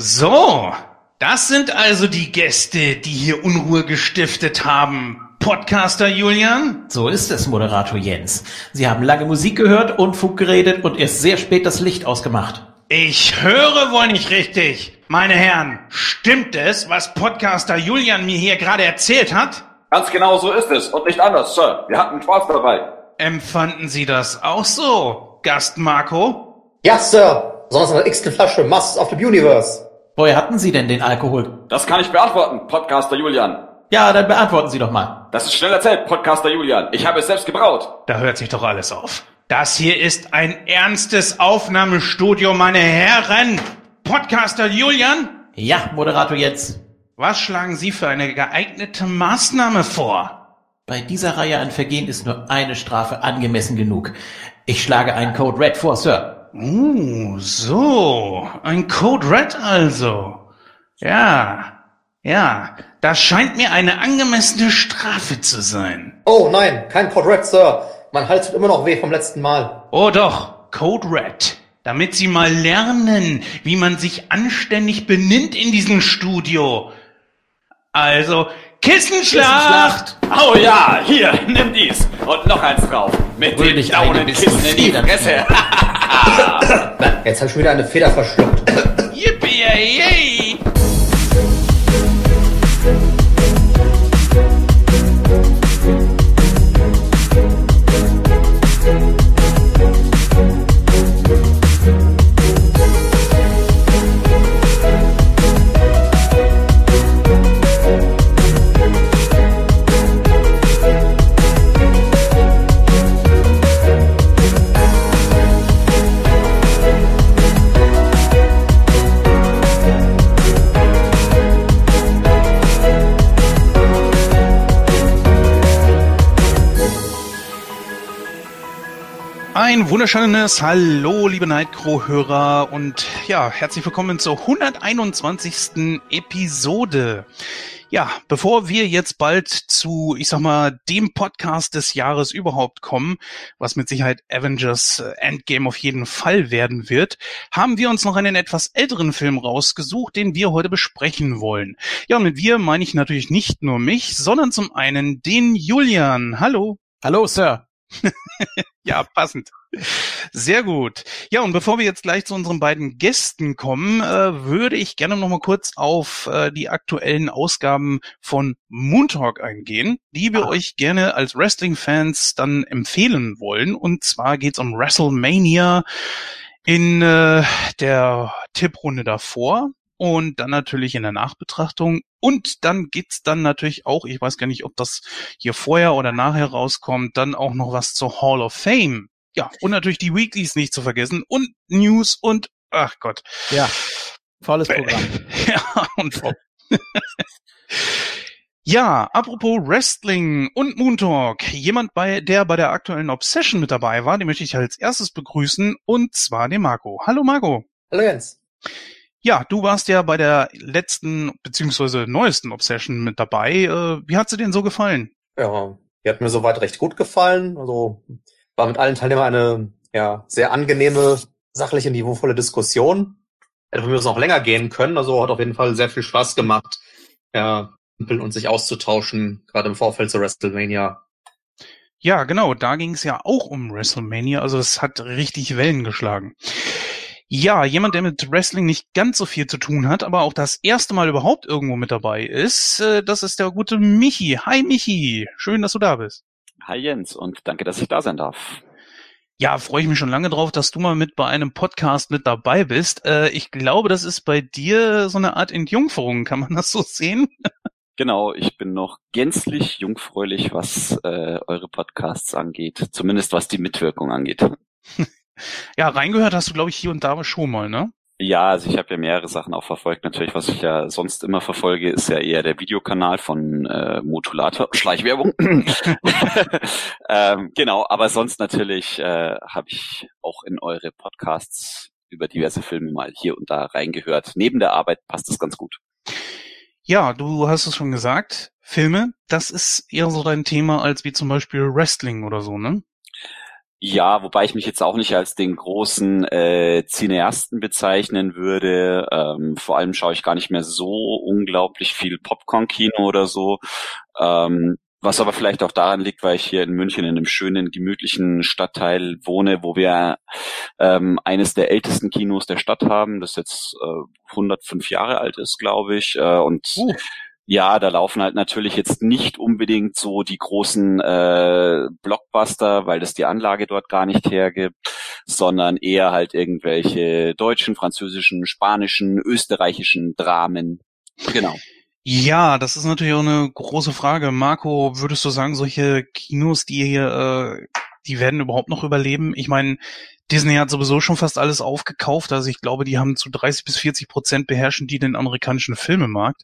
So, das sind also die Gäste, die hier Unruhe gestiftet haben. Podcaster Julian? So ist es, Moderator Jens. Sie haben lange Musik gehört, Unfug geredet und erst sehr spät das Licht ausgemacht. Ich höre wohl nicht richtig. Meine Herren, stimmt es, was Podcaster Julian mir hier gerade erzählt hat? Ganz genau so ist es und nicht anders, Sir. Wir hatten Spaß dabei. Empfanden Sie das auch so, Gast Marco? Ja, Sir. Sonst eine x-te Flasche Masters of the Universe. Woher hatten Sie denn den Alkohol? Das kann ich beantworten, Podcaster Julian. Ja, dann beantworten Sie doch mal. Das ist schnell erzählt, Podcaster Julian. Ich habe es selbst gebraut. Da hört sich doch alles auf. Das hier ist ein ernstes Aufnahmestudio, meine Herren. Podcaster Julian? Ja, Moderator Jens. Was schlagen Sie für eine geeignete Maßnahme vor? Bei dieser Reihe an Vergehen ist nur eine Strafe angemessen genug. Ich schlage einen Code Red vor, Sir. So. Ein Code Red also. Ja, das scheint mir eine angemessene Strafe zu sein. Oh nein, kein Code Red, Sir. Mein Hals tut immer noch weh vom letzten Mal. Oh doch, Code Red. Damit Sie mal lernen, wie man sich anständig benimmt in diesem Studio. Also, Kissenschlacht! Oh ja, hier, nimm dies. Und noch eins drauf. Mit Würde dem ich eine Daunenkissen in die Federn Fresse. Jetzt habe ich schon wieder eine Feder verschluckt. Yippie-yay! Ein wunderschönes Hallo, liebe Nightcrow-Hörer und ja, herzlich willkommen zur 121. Episode. Ja, bevor wir jetzt bald zu, ich sag mal, dem Podcast des Jahres überhaupt kommen, was mit Sicherheit Avengers Endgame auf jeden Fall werden wird, haben wir uns noch einen etwas älteren Film rausgesucht, den wir heute besprechen wollen. Ja, und mit wir meine ich natürlich nicht nur mich, sondern zum einen den Julian. Hallo. Hallo, Sir. Ja, passend. Sehr gut. Ja, und bevor wir jetzt gleich zu unseren beiden Gästen kommen, würde ich gerne noch mal kurz auf die aktuellen Ausgaben von Moon Talk eingehen, die wir euch gerne als Wrestling-Fans dann empfehlen wollen. Und zwar geht's um WrestleMania in der Tipprunde davor. Und dann natürlich in der Nachbetrachtung. Und dann geht's dann natürlich auch, ich weiß gar nicht, ob das hier vorher oder nachher rauskommt, dann auch noch was zur Hall of Fame. Ja, und natürlich die Weeklies nicht zu vergessen. Und News und, ach Gott. Ja, volles Programm. Ja, und voll. Ja, apropos Wrestling und Moon Talk. Jemand, der bei der aktuellen Obsession mit dabei war, den möchte ich als erstes begrüßen. Und zwar den Marco. Hallo Marco. Hallo Jens. Ja, du warst ja bei der letzten beziehungsweise neuesten Obsession mit dabei. Wie hat sie denn so gefallen? Ja, die hat mir soweit recht gut gefallen. Also war mit allen Teilnehmern eine sehr angenehme, sachliche, niveauvolle Diskussion. Hätte von mir noch länger gehen können. Also hat auf jeden Fall sehr viel Spaß gemacht, und sich auszutauschen, gerade im Vorfeld zur WrestleMania. Ja, genau, da ging es ja auch um WrestleMania. Also es hat richtig Wellen geschlagen. Ja, jemand, der mit Wrestling nicht ganz so viel zu tun hat, aber auch das erste Mal überhaupt irgendwo mit dabei ist, das ist der gute Michi. Hi Michi, schön, dass du da bist. Hi Jens und danke, dass ich da sein darf. Ja, freue ich mich schon lange drauf, dass du mal mit bei einem Podcast mit dabei bist. Ich glaube, das ist bei dir so eine Art Entjungferung, kann man das so sehen? Genau, ich bin noch gänzlich jungfräulich, was eure Podcasts angeht, zumindest was die Mitwirkung angeht. Ja, reingehört hast du, glaube ich, hier und da schon mal, ne? Ja, also ich habe ja mehrere Sachen auch verfolgt. Natürlich, was ich ja sonst immer verfolge, ist ja eher der Videokanal von Motulator, Schleichwerbung. Genau, aber sonst natürlich habe ich auch in eure Podcasts über diverse Filme mal hier und da reingehört. Neben der Arbeit passt es ganz gut. Ja, du hast es schon gesagt, Filme, das ist eher so dein Thema als wie zum Beispiel Wrestling oder so, ne? Ja, wobei ich mich jetzt auch nicht als den großen Cineasten bezeichnen würde. Vor allem schaue ich gar nicht mehr so unglaublich viel Popcorn-Kino oder so. Was aber vielleicht auch daran liegt, weil ich hier in München in einem schönen, gemütlichen Stadtteil wohne, wo wir eines der ältesten Kinos der Stadt haben, das jetzt 105 Jahre alt ist, glaube ich. Und ja, da laufen halt natürlich jetzt nicht unbedingt so die großen Blockbuster, weil das die Anlage dort gar nicht hergibt, sondern eher halt irgendwelche deutschen, französischen, spanischen, österreichischen Dramen. Genau. Ja, das ist natürlich auch eine große Frage. Marco, würdest du sagen, solche Kinos, die hier, die werden überhaupt noch überleben? Ich meine, Disney hat sowieso schon fast alles aufgekauft, also ich glaube, die haben zu 30-40% beherrschen die den amerikanischen Filmemarkt.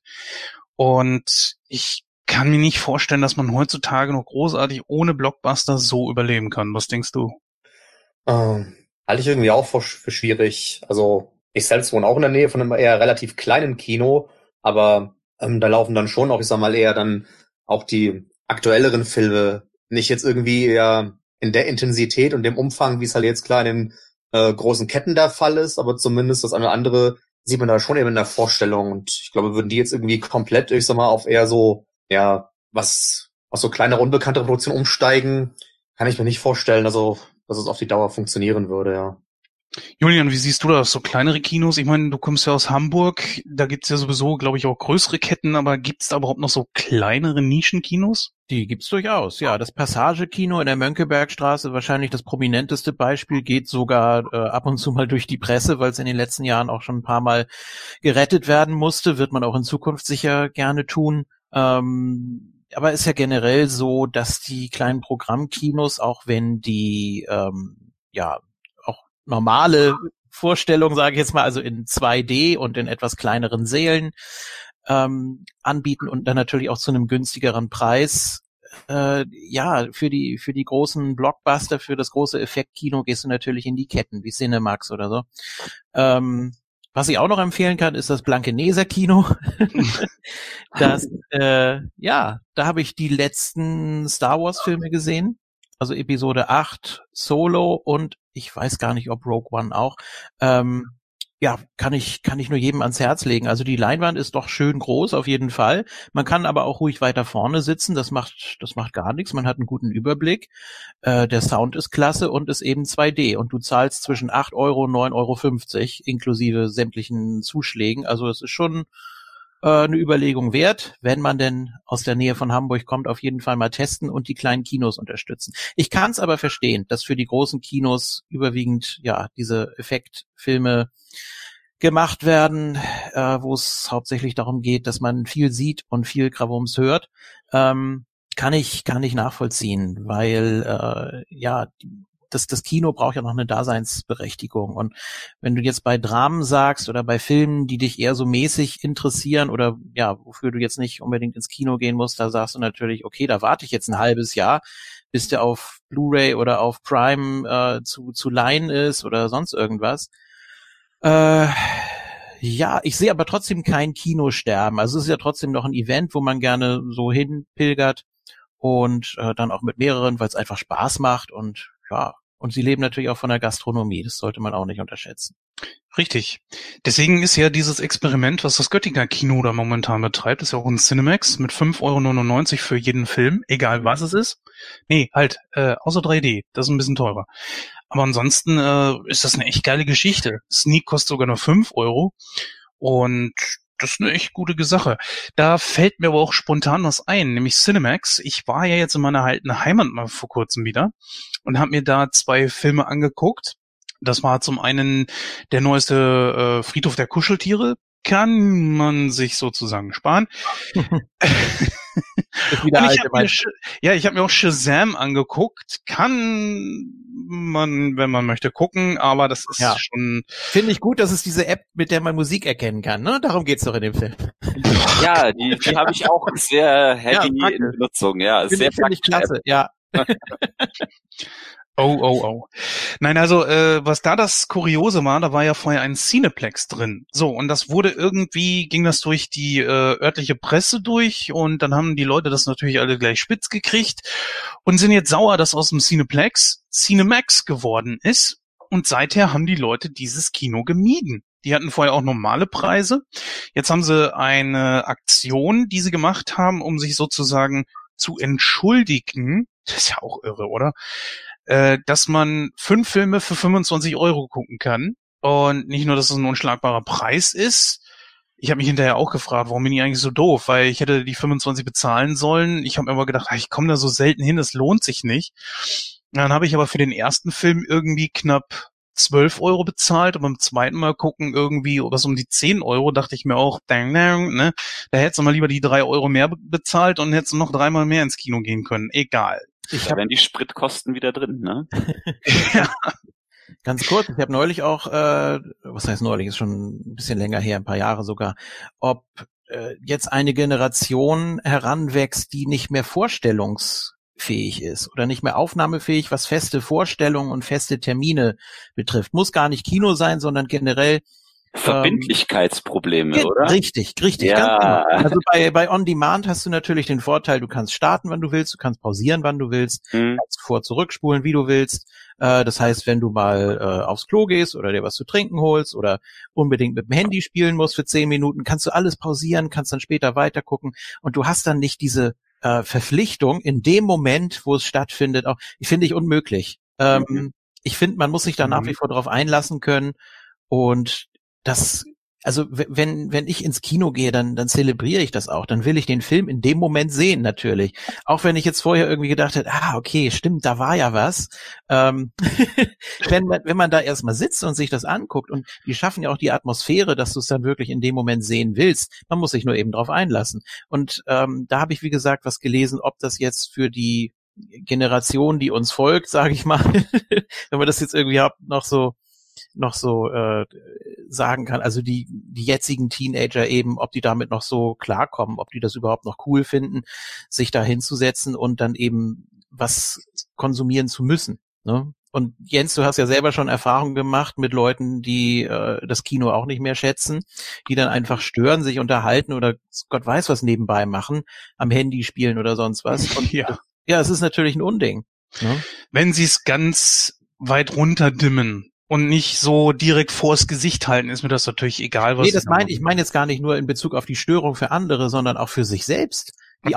Und ich kann mir nicht vorstellen, dass man heutzutage noch großartig ohne Blockbuster so überleben kann. Was denkst du? Halte ich irgendwie auch für schwierig. Also ich selbst wohne auch in der Nähe von einem eher relativ kleinen Kino, aber da laufen dann schon auch, ich sag mal, eher dann auch die aktuelleren Filme, nicht jetzt irgendwie eher in der Intensität und dem Umfang, wie es halt jetzt klar in den großen Ketten der Fall ist, aber zumindest das eine oder andere sieht man da schon eben in der Vorstellung. Und ich glaube, würden die jetzt irgendwie komplett, ich sag mal, auf eher so, ja, was so kleinere, unbekannte Produktionen umsteigen, kann ich mir nicht vorstellen, also dass es auf die Dauer funktionieren würde, ja. Julian, wie siehst du das? So kleinere Kinos? Ich meine, du kommst ja aus Hamburg, da gibt's ja sowieso, glaube ich, auch größere Ketten, aber gibt's da überhaupt noch so kleinere Nischenkinos? Die gibt's durchaus, ja. Das Passage-Kino in der Mönckebergstraße, wahrscheinlich das prominenteste Beispiel, geht sogar ab und zu mal durch die Presse, weil es in den letzten Jahren auch schon ein paar Mal gerettet werden musste. Wird man auch in Zukunft sicher gerne tun. Aber ist ja generell so, dass die kleinen Programmkinos, auch wenn die auch normale Vorstellungen, sage ich jetzt mal, also in 2D und in etwas kleineren Sälen anbieten und dann natürlich auch zu einem günstigeren Preis. Für die großen Blockbuster, für das große Effektkino gehst du natürlich in die Ketten, wie Cinemax oder so. Was ich auch noch empfehlen kann, ist das Blankeneser Kino. Da habe ich die letzten Star Wars Filme gesehen. Also Episode 8, Solo und ich weiß gar nicht, ob Rogue One auch. Kann ich nur jedem ans Herz legen. Also die Leinwand ist doch schön groß, auf jeden Fall. Man kann aber auch ruhig weiter vorne sitzen. Das macht gar nichts. Man hat einen guten Überblick. Der Sound ist klasse und ist eben 2D. Und du zahlst zwischen 8 Euro und 9,50 Euro inklusive sämtlichen Zuschlägen. Also es ist schon eine Überlegung wert, wenn man denn aus der Nähe von Hamburg kommt, auf jeden Fall mal testen und die kleinen Kinos unterstützen. Ich kann es aber verstehen, dass für die großen Kinos überwiegend diese Effektfilme gemacht werden, wo es hauptsächlich darum geht, dass man viel sieht und viel Krawums hört. Kann ich nachvollziehen, weil das Kino braucht ja noch eine Daseinsberechtigung. Und wenn du jetzt bei Dramen sagst oder bei Filmen, die dich eher so mäßig interessieren oder wofür du jetzt nicht unbedingt ins Kino gehen musst, da sagst du natürlich, okay, da warte ich jetzt ein halbes Jahr, bis der auf Blu-ray oder auf Prime zu leihen ist oder sonst irgendwas. Ich sehe aber trotzdem kein Kinosterben. Also es ist ja trotzdem noch ein Event, wo man gerne so hinpilgert und dann auch mit mehreren, weil es einfach Spaß macht und sie leben natürlich auch von der Gastronomie. Das sollte man auch nicht unterschätzen. Richtig. Deswegen ist ja dieses Experiment, was das Göttinger Kino da momentan betreibt, ist ja auch ein Cinemax mit 5,99 € für jeden Film, egal was es ist. Nee, außer 3D. Das ist ein bisschen teurer. Aber ansonsten ist das eine echt geile Geschichte. Sneak kostet sogar nur 5 € und das ist eine echt gute Sache. Da fällt mir aber auch spontan was ein, nämlich Cinemax. Ich war ja jetzt in meiner alten Heimat mal vor kurzem wieder und habe mir da 2 Filme angeguckt. Das war zum einen der neueste Friedhof der Kuscheltiere. Kann man sich sozusagen sparen. Ich habe mir auch Shazam angeguckt. Kann man, wenn man möchte, gucken, aber das ist schon... Finde ich gut, dass es diese App, mit der man Musik erkennen kann, ne? Darum geht's doch in dem Film. Ja, die habe ich auch sehr heavy in Benutzung, ja. Sehr Finde ich klasse, ja. Oh. Nein, also was da das Kuriose war, da war ja vorher ein Cineplex drin. So, und das wurde irgendwie, ging das durch die örtliche Presse durch und dann haben die Leute das natürlich alle gleich spitz gekriegt und sind jetzt sauer, dass aus dem Cineplex Cinemax geworden ist. Und seither haben die Leute dieses Kino gemieden. Die hatten vorher auch normale Preise. Jetzt haben sie eine Aktion, die sie gemacht haben, um sich sozusagen zu entschuldigen. Das ist ja auch irre, oder? Dass man 5 Filme für 25 € gucken kann. Und nicht nur, dass es ein unschlagbarer Preis ist. Ich habe mich hinterher auch gefragt, warum bin ich eigentlich so doof? Weil ich hätte die 25 bezahlen sollen. Ich habe mir aber gedacht, ich komme da so selten hin, das lohnt sich nicht. Dann habe ich aber für den ersten Film irgendwie knapp 12 € bezahlt und beim zweiten Mal gucken irgendwie was um die 10 €, dachte ich mir auch, ne? Da hättest du mal lieber die 3 € mehr bezahlt und hättest du noch 3-mal mehr ins Kino gehen können. Egal. Da wären die Spritkosten wieder drin, ne? Ja. Ganz kurz, ich habe neulich auch, was heißt neulich, ist schon ein bisschen länger her, ein paar Jahre sogar, ob jetzt eine Generation heranwächst, die nicht mehr vorstellungsfähig ist oder nicht mehr aufnahmefähig, was feste Vorstellungen und feste Termine betrifft. Muss gar nicht Kino sein, sondern generell Verbindlichkeitsprobleme, oder? Richtig, Ja. ganz genau. Also bei On Demand hast du natürlich den Vorteil, du kannst starten, wann du willst, du kannst pausieren, wann du willst, kannst zurückspulen, wie du willst. Das heißt, wenn du mal aufs Klo gehst oder dir was zu trinken holst oder unbedingt mit dem Handy spielen musst für 10 Minuten, kannst du alles pausieren, kannst dann später weitergucken und du hast dann nicht diese Verpflichtung in dem Moment, wo es stattfindet. Auch finde ich unmöglich. Ich finde, man muss sich da nach wie vor drauf einlassen können und das, also wenn ich ins Kino gehe, dann zelebriere ich das auch. Dann will ich den Film in dem Moment sehen, natürlich. Auch wenn ich jetzt vorher irgendwie gedacht hätte, okay, stimmt, da war ja was. Wenn man da erstmal sitzt und sich das anguckt und die schaffen ja auch die Atmosphäre, dass du es dann wirklich in dem Moment sehen willst. Man muss sich nur eben drauf einlassen. Und da habe ich, wie gesagt, was gelesen, ob das jetzt für die Generation, die uns folgt, sage ich mal, wenn man das jetzt irgendwie noch so sagen kann, also die jetzigen Teenager eben, ob die damit noch so klarkommen, ob die das überhaupt noch cool finden, sich da hinzusetzen und dann eben was konsumieren zu müssen. Ne? Und Jens, du hast ja selber schon Erfahrungen gemacht mit Leuten, die das Kino auch nicht mehr schätzen, die dann einfach stören, sich unterhalten oder Gott weiß was nebenbei machen, am Handy spielen oder sonst was. Und ja, es ist natürlich ein Unding. Ne? Wenn sie es ganz weit runterdimmen und nicht so direkt vors Gesicht halten, ist mir das natürlich egal, was. Nee, ich meine jetzt gar nicht nur in Bezug auf die Störung für andere, sondern auch für sich selbst. Die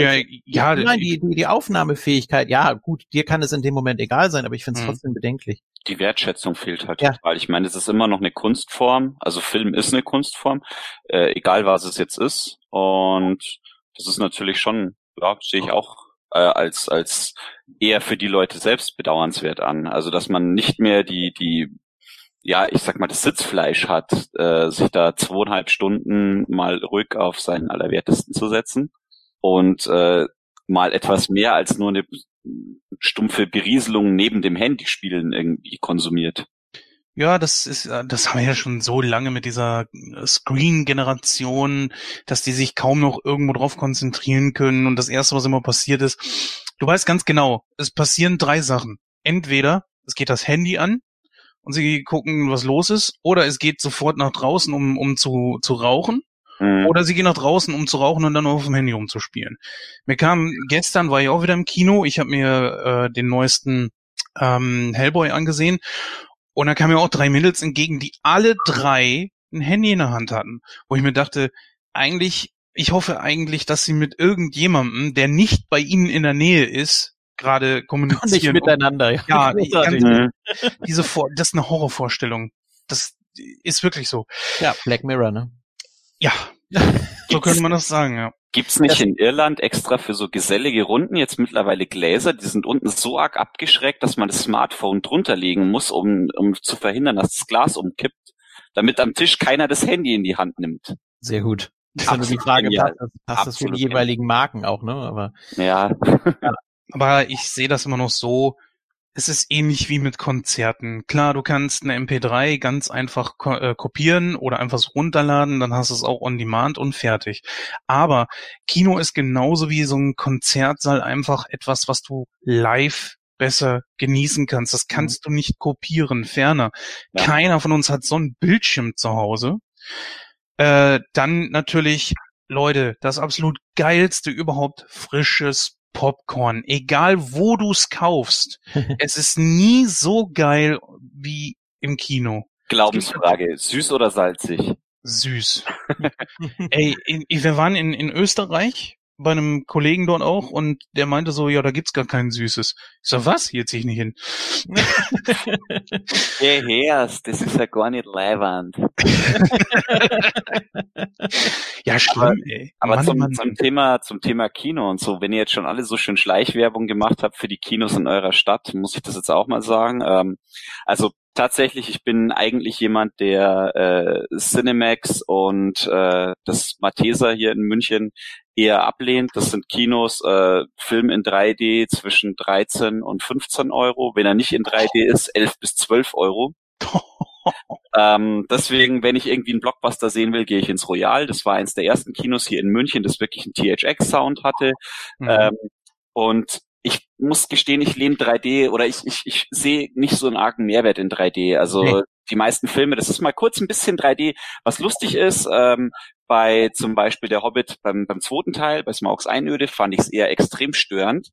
Aufnahmefähigkeit, ja gut, dir kann es in dem Moment egal sein, aber ich finde es trotzdem bedenklich. Die Wertschätzung fehlt halt total. Ich meine, es ist immer noch eine Kunstform, also Film ist eine Kunstform, egal was es jetzt ist. Und das ist natürlich schon, sehe ich auch als eher für die Leute selbst bedauernswert an. Also dass man nicht mehr ich sag mal, das Sitzfleisch hat, sich da 2,5 Stunden mal ruhig auf seinen Allerwertesten zu setzen und mal etwas mehr als nur eine stumpfe Berieselung neben dem Handyspielen irgendwie konsumiert. Ja, das haben wir ja schon so lange mit dieser Screen-Generation, dass die sich kaum noch irgendwo drauf konzentrieren können. Und das Erste, was immer passiert ist, du weißt ganz genau, es passieren 3 Sachen. Entweder es geht das Handy an und sie gucken, was los ist, oder es geht sofort nach draußen, um zu rauchen. Oder sie gehen nach draußen, um zu rauchen und dann auf dem Handy rumzuspielen. Gestern war ich auch wieder im Kino, ich habe mir den neuesten Hellboy angesehen. Und da kamen mir auch 3 Mädels entgegen, die alle 3 ein Handy in der Hand hatten. Wo ich mir dachte, ich hoffe eigentlich, dass sie mit irgendjemandem, der nicht bei ihnen in der Nähe ist, gerade kommunizieren. Nicht miteinander, ja. Das ist eine Horrorvorstellung. Das ist wirklich so. Ja, Black Mirror, ne? Ja, so könnte man das sagen, ja. Gibt's nicht in Irland extra für so gesellige Runden jetzt mittlerweile Gläser, die sind unten so arg abgeschrägt, dass man das Smartphone drunter legen muss, um zu verhindern, dass das Glas umkippt, damit am Tisch keiner das Handy in die Hand nimmt. Sehr gut. Das ist ja nur die Frage, passt das für die jeweiligen Marken auch, ne? Aber ja. Aber ich sehe das immer noch so, es ist ähnlich wie mit Konzerten. Klar, du kannst eine MP3 ganz einfach kopieren oder einfach so runterladen, dann hast du es auch on demand und fertig. Aber Kino ist genauso wie so ein Konzertsaal einfach etwas, was du live besser genießen kannst. Das kannst du nicht kopieren, ferner. Ja. Keiner von uns hat so einen Bildschirm zu Hause. Dann natürlich, Leute, das absolut geilste überhaupt, frisches Popcorn. Egal wo du's kaufst. Es ist nie so geil wie im Kino. Glaubensfrage, süß oder salzig? Süß. Ey, wir waren in Österreich bei einem Kollegen dort auch und der meinte so, ja, da gibt's gar kein Süßes. Ich so, was? Hier zieh ich nicht hin. Das ist ja gar nicht leiwand. Ja, schlimm, ey. Aber Mann. zum Thema Kino und so, wenn ihr jetzt schon alle so schön Schleichwerbung gemacht habt für die Kinos in eurer Stadt, muss ich das jetzt auch mal sagen. Also tatsächlich, ich bin eigentlich jemand, der Cinemax und das Malteser hier in München eher ablehnt. Das sind Kinos, Film in 3D zwischen 13 und 15 Euro. Wenn er nicht in 3D ist, 11 bis 12 Euro. Deswegen, wenn ich irgendwie einen Blockbuster sehen will, gehe ich ins Royal. Das war eins der ersten Kinos hier in München, das wirklich einen THX-Sound hatte. Und ich muss gestehen, ich lehne 3D oder ich sehe nicht so einen argen Mehrwert in 3D. Also die meisten Filme, das ist mal kurz ein bisschen 3D. Was lustig ist, bei zum Beispiel der Hobbit beim zweiten Teil, bei Smaugs Einöde, fand ich es eher extrem störend.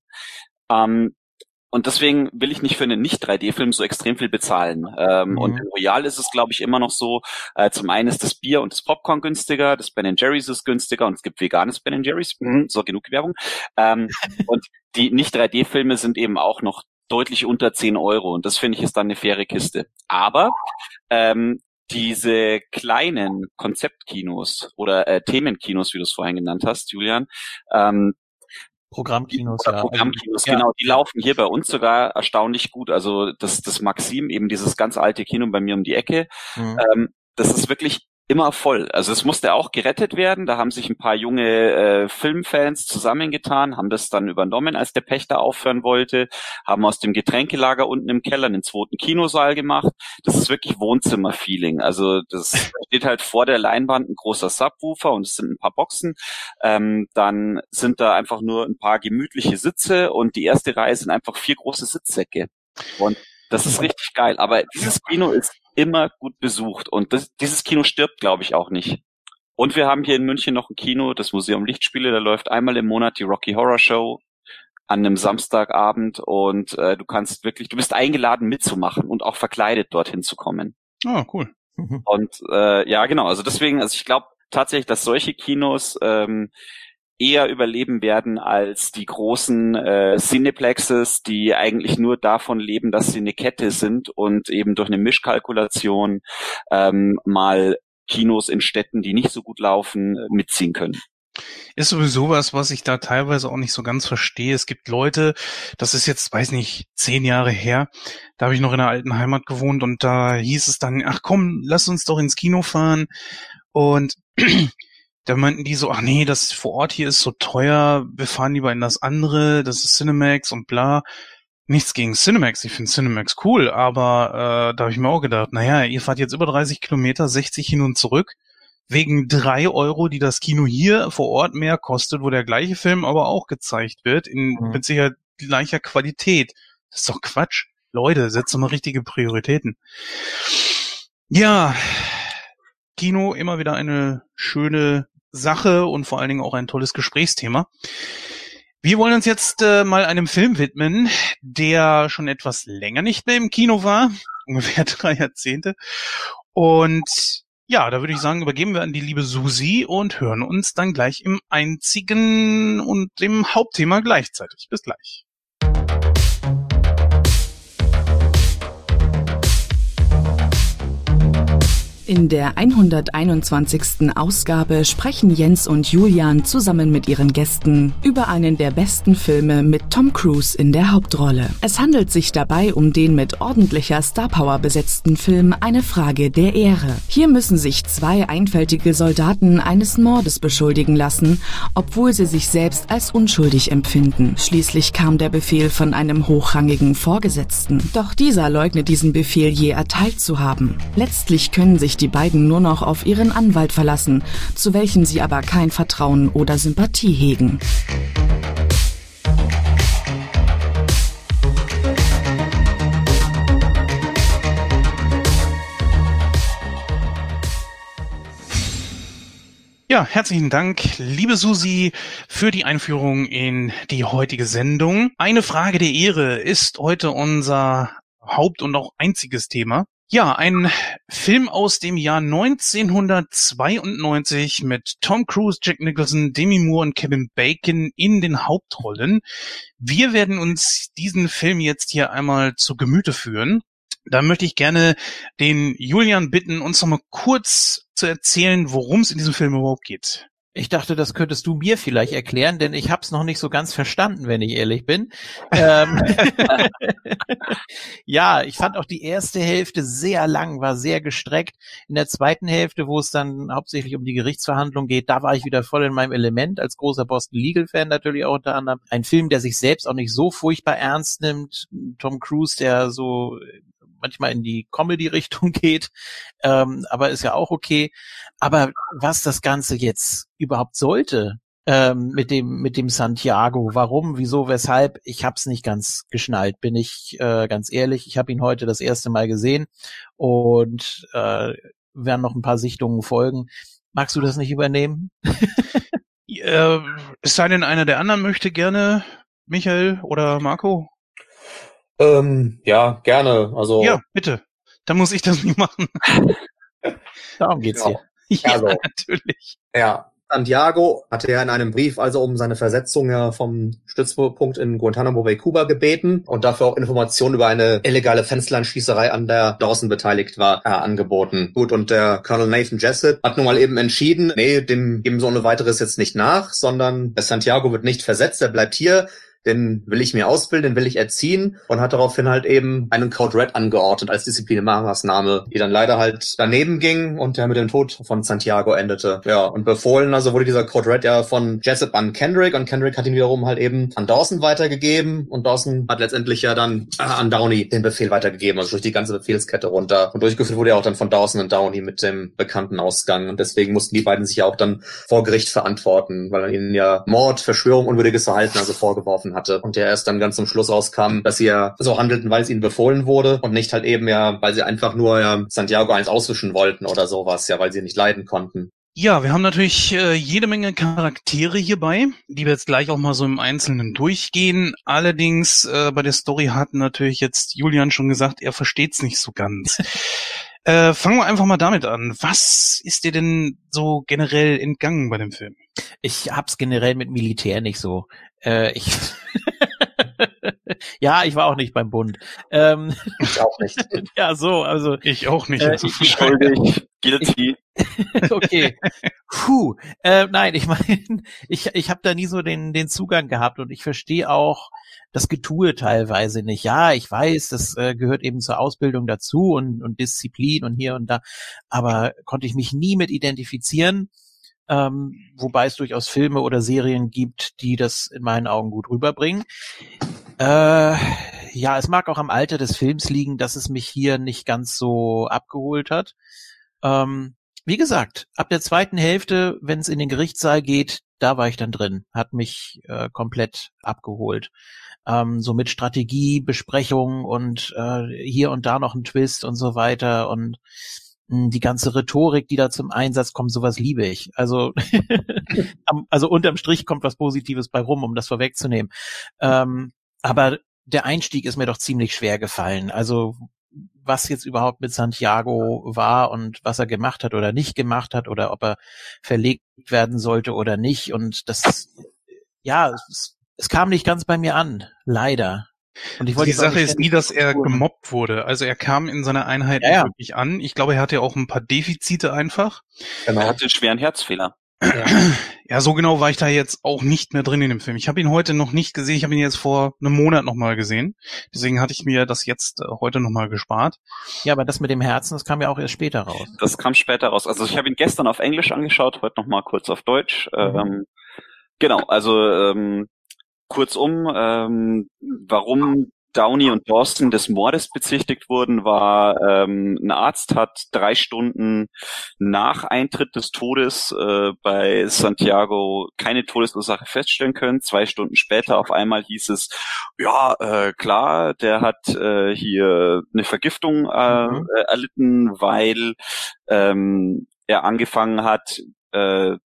Und deswegen will ich nicht für einen Nicht-3D-Film so extrem viel bezahlen. Und im Royal ist es, glaube ich, immer noch so, zum einen ist das Bier und das Popcorn günstiger, das Ben & Jerry's ist günstiger und es gibt veganes Ben & Jerry's. So, genug Werbung. Und die Nicht-3D-Filme sind eben auch noch deutlich unter 10 Euro und das finde ich ist dann eine faire Kiste. Aber diese kleinen Konzeptkinos oder Themenkinos, wie du es vorhin genannt hast, Julian, Programmkinos, Programmkinos, genau, die laufen hier bei uns sogar erstaunlich gut. Also das Maxim, eben dieses ganz alte Kino bei mir um die Ecke, das ist wirklich immer voll. Also es musste auch gerettet werden. Da haben sich ein paar junge Filmfans zusammengetan, haben das dann übernommen, als der Pächter aufhören wollte, haben aus dem Getränkelager unten im Keller einen zweiten Kinosaal gemacht. Das ist wirklich Wohnzimmer-Feeling. Also das steht halt vor der Leinwand ein großer Subwoofer und es sind ein paar Boxen. Dann sind da einfach nur ein paar gemütliche Sitze und die erste Reihe sind einfach 4 große Sitzsäcke. Und das ist richtig geil. Aber dieses Kino ist immer gut besucht und dieses Kino stirbt, glaube ich, auch nicht. Und wir haben hier in München noch ein Kino, das Museum Lichtspiele, da läuft einmal im Monat die Rocky Horror Show an einem Samstagabend und du bist eingeladen mitzumachen und auch verkleidet dorthin zu kommen. Ah, cool. Und ja, genau, also deswegen, ich glaube tatsächlich, dass solche Kinos eher überleben werden als die großen Cineplexes, die eigentlich nur davon leben, dass sie eine Kette sind und eben durch eine Mischkalkulation mal Kinos in Städten, die nicht so gut laufen, mitziehen können. Ist sowieso was ich da teilweise auch nicht so ganz verstehe. Es gibt Leute, das ist jetzt, weiß nicht, 10 Jahre her, da habe ich noch in der alten Heimat gewohnt und da hieß es dann, ach komm, lass uns doch ins Kino fahren und da meinten die so, ach nee, das vor Ort hier ist so teuer, wir fahren lieber in das andere, das ist Cinemax und bla. Nichts gegen Cinemax, ich finde Cinemax cool, aber da habe ich mir auch gedacht, naja, ihr fahrt jetzt über 30 Kilometer, 60 hin und zurück, wegen 3 Euro, die das Kino hier vor Ort mehr kostet, wo der gleiche Film aber auch gezeigt wird, mit sicher gleicher Qualität. Das ist doch Quatsch. Leute, setzt doch mal richtige Prioritäten. Ja, Kino immer wieder eine schöne Sache und vor allen Dingen auch ein tolles Gesprächsthema. Wir wollen uns jetzt mal einem Film widmen, der schon etwas länger nicht mehr im Kino war, ungefähr 3 Jahrzehnte. Und ja, da würde ich sagen, übergeben wir an die liebe Susi und hören uns dann gleich im einzigen und dem Hauptthema gleichzeitig. Bis gleich. In der 121. Ausgabe sprechen Jens und Julian zusammen mit ihren Gästen über einen der besten Filme mit Tom Cruise in der Hauptrolle. Es handelt sich dabei um den mit ordentlicher Starpower besetzten Film Eine Frage der Ehre. Hier müssen sich 2 einfältige Soldaten eines Mordes beschuldigen lassen, obwohl sie sich selbst als unschuldig empfinden. Schließlich kam der Befehl von einem hochrangigen Vorgesetzten. Doch dieser leugnet diesen Befehl je erteilt zu haben. Letztlich können sich die beiden nur noch auf ihren Anwalt verlassen, zu welchem sie aber kein Vertrauen oder Sympathie hegen. Ja, herzlichen Dank, liebe Susi, für die Einführung in die heutige Sendung. Eine Frage der Ehre ist heute unser Haupt- und auch einziges Thema. Ja, ein Film aus dem Jahr 1992 mit Tom Cruise, Jack Nicholson, Demi Moore und Kevin Bacon in den Hauptrollen. Wir werden uns diesen Film jetzt hier einmal zu Gemüte führen. Da möchte ich gerne den Julian bitten, uns noch mal kurz zu erzählen, worum es in diesem Film überhaupt geht. Ich dachte, das könntest du mir vielleicht erklären, denn ich habe es noch nicht so ganz verstanden, wenn ich ehrlich bin. Ja, ich fand auch die erste Hälfte sehr lang, war sehr gestreckt. In der zweiten Hälfte, wo es dann hauptsächlich um die Gerichtsverhandlung geht, da war ich wieder voll in meinem Element, als großer Boston Legal-Fan natürlich auch unter anderem. Ein Film, der sich selbst auch nicht so furchtbar ernst nimmt. Tom Cruise, der so manchmal in die Comedy-Richtung geht, aber ist ja auch okay. Aber was das Ganze jetzt überhaupt sollte, mit dem Santiago, warum, wieso, weshalb, ich hab's nicht ganz geschnallt, bin ich ganz ehrlich. Ich habe ihn heute das erste Mal gesehen und werden noch ein paar Sichtungen folgen. Magst du das nicht übernehmen? Es sei denn, einer der anderen möchte gerne, Michael oder Marco? Ja, gerne. Also Ja, bitte. Dann muss ich das nicht machen. Darum geht's hier. Ja, Also, natürlich. ja, Santiago hatte ja in einem Brief also um seine Versetzung ja vom Stützpunkt in Guantanamo Bay, Kuba gebeten und dafür auch Informationen über eine illegale Fensterlandschießerei an der Dawson beteiligt war, angeboten. Gut, und der Colonel Nathan Jessup hat nun mal eben entschieden, nee, dem geben so ohne weiteres jetzt nicht nach, sondern der Santiago wird nicht versetzt, er bleibt hier. Den will ich mir ausbilden, den will ich erziehen und hat daraufhin halt eben einen Code Red angeordnet als Disziplinarmaßnahme, die dann leider halt daneben ging und der mit dem Tod von Santiago endete. Ja, und befohlen also wurde dieser Code Red ja von Jessup an Kendrick und Kendrick hat ihn wiederum halt eben an Dawson weitergegeben und Dawson hat letztendlich ja dann an Downey den Befehl weitergegeben, also durch die ganze Befehlskette runter. Und durchgeführt wurde ja auch dann von Dawson und Downey mit dem bekannten Ausgang und deswegen mussten die beiden sich ja auch dann vor Gericht verantworten, weil er ihnen ja Mord, Verschwörung, unwürdiges Verhalten also vorgeworfen hatte und der erst dann ganz zum Schluss rauskam, dass sie ja so handelten, weil es ihnen befohlen wurde und nicht halt eben ja, weil sie einfach nur ja Santiago eins auswischen wollten oder sowas, ja, weil sie nicht leiden konnten. Ja, wir haben natürlich jede Menge Charaktere hierbei, die wir jetzt gleich auch mal so im Einzelnen durchgehen. Allerdings bei der Story hat natürlich jetzt Julian schon gesagt, er versteht's nicht so ganz. Fangen wir einfach mal damit an. Was ist dir denn so generell entgangen bei dem Film? Ich hab's generell mit Militär nicht so. Ja, ich war auch nicht beim Bund. Ich auch nicht. Ja, so, also. Ich auch nicht. Schuldig, guilty. Okay. Puh. Nein, ich meine, ich habe da nie so den Zugang gehabt und ich verstehe auch das Getue teilweise nicht. Ja, ich weiß, das gehört eben zur Ausbildung dazu und Disziplin und hier und da, aber konnte ich mich nie mit identifizieren. Wobei es durchaus Filme oder Serien gibt, die das in meinen Augen gut rüberbringen. Ja, es mag auch am Alter des Films liegen, dass es mich hier nicht ganz so abgeholt hat. Wie gesagt, ab der zweiten Hälfte, wenn es in den Gerichtssaal geht, da war ich dann drin, hat mich komplett abgeholt. So mit Strategie, Besprechung und hier und da noch ein Twist und so weiter und die ganze Rhetorik, die da zum Einsatz kommt, sowas liebe ich. Also, also unterm Strich kommt was Positives bei rum, um das vorwegzunehmen. Aber der Einstieg ist mir doch ziemlich schwer gefallen. Also, was jetzt überhaupt mit Santiago war und was er gemacht hat oder nicht gemacht hat oder ob er verlegt werden sollte oder nicht. Und das, ja, es kam nicht ganz bei mir an, leider. Und ich wollte die Sache ist nie, dass er gemobbt wurde. Also er kam in seiner Einheit nicht wirklich an. Ich glaube, er hatte auch ein paar Defizite einfach. Genau. Er hatte einen schweren Herzfehler. Ja, so genau war ich da jetzt auch nicht mehr drin in dem Film. Ich habe ihn heute noch nicht gesehen. Ich habe ihn jetzt vor einem Monat nochmal gesehen. Deswegen hatte ich mir das jetzt heute nochmal gespart. Ja, aber das mit dem Herzen, das kam ja auch erst später raus. Das kam später raus. Also ich habe ihn gestern auf Englisch angeschaut, heute nochmal kurz auf Deutsch. Genau, also kurzum, warum Downey und Dawson des Mordes bezichtigt wurden, war, ein Arzt hat 3 Stunden nach Eintritt des Todes bei Santiago keine Todesursache feststellen können. 2 Stunden später auf einmal hieß es, ja, klar, der hat hier eine Vergiftung erlitten, weil er angefangen hat,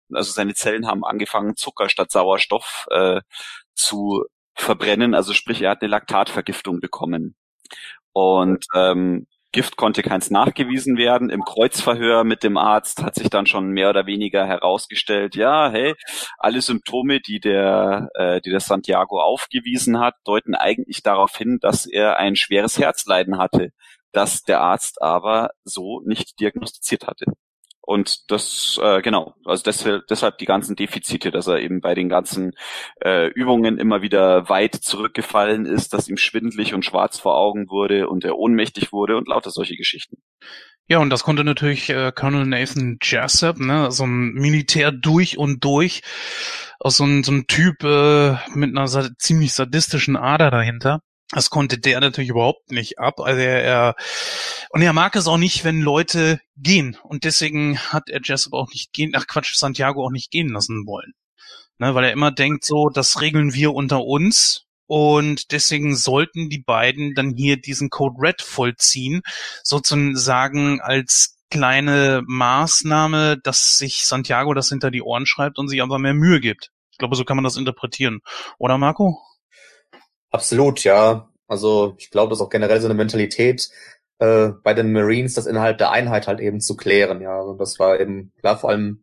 also seine Zellen haben angefangen, Zucker statt Sauerstoff zu verbrennen, also sprich, er hat eine Laktatvergiftung bekommen. Und Gift konnte keins nachgewiesen werden. Im Kreuzverhör mit dem Arzt hat sich dann schon mehr oder weniger herausgestellt, ja, hey, alle Symptome, die der Santiago aufgewiesen hat, deuten eigentlich darauf hin, dass er ein schweres Herzleiden hatte, das der Arzt aber so nicht diagnostiziert hatte. Und das, also deshalb die ganzen Defizite, dass er eben bei den ganzen Übungen immer wieder weit zurückgefallen ist, dass ihm schwindelig und schwarz vor Augen wurde und er ohnmächtig wurde und lauter solche Geschichten. Ja, und das konnte natürlich Colonel Nathan Jessup, ne, so ein Militär durch und durch, aus so ein Typ mit einer ziemlich sadistischen Ader dahinter. Das konnte der natürlich überhaupt nicht ab. Also er mag es auch nicht, wenn Leute gehen. Und deswegen hat er Jessup auch nicht Santiago auch nicht gehen lassen wollen. Ne, weil er immer denkt so, das regeln wir unter uns. Und deswegen sollten die beiden dann hier diesen Code Red vollziehen, sozusagen als kleine Maßnahme, dass sich Santiago das hinter die Ohren schreibt und sich einfach mehr Mühe gibt. Ich glaube, so kann man das interpretieren. Oder, Marco? Absolut, ja. Also ich glaube, das ist auch generell so eine Mentalität bei den Marines, das innerhalb der Einheit halt eben zu klären. Ja, also das war eben klar, vor allem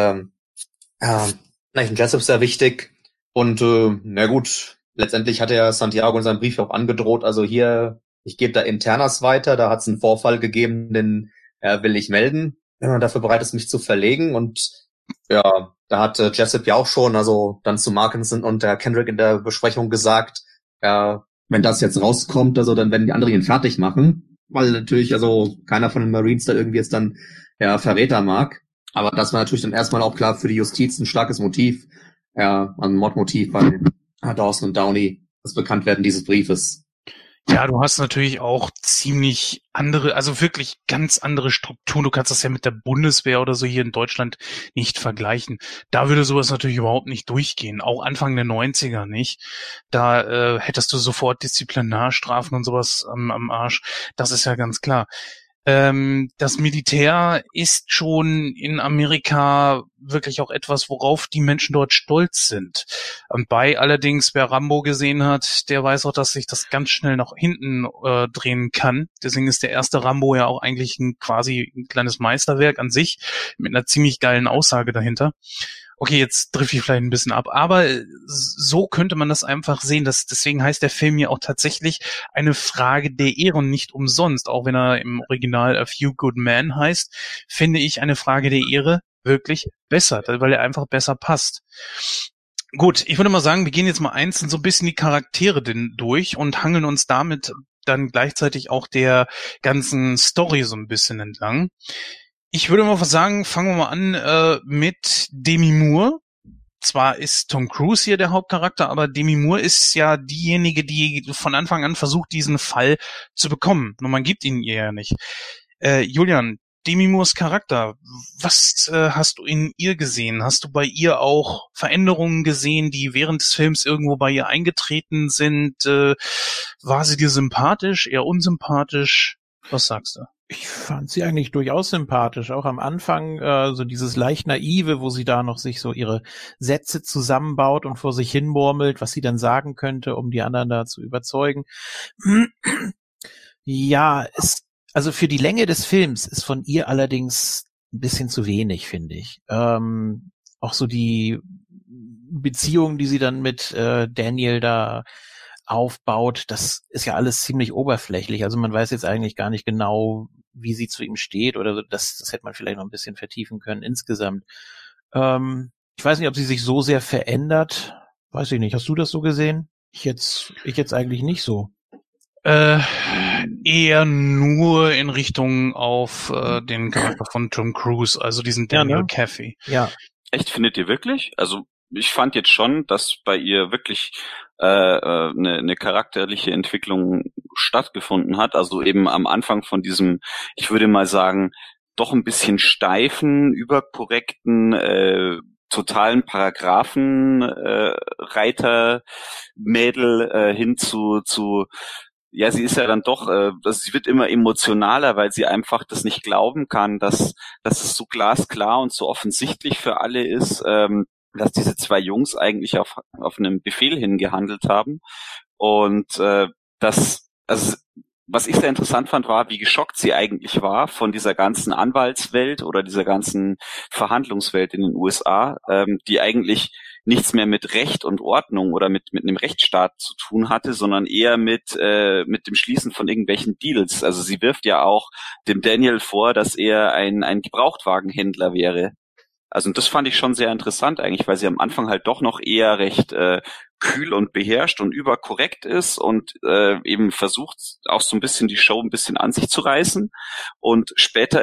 Nathan Jessup sehr wichtig. Und na gut, letztendlich hat er Santiago in seinem Brief auch angedroht, also hier, ich gebe da Internas weiter, da hat es einen Vorfall gegeben, den will ich melden, wenn man dafür bereit ist, mich zu verlegen. Und ja, da hat Jessup ja auch schon, also dann zu Markinson und der Kendrick in der Besprechung gesagt, ja, wenn das jetzt rauskommt, also dann werden die anderen ihn fertig machen, weil natürlich also keiner von den Marines da irgendwie jetzt dann Verräter mag. Aber das war natürlich dann erstmal auch klar für die Justiz ein starkes Motiv, ein Mordmotiv bei Dawson und Downey, das Bekanntwerden dieses Briefes. Ja, du hast natürlich auch ziemlich andere, also wirklich ganz andere Strukturen. Du kannst das ja mit der Bundeswehr oder so hier in Deutschland nicht vergleichen. Da würde sowas natürlich überhaupt nicht durchgehen. Auch Anfang der 90er nicht. Da hättest du sofort Disziplinarstrafen und sowas am Arsch. Das ist ja ganz klar. Das Militär ist schon in Amerika wirklich auch etwas, worauf die Menschen dort stolz sind. Allerdings, wer Rambo gesehen hat, der weiß auch, dass sich das ganz schnell nach hinten drehen kann. Deswegen ist der erste Rambo ja auch eigentlich quasi ein kleines Meisterwerk an sich, mit einer ziemlich geilen Aussage dahinter. Okay, jetzt trifft ich vielleicht ein bisschen ab, aber so könnte man das einfach sehen. Deswegen heißt der Film ja auch tatsächlich eine Frage der Ehre und nicht umsonst. Auch wenn er im Original A Few Good Men heißt, finde ich eine Frage der Ehre wirklich besser, weil er einfach besser passt. Gut, ich würde mal sagen, wir gehen jetzt mal einzeln so ein bisschen die Charaktere durch und hangeln uns damit dann gleichzeitig auch der ganzen Story so ein bisschen entlang. Ich würde mal sagen, fangen wir mal an mit Demi Moore. Zwar ist Tom Cruise hier der Hauptcharakter, aber Demi Moore ist ja diejenige, die von Anfang an versucht, diesen Fall zu bekommen. Nur man gibt ihn ihr ja nicht. Julian, Demi Moores Charakter, was hast du in ihr gesehen? Hast du bei ihr auch Veränderungen gesehen, die während des Films irgendwo bei ihr eingetreten sind? War sie dir sympathisch, eher unsympathisch? Was sagst du? Ich fand sie eigentlich durchaus sympathisch, auch am Anfang, so dieses leicht naive, wo sie da noch sich so ihre Sätze zusammenbaut und vor sich hin murmelt, was sie dann sagen könnte, um die anderen da zu überzeugen. Ja, also für die Länge des Films ist von ihr allerdings ein bisschen zu wenig, finde ich. Auch so die Beziehung, die sie dann mit Daniel da aufbaut, das ist ja alles ziemlich oberflächlich. Also man weiß jetzt eigentlich gar nicht genau, wie sie zu ihm steht oder so. Das hätte man vielleicht noch ein bisschen vertiefen können insgesamt. Ich weiß nicht, ob sie sich so sehr verändert. Weiß ich nicht. Hast du das so gesehen? Ich jetzt eigentlich nicht so. Eher nur in Richtung auf den Charakter von Tom Cruise, also diesen Daniel Caffey. Ja. Echt, findet ihr wirklich? Also ich fand jetzt schon, dass bei ihr wirklich eine charakterliche Entwicklung stattgefunden hat. Also eben am Anfang von diesem, ich würde mal sagen, doch ein bisschen steifen, überkorrekten, totalen Paragraphenreiter Mädel hin zu ja, sie ist ja dann doch, sie wird immer emotionaler, weil sie einfach das nicht glauben kann, dass es so glasklar und so offensichtlich für alle ist, dass diese zwei Jungs eigentlich auf einem Befehl hingehandelt haben. Und was ich sehr interessant fand, war, wie geschockt sie eigentlich war von dieser ganzen Anwaltswelt oder dieser ganzen Verhandlungswelt in den USA, die eigentlich nichts mehr mit Recht und Ordnung oder mit einem Rechtsstaat zu tun hatte, sondern eher mit dem Schließen von irgendwelchen Deals. Also sie wirft ja auch dem Daniel vor, dass er ein Gebrauchtwagenhändler wäre. Also und das fand ich schon sehr interessant eigentlich, weil sie am Anfang halt doch noch eher recht kühl und beherrscht und überkorrekt ist und eben versucht auch so ein bisschen die Show ein bisschen an sich zu reißen. Und später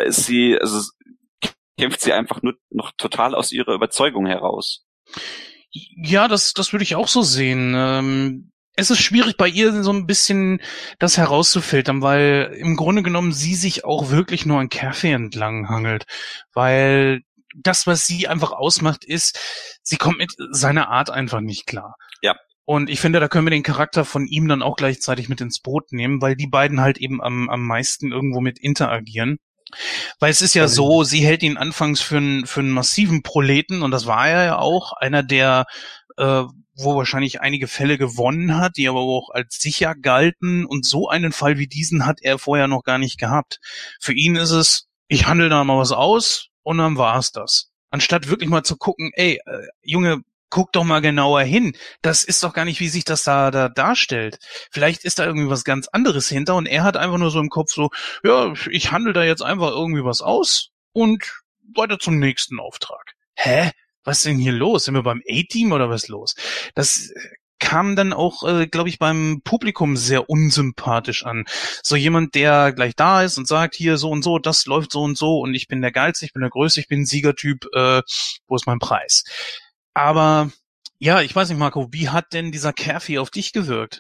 kämpft sie einfach nur noch total aus ihrer Überzeugung heraus. Ja, das würde ich auch so sehen. Es ist schwierig bei ihr so ein bisschen das herauszufiltern, weil im Grunde genommen sie sich auch wirklich nur an Kathy entlang hangelt, weil das, was sie einfach ausmacht, ist, sie kommt mit seiner Art einfach nicht klar. Ja. Und ich finde, da können wir den Charakter von ihm dann auch gleichzeitig mit ins Boot nehmen, weil die beiden halt eben am meisten irgendwo mit interagieren. Weil es ist ja so, sie hält ihn anfangs für einen massiven Proleten, und das war er ja auch, einer der, wo wahrscheinlich einige Fälle gewonnen hat, die aber auch als sicher galten, und so einen Fall wie diesen hat er vorher noch gar nicht gehabt. Für ihn ist es, ich handle da mal was aus, und dann war's das. Anstatt wirklich mal zu gucken, ey, Junge, guck doch mal genauer hin. Das ist doch gar nicht, wie sich das da darstellt. Vielleicht ist da irgendwie was ganz anderes hinter, und er hat einfach nur so im Kopf so, ja, ich handle da jetzt einfach irgendwie was aus und weiter zum nächsten Auftrag. Hä? Was ist denn hier los? Sind wir beim A-Team oder was ist los? Das kam dann auch, glaube ich, beim Publikum sehr unsympathisch an. So jemand, der gleich da ist und sagt, hier so und so, das läuft so und ich bin der Geilste, ich bin der Größte, ich bin ein Siegertyp, wo ist mein Preis? Aber ja, ich weiß nicht, Marco, wie hat denn dieser Kathy auf dich gewirkt?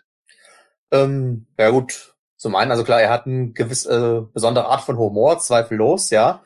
Ja gut, zum einen, also klar, er hat eine gewisse besondere Art von Humor, zweifellos, ja.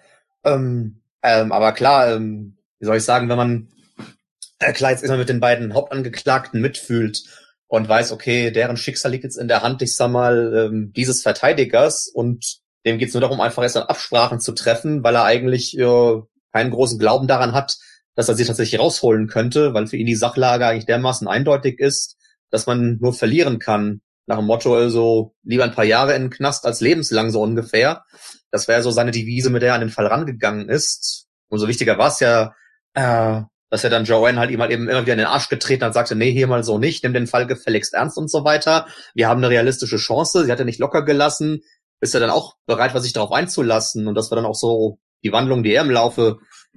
Aber klar, wie soll ich sagen, wenn man klar jetzt immer mit den beiden Hauptangeklagten mitfühlt und weiß, okay, deren Schicksal liegt jetzt in der Hand, ich sag mal, dieses Verteidigers, und dem geht's nur darum, einfach erst dann Absprachen zu treffen, weil er eigentlich keinen großen Glauben daran hat, dass er sie tatsächlich rausholen könnte, weil für ihn die Sachlage eigentlich dermaßen eindeutig ist, dass man nur verlieren kann. Nach dem Motto, also lieber ein paar Jahre in den Knast als lebenslang, so ungefähr. Das wäre so seine Devise, mit der er an den Fall rangegangen ist. Umso wichtiger war es ja, dass er dann Joanne halt ihm halt eben immer wieder in den Arsch getreten hat, sagte, nee, hier mal so nicht, nimm den Fall gefälligst ernst und so weiter. Wir haben eine realistische Chance, sie hat er nicht locker gelassen, ist er dann auch bereit war, sich darauf einzulassen, und das war dann auch so die Wandlung, die er im Laufe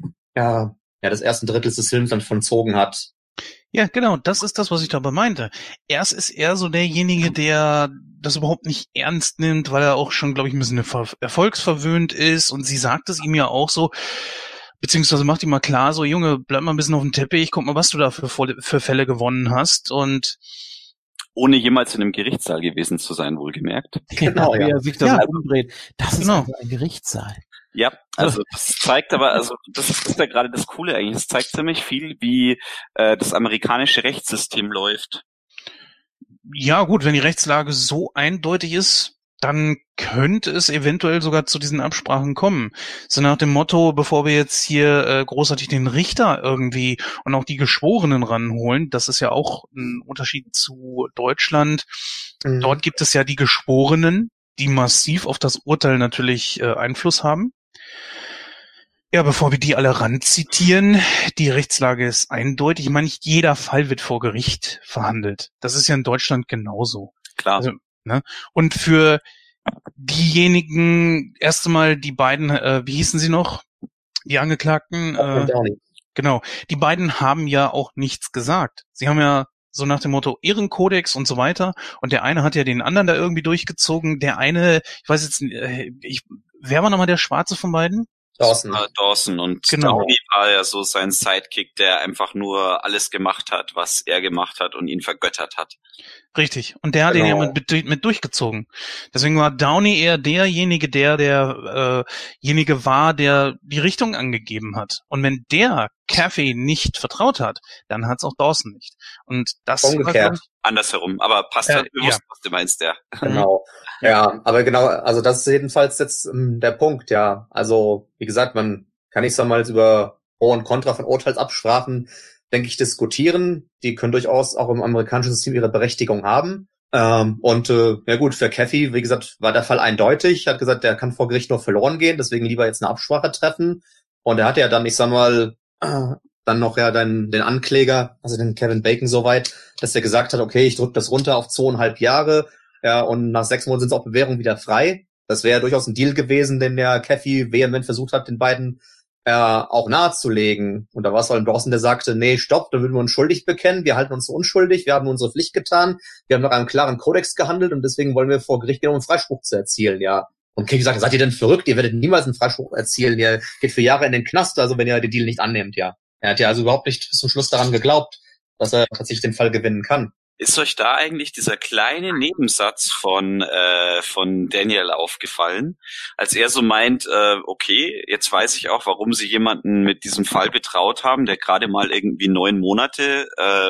des ersten Drittels des Films dann vollzogen hat. Ja, genau, das ist das, was ich dabei meinte. Erst ist er so derjenige, der das überhaupt nicht ernst nimmt, weil er auch schon, glaube ich, ein bisschen erfolgsverwöhnt ist, und sie sagt es ihm ja auch so, beziehungsweise macht ihm mal klar, so, Junge, bleib mal ein bisschen auf dem Teppich, guck mal, was du da für Fälle gewonnen hast, und ohne jemals in einem Gerichtssaal gewesen zu sein, wohlgemerkt. Genau, wie er sich das umdreht. Das ist genau also ein Gerichtssaal. Ja, also das zeigt aber, also das ist ja gerade das Coole eigentlich. Es zeigt ziemlich viel, wie das amerikanische Rechtssystem läuft. Ja gut, wenn die Rechtslage so eindeutig ist, dann könnte es eventuell sogar zu diesen Absprachen kommen. So nach dem Motto, bevor wir jetzt hier großartig den Richter irgendwie und auch die Geschworenen ranholen, das ist ja auch ein Unterschied zu Deutschland. Mhm. Dort gibt es ja die Geschworenen, die massiv auf das Urteil natürlich Einfluss haben. Ja, bevor wir die alle ranzitieren, die Rechtslage ist eindeutig. Ich meine, nicht jeder Fall wird vor Gericht verhandelt. Das ist ja in Deutschland genauso. Klar. Also, ne? Und für diejenigen, erst einmal die beiden, wie hießen sie noch? Die Angeklagten? Genau. Die beiden haben ja auch nichts gesagt. Sie haben ja so nach dem Motto Ehrenkodex und so weiter. Und der eine hat ja den anderen da irgendwie durchgezogen. Der eine, ich weiß jetzt, wer war nochmal der Schwarze von beiden? Dawson und genau. Downey war ja so sein Sidekick, der einfach nur alles gemacht hat, was er gemacht hat und ihn vergöttert hat. Richtig. Und der hat ihn ja mit durchgezogen. Deswegen war Downey eher derjenige, derjenige war, der die Richtung angegeben hat. Und wenn der Kathy nicht vertraut hat, dann hat's auch Dawson nicht. Und das Umgekehrt. Andersherum, aber passt ja bewusst, ja. was du meinst, ja. Genau. Ja, aber genau, also das ist jedenfalls jetzt der Punkt, ja. Also, wie gesagt, man kann nicht so mal über Pro und Contra von Urteilsabsprachen, denke ich, diskutieren. Die können durchaus auch im amerikanischen System ihre Berechtigung haben. Ja gut, für Kathy, wie gesagt, war der Fall eindeutig. Hat gesagt, der kann vor Gericht nur verloren gehen, deswegen lieber jetzt eine Absprache treffen. Und er hatte ja dann, ich sag mal, dann noch ja den Ankläger, also den Kevin Bacon soweit, dass er gesagt hat, okay, ich drücke das runter auf 2,5 Jahre, ja, und nach 6 Monaten sind sie auf Bewährung wieder frei. Das wäre ja durchaus ein Deal gewesen, den der Kathy vehement versucht hat, den beiden auch nahezulegen. Und da war es halt Dawson, der sagte, nee, stopp, dann würden wir uns schuldig bekennen, wir halten uns für unschuldig, wir haben unsere Pflicht getan, wir haben nach einem klaren Kodex gehandelt und deswegen wollen wir vor Gericht gehen, um einen Freispruch zu erzielen, ja. Und Kathy sagt, seid ihr denn verrückt, ihr werdet niemals einen Freispruch erzielen, ihr geht für Jahre in den Knast, also wenn ihr den Deal nicht annehmt, ja. Er hat ja also überhaupt nicht bis zum Schluss daran geglaubt, dass er tatsächlich den Fall gewinnen kann. Ist euch da eigentlich dieser kleine Nebensatz von Daniel aufgefallen, als er so meint, okay, jetzt weiß ich auch, warum sie jemanden mit diesem Fall betraut haben, der gerade mal irgendwie 9 Monate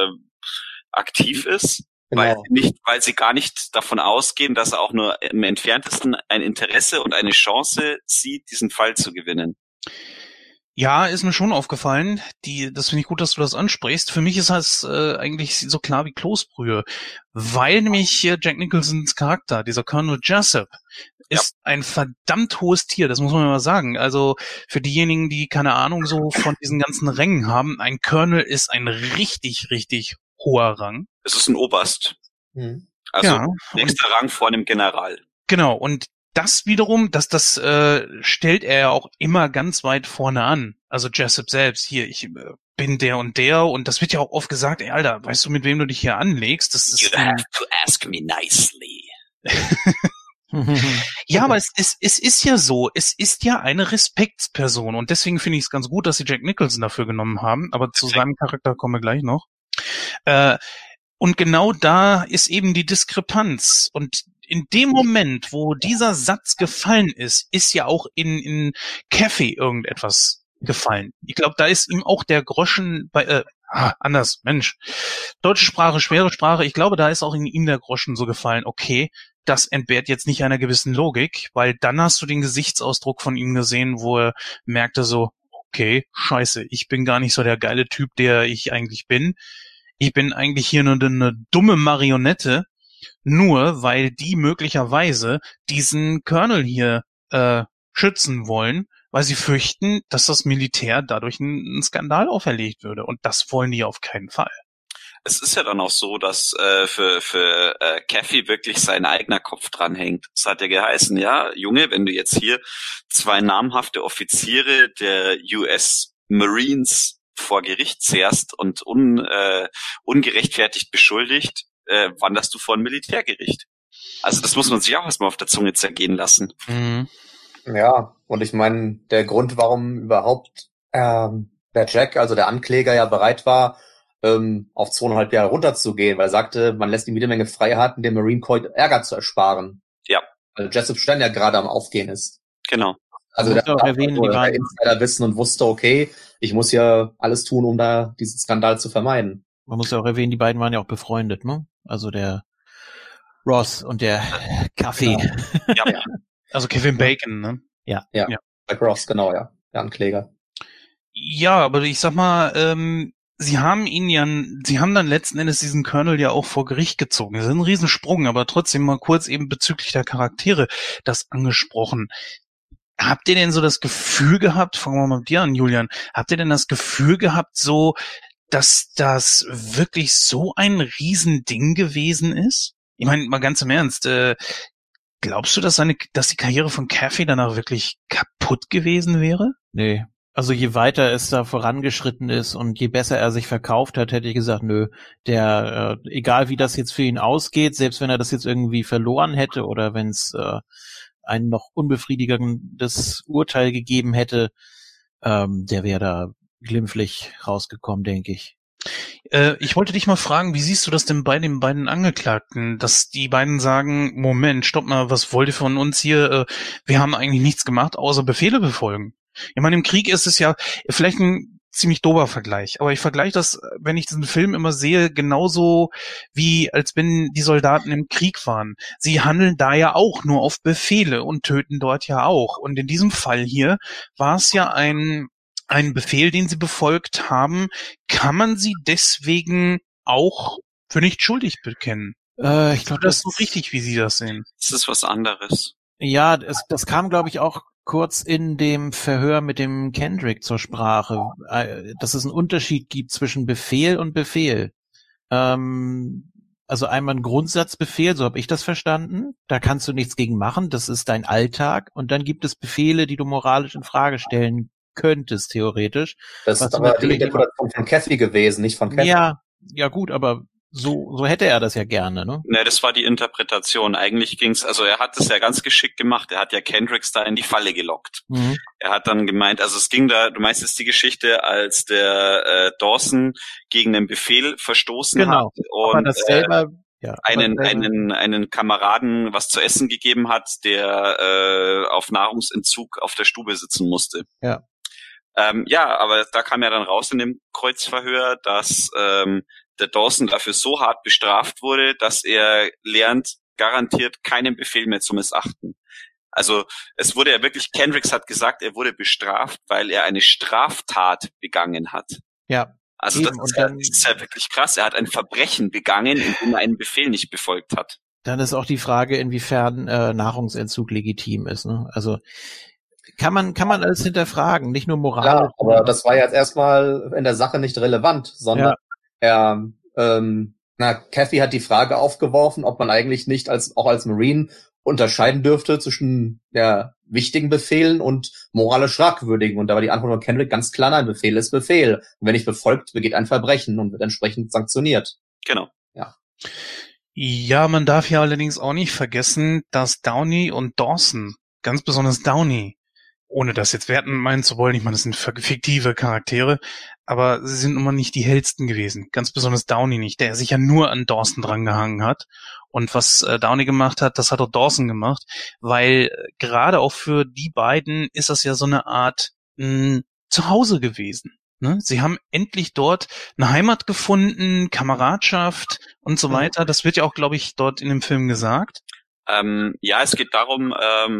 aktiv ist, Genau. weil sie gar nicht davon ausgehen, dass er auch nur im Entferntesten ein Interesse und eine Chance sieht, diesen Fall zu gewinnen. Ja, ist mir schon aufgefallen. Das finde ich gut, dass du das ansprichst. Für mich ist das eigentlich so klar wie Kloßbrühe, weil nämlich Jack Nicholsons Charakter, dieser Colonel Jessup, ist ein verdammt hohes Tier, das muss man mal sagen. Also für diejenigen, die keine Ahnung so von diesen ganzen Rängen haben, ein Colonel ist ein richtig, richtig hoher Rang. Es ist ein Oberst. Also Ja, nächster Rang vor einem General. Genau, und das wiederum, das stellt er ja auch immer ganz weit vorne an. Also Jessup selbst, hier, ich bin der und das wird ja auch oft gesagt, ey, Alter, weißt du, mit wem du dich hier anlegst? Das ist You have to ask me nicely. ja, aber es ist ja so, es ist ja eine Respektsperson und deswegen finde ich es ganz gut, dass sie Jack Nicholson dafür genommen haben, aber zu seinem Charakter kommen wir gleich noch. Und genau da ist eben die Diskrepanz und in dem Moment, wo dieser Satz gefallen ist ja auch in Kathy irgendetwas gefallen. Ich glaube, da ist ihm auch der Groschen anders, Mensch. Deutsche Sprache, schwere Sprache. Ich glaube, da ist auch in ihm der Groschen so gefallen. Okay, das entbehrt jetzt nicht einer gewissen Logik, weil dann hast du den Gesichtsausdruck von ihm gesehen, wo er merkte so, okay, scheiße, ich bin gar nicht so der geile Typ, der ich eigentlich bin. Ich bin eigentlich hier nur eine dumme Marionette, nur weil die möglicherweise diesen Colonel hier schützen wollen, weil sie fürchten, dass das Militär dadurch einen Skandal auferlegt würde. Und das wollen die auf keinen Fall. Es ist ja dann auch so, dass für Kathy wirklich sein eigener Kopf dranhängt. Es hat ja geheißen, ja, Junge, wenn du jetzt hier 2 namhafte Offiziere der US Marines vor Gericht zehrst und ungerechtfertigt beschuldigt, wanderst du vor ein Militärgericht. Also das muss man sich auch erstmal auf der Zunge zergehen lassen. Mhm. Ja, und ich meine, der Grund, warum überhaupt der Jack, also der Ankläger, ja bereit war, auf 2,5 Jahre runterzugehen, weil er sagte, man lässt ihm jede Menge Freiheiten, dem Marine Corps Ärger zu ersparen. Ja. Weil Jessup Stern ja gerade am Aufgehen ist. Genau. Also der Insider wissen und wusste, okay, ich muss ja alles tun, um da diesen Skandal zu vermeiden. Man muss ja auch erwähnen, die beiden waren ja auch befreundet, ne? Also der Ross und der Kaffee. Ja. Also Kevin Bacon, ne? Ja. Jack Ross, genau, ja. Der Ankläger. Ja, aber ich sag mal, sie haben dann letzten Endes diesen Colonel ja auch vor Gericht gezogen. Das ist ein Riesensprung, aber trotzdem mal kurz eben bezüglich der Charaktere das angesprochen. Habt ihr denn so das Gefühl gehabt, fangen wir mal mit dir an, Julian, habt ihr denn das Gefühl gehabt, so, dass das wirklich so ein Riesending gewesen ist? Ich meine, mal ganz im Ernst, glaubst du, dass die Karriere von Kathy danach wirklich kaputt gewesen wäre? Nee. Also je weiter es da vorangeschritten ist und je besser er sich verkauft hat, hätte ich gesagt, nö, egal wie das jetzt für ihn ausgeht, selbst wenn er das jetzt irgendwie verloren hätte oder wenn es ein noch unbefriedigendes Urteil gegeben hätte, der wäre da glimpflich rausgekommen, denke ich. Ich wollte dich mal fragen, wie siehst du das denn bei den beiden Angeklagten, dass die beiden sagen, Moment, stopp mal, was wollt ihr von uns hier? Wir haben eigentlich nichts gemacht, außer Befehle befolgen. Ich meine, im Krieg ist es ja vielleicht ein ziemlich dober Vergleich, aber ich vergleiche das, wenn ich diesen Film immer sehe, genauso wie als wenn die Soldaten im Krieg waren. Sie handeln da ja auch nur auf Befehle und töten dort ja auch. Und in diesem Fall hier war es ja ein Befehl, den sie befolgt haben. Kann man sie deswegen auch für nicht schuldig bekennen? Ich glaube, Das ist so richtig, wie Sie das sehen. Das ist was anderes. Ja, das kam, glaube ich, auch kurz in dem Verhör mit dem Kendrick zur Sprache, dass es einen Unterschied gibt zwischen Befehl und Befehl. Also einmal ein Grundsatzbefehl, so habe ich das verstanden. Da kannst du nichts gegen machen, das ist dein Alltag. Und dann gibt es Befehle, die du moralisch in Frage stellen könntest, theoretisch. Das ist aber die Interpretation von Kathy gewesen, nicht von Kathy. Ja gut, aber so hätte er das ja gerne, ne? Ne, das war die Interpretation. Eigentlich ging's, also er hat es ja ganz geschickt gemacht. Er hat ja Kendricks da in die Falle gelockt. Mhm. Er hat dann gemeint, also es ging da, du meinst, ist die Geschichte, als der Dawson gegen den Befehl verstoßen hat und das selber, einen Kameraden was zu essen gegeben hat, der auf Nahrungsentzug auf der Stube sitzen musste. Ja. Aber da kam ja dann raus in dem Kreuzverhör, dass der Dawson dafür so hart bestraft wurde, dass er lernt, garantiert keinen Befehl mehr zu missachten. Also es wurde ja wirklich, Kendricks hat gesagt, er wurde bestraft, weil er eine Straftat begangen hat. Ja. Also das ist ja wirklich krass. Er hat ein Verbrechen begangen, indem er einen Befehl nicht befolgt hat. Dann ist auch die Frage, inwiefern Nahrungsentzug legitim ist. Ne? Also kann man alles hinterfragen, nicht nur moralisch. Ja, aber das war jetzt erstmal in der Sache nicht relevant, sondern Kathy hat die Frage aufgeworfen, ob man eigentlich nicht auch als Marine unterscheiden dürfte zwischen wichtigen Befehlen und moralisch fragwürdigen. Und da war die Antwort von Kendrick ganz klar, nein, Befehl ist Befehl. Und wenn nicht befolgt, begeht ein Verbrechen und wird entsprechend sanktioniert. Genau. Ja. Ja, man darf ja allerdings auch nicht vergessen, dass Downey und Dawson, ganz besonders Downey, ohne das jetzt werten meinen zu wollen, ich meine, das sind fiktive Charaktere, aber sie sind nun mal nicht die hellsten gewesen. Ganz besonders Downey nicht, der sich ja nur an Dawson drangehangen hat. Und was Downey gemacht hat, das hat auch Dawson gemacht, weil gerade auch für die beiden ist das ja so eine Art Zuhause gewesen. Ne? Sie haben endlich dort eine Heimat gefunden, Kameradschaft und so weiter. Das wird ja auch, glaube ich, dort in dem Film gesagt. Es geht darum,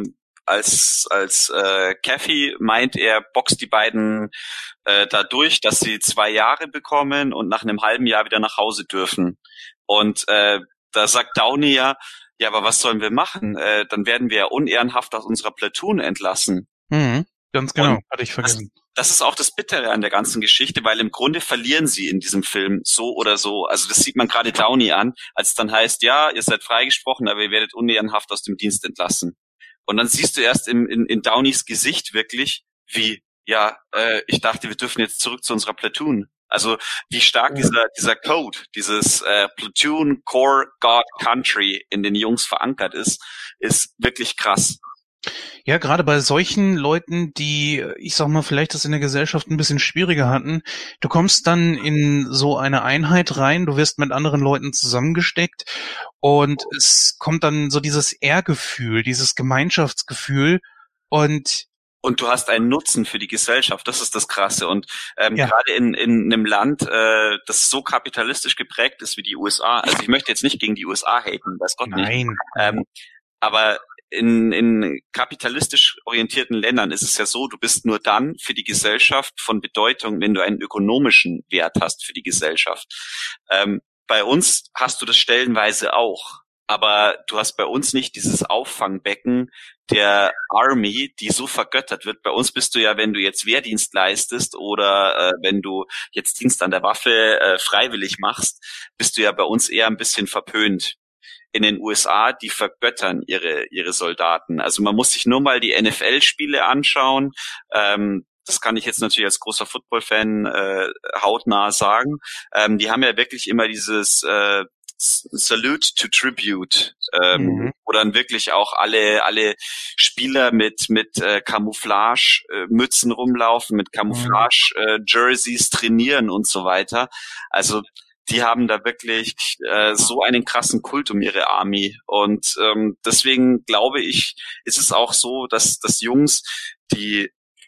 als Kathy meint, er boxt die beiden dadurch, dass sie 2 Jahre bekommen und nach einem halben Jahr wieder nach Hause dürfen. Und da sagt Downey ja, aber was sollen wir machen? Dann werden wir ja unehrenhaft aus unserer Platoon entlassen. Mhm, ganz genau, und hatte ich vergessen. Das ist auch das Bittere an der ganzen Geschichte, weil im Grunde verlieren sie in diesem Film so oder so. Also das sieht man gerade Downey an, als es dann heißt, ja, ihr seid freigesprochen, aber ihr werdet unehrenhaft aus dem Dienst entlassen. Und dann siehst du erst in Downeys Gesicht wirklich, wie, ich dachte, wir dürfen jetzt zurück zu unserer Platoon. Also wie stark dieser Code, dieses Platoon Core God Country in den Jungs verankert ist wirklich krass. Ja, gerade bei solchen Leuten, die, ich sag mal, vielleicht das in der Gesellschaft ein bisschen schwieriger hatten, du kommst dann in so eine Einheit rein, du wirst mit anderen Leuten zusammengesteckt und es kommt dann so dieses Ehrgefühl, dieses Gemeinschaftsgefühl und du hast einen Nutzen für die Gesellschaft, das ist das Krasse. Und gerade in einem Land, das so kapitalistisch geprägt ist wie die USA, also ich möchte jetzt nicht gegen die USA haten, weiß Gott nicht. Aber in kapitalistisch orientierten Ländern ist es ja so, du bist nur dann für die Gesellschaft von Bedeutung, wenn du einen ökonomischen Wert hast für die Gesellschaft. Bei uns hast du das stellenweise auch, aber du hast bei uns nicht dieses Auffangbecken der Army, die so vergöttert wird. Bei uns bist du ja, wenn du jetzt Wehrdienst leistest oder wenn du jetzt Dienst an der Waffe freiwillig machst, bist du ja bei uns eher ein bisschen verpönt. In den USA, die vergöttern ihre Soldaten. Also man muss sich nur mal die NFL-Spiele anschauen. Das kann ich jetzt natürlich als großer Football-Fan hautnah sagen. Die haben ja wirklich immer dieses Salute to Tribute, wo dann wirklich auch alle Spieler mit Camouflage-Mützen rumlaufen, mit Camouflage-Jerseys trainieren und so weiter. Also die haben da wirklich so einen krassen Kult um ihre Army. Und deswegen glaube ich, ist es auch so, dass Jungs, die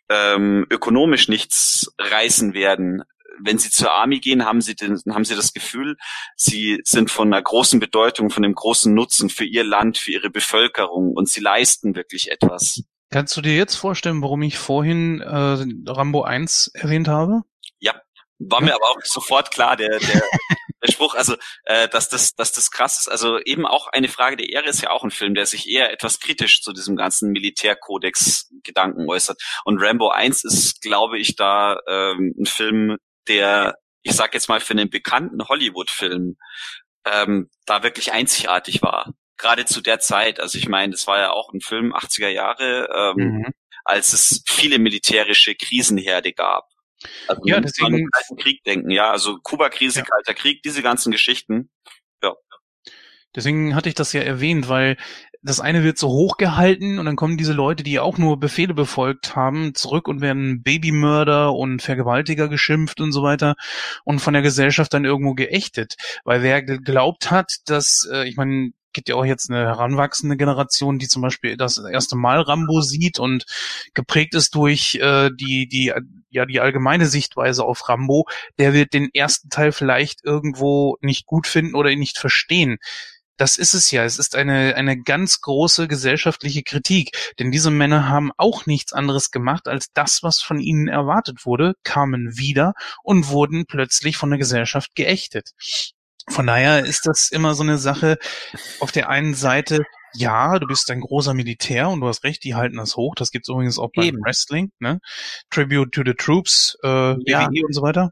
ökonomisch nichts reißen werden. Wenn sie zur Army gehen, haben sie das Gefühl, sie sind von einer großen Bedeutung, von einem großen Nutzen für ihr Land, für ihre Bevölkerung und sie leisten wirklich etwas. Kannst du dir jetzt vorstellen, warum ich vorhin Rambo 1 erwähnt habe? Ja, war mir aber auch sofort klar, der Spruch, also dass das krass ist. Also eben auch eine Frage der Ehre ist ja auch ein Film, der sich eher etwas kritisch zu diesem ganzen Militärkodex-Gedanken äußert. Und Rambo 1 ist, glaube ich, da ein Film, der, ich sag jetzt mal, für einen bekannten Hollywood-Film da wirklich einzigartig war. Gerade zu der Zeit. Also ich meine, das war ja auch ein Film 80er Jahre, als es viele militärische Krisenherde gab. Also ja, deswegen an den Kalten Krieg denken, ja, also Kuba-Krise, ja. Kalter Krieg, diese ganzen Geschichten. Ja. Deswegen hatte ich das ja erwähnt, weil das eine wird so hochgehalten und dann kommen diese Leute, die auch nur Befehle befolgt haben, zurück und werden Babymörder und Vergewaltiger geschimpft und so weiter und von der Gesellschaft dann irgendwo geächtet. Weil wer geglaubt hat, dass, ich meine, gibt ja auch jetzt eine heranwachsende Generation, die zum Beispiel das erste Mal Rambo sieht und geprägt ist durch die allgemeine Sichtweise auf Rambo, der wird den ersten Teil vielleicht irgendwo nicht gut finden oder ihn nicht verstehen. Das ist es ja. Es ist eine ganz große gesellschaftliche Kritik. Denn diese Männer haben auch nichts anderes gemacht, als das, was von ihnen erwartet wurde, kamen wieder und wurden plötzlich von der Gesellschaft geächtet. Von daher ist das immer so eine Sache, auf der einen Seite, ja, du bist ein großer Militär und du hast recht, die halten das hoch. Das gibt's übrigens auch beim Wrestling, ne? Tribute to the Troops, WWE und so weiter.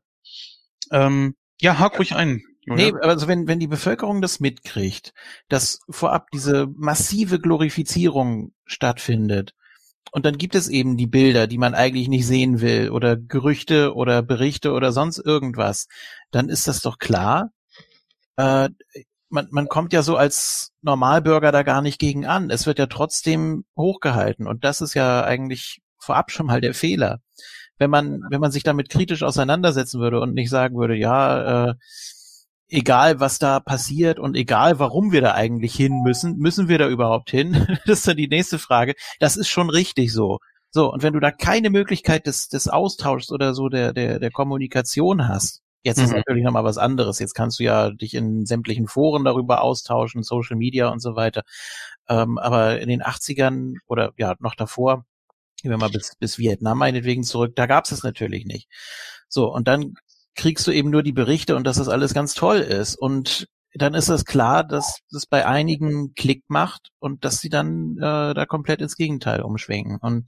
Ja, hak ruhig ein. Julia. Nee, also wenn die Bevölkerung das mitkriegt, dass vorab diese massive Glorifizierung stattfindet und dann gibt es eben die Bilder, die man eigentlich nicht sehen will oder Gerüchte oder Berichte oder sonst irgendwas, dann ist das doch klar. Man kommt ja so als Normalbürger da gar nicht gegen an. Es wird ja trotzdem hochgehalten und das ist ja eigentlich vorab schon mal der Fehler. Wenn man sich damit kritisch auseinandersetzen würde und nicht sagen würde, ja, egal was da passiert und egal warum wir da eigentlich hin müssen wir da überhaupt hin? Das ist dann die nächste Frage. Das ist schon richtig so. So, und wenn du da keine Möglichkeit des Austauschs oder so der Kommunikation hast, jetzt ist natürlich nochmal was anderes. Jetzt kannst du ja dich in sämtlichen Foren darüber austauschen, Social Media und so weiter. Aber in den 80ern oder ja noch davor, gehen wir mal bis Vietnam meinetwegen zurück, da gab's es natürlich nicht. So, und dann kriegst du eben nur die Berichte und dass das alles ganz toll ist. Und dann ist es klar, dass das bei einigen Klick macht und dass sie dann da komplett ins Gegenteil umschwenken. Und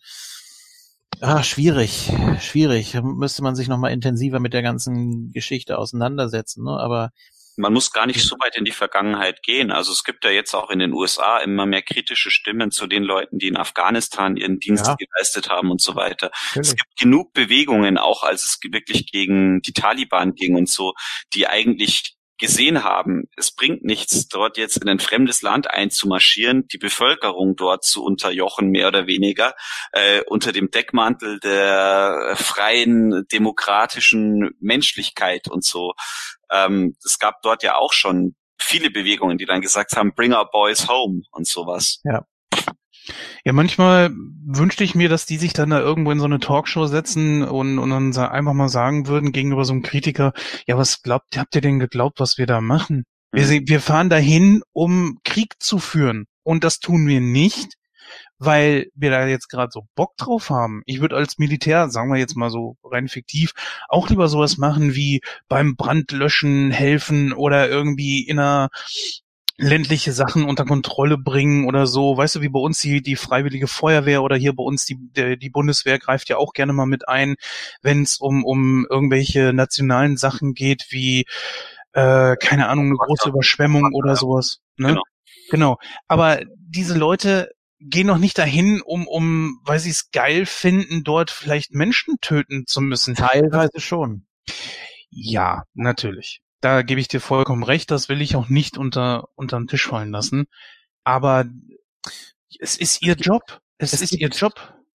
schwierig. Da müsste man sich nochmal intensiver mit der ganzen Geschichte auseinandersetzen, ne? Aber man muss gar nicht so weit in die Vergangenheit gehen. Also es gibt ja jetzt auch in den USA immer mehr kritische Stimmen zu den Leuten, die in Afghanistan ihren Dienst geleistet haben und so weiter. Natürlich. Es gibt genug Bewegungen, auch als es wirklich gegen die Taliban ging und so, die eigentlich gesehen haben, es bringt nichts, dort jetzt in ein fremdes Land einzumarschieren, die Bevölkerung dort zu unterjochen, mehr oder weniger, unter dem Deckmantel der freien, demokratischen Menschlichkeit und so. Es gab dort ja auch schon viele Bewegungen, die dann gesagt haben, bring our boys home und sowas. Ja. Ja, manchmal wünschte ich mir, dass die sich dann da irgendwo in so eine Talkshow setzen und dann einfach mal sagen würden gegenüber so einem Kritiker, ja, habt ihr denn geglaubt, was wir da machen? Wir fahren dahin, um Krieg zu führen. Und das tun wir nicht, weil wir da jetzt gerade so Bock drauf haben. Ich würde als Militär, sagen wir jetzt mal so rein fiktiv, auch lieber sowas machen wie beim Brandlöschen helfen oder irgendwie in einer ländliche Sachen unter Kontrolle bringen oder so. Weißt du, wie bei uns die Freiwillige Feuerwehr oder hier bei uns die Bundeswehr greift ja auch gerne mal mit ein, wenn es um irgendwelche nationalen Sachen geht, wie, keine Ahnung, eine große Überschwemmung oder sowas. Ne? Genau. Aber diese Leute gehen noch nicht dahin, weil sie es geil finden, dort vielleicht Menschen töten zu müssen. Teilweise schon. Ja, natürlich. Da gebe ich dir vollkommen recht, das will ich auch nicht unter den Tisch fallen lassen. Aber es ist ihr Job. Es ist ihr Job.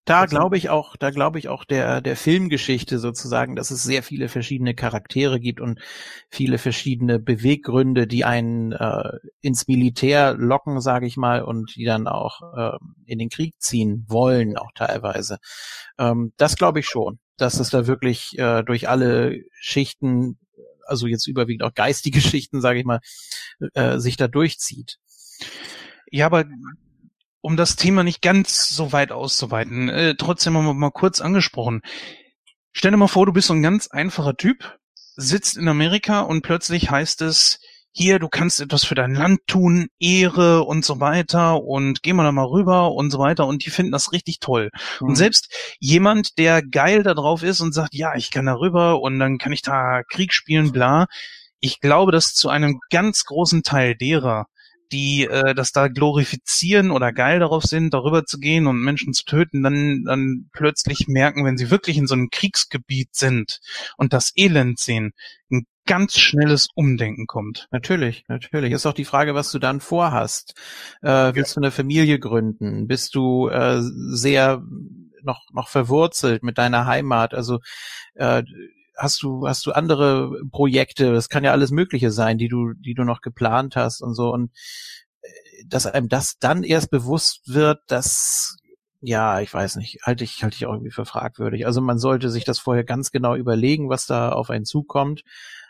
Da glaube ich auch der Filmgeschichte sozusagen, dass es sehr viele verschiedene Charaktere gibt und viele verschiedene Beweggründe, die einen ins Militär locken, sage ich mal, und die dann auch in den Krieg ziehen wollen, auch teilweise. Das glaube ich schon, dass es da wirklich durch alle Schichten, also jetzt überwiegend auch geistige Schichten, sage ich mal, sich da durchzieht. Ja, aber um das Thema nicht ganz so weit auszuweiten, trotzdem mal kurz angesprochen. Stell dir mal vor, du bist so ein ganz einfacher Typ, sitzt in Amerika und plötzlich heißt es, hier, du kannst etwas für dein Land tun, Ehre und so weiter und geh mal da mal rüber und so weiter und die finden das richtig toll. Und selbst jemand, der geil da drauf ist und sagt, ja, ich kann da rüber und dann kann ich da Krieg spielen, bla. Ich glaube, dass zu einem ganz großen Teil derer, die das da glorifizieren oder geil darauf sind, darüber zu gehen und Menschen zu töten, dann plötzlich merken, wenn sie wirklich in so einem Kriegsgebiet sind und das Elend sehen, ein ganz schnelles Umdenken kommt. Natürlich. Ist auch die Frage, was du dann vorhast. Willst du eine Familie gründen? Bist du sehr noch verwurzelt mit deiner Heimat? Also hast du andere Projekte? Das kann ja alles Mögliche sein, die du noch geplant hast und so. Und dass einem das dann erst bewusst wird, dass, ja, ich weiß nicht, halte ich auch irgendwie für fragwürdig. Also man sollte sich das vorher ganz genau überlegen, was da auf einen zukommt.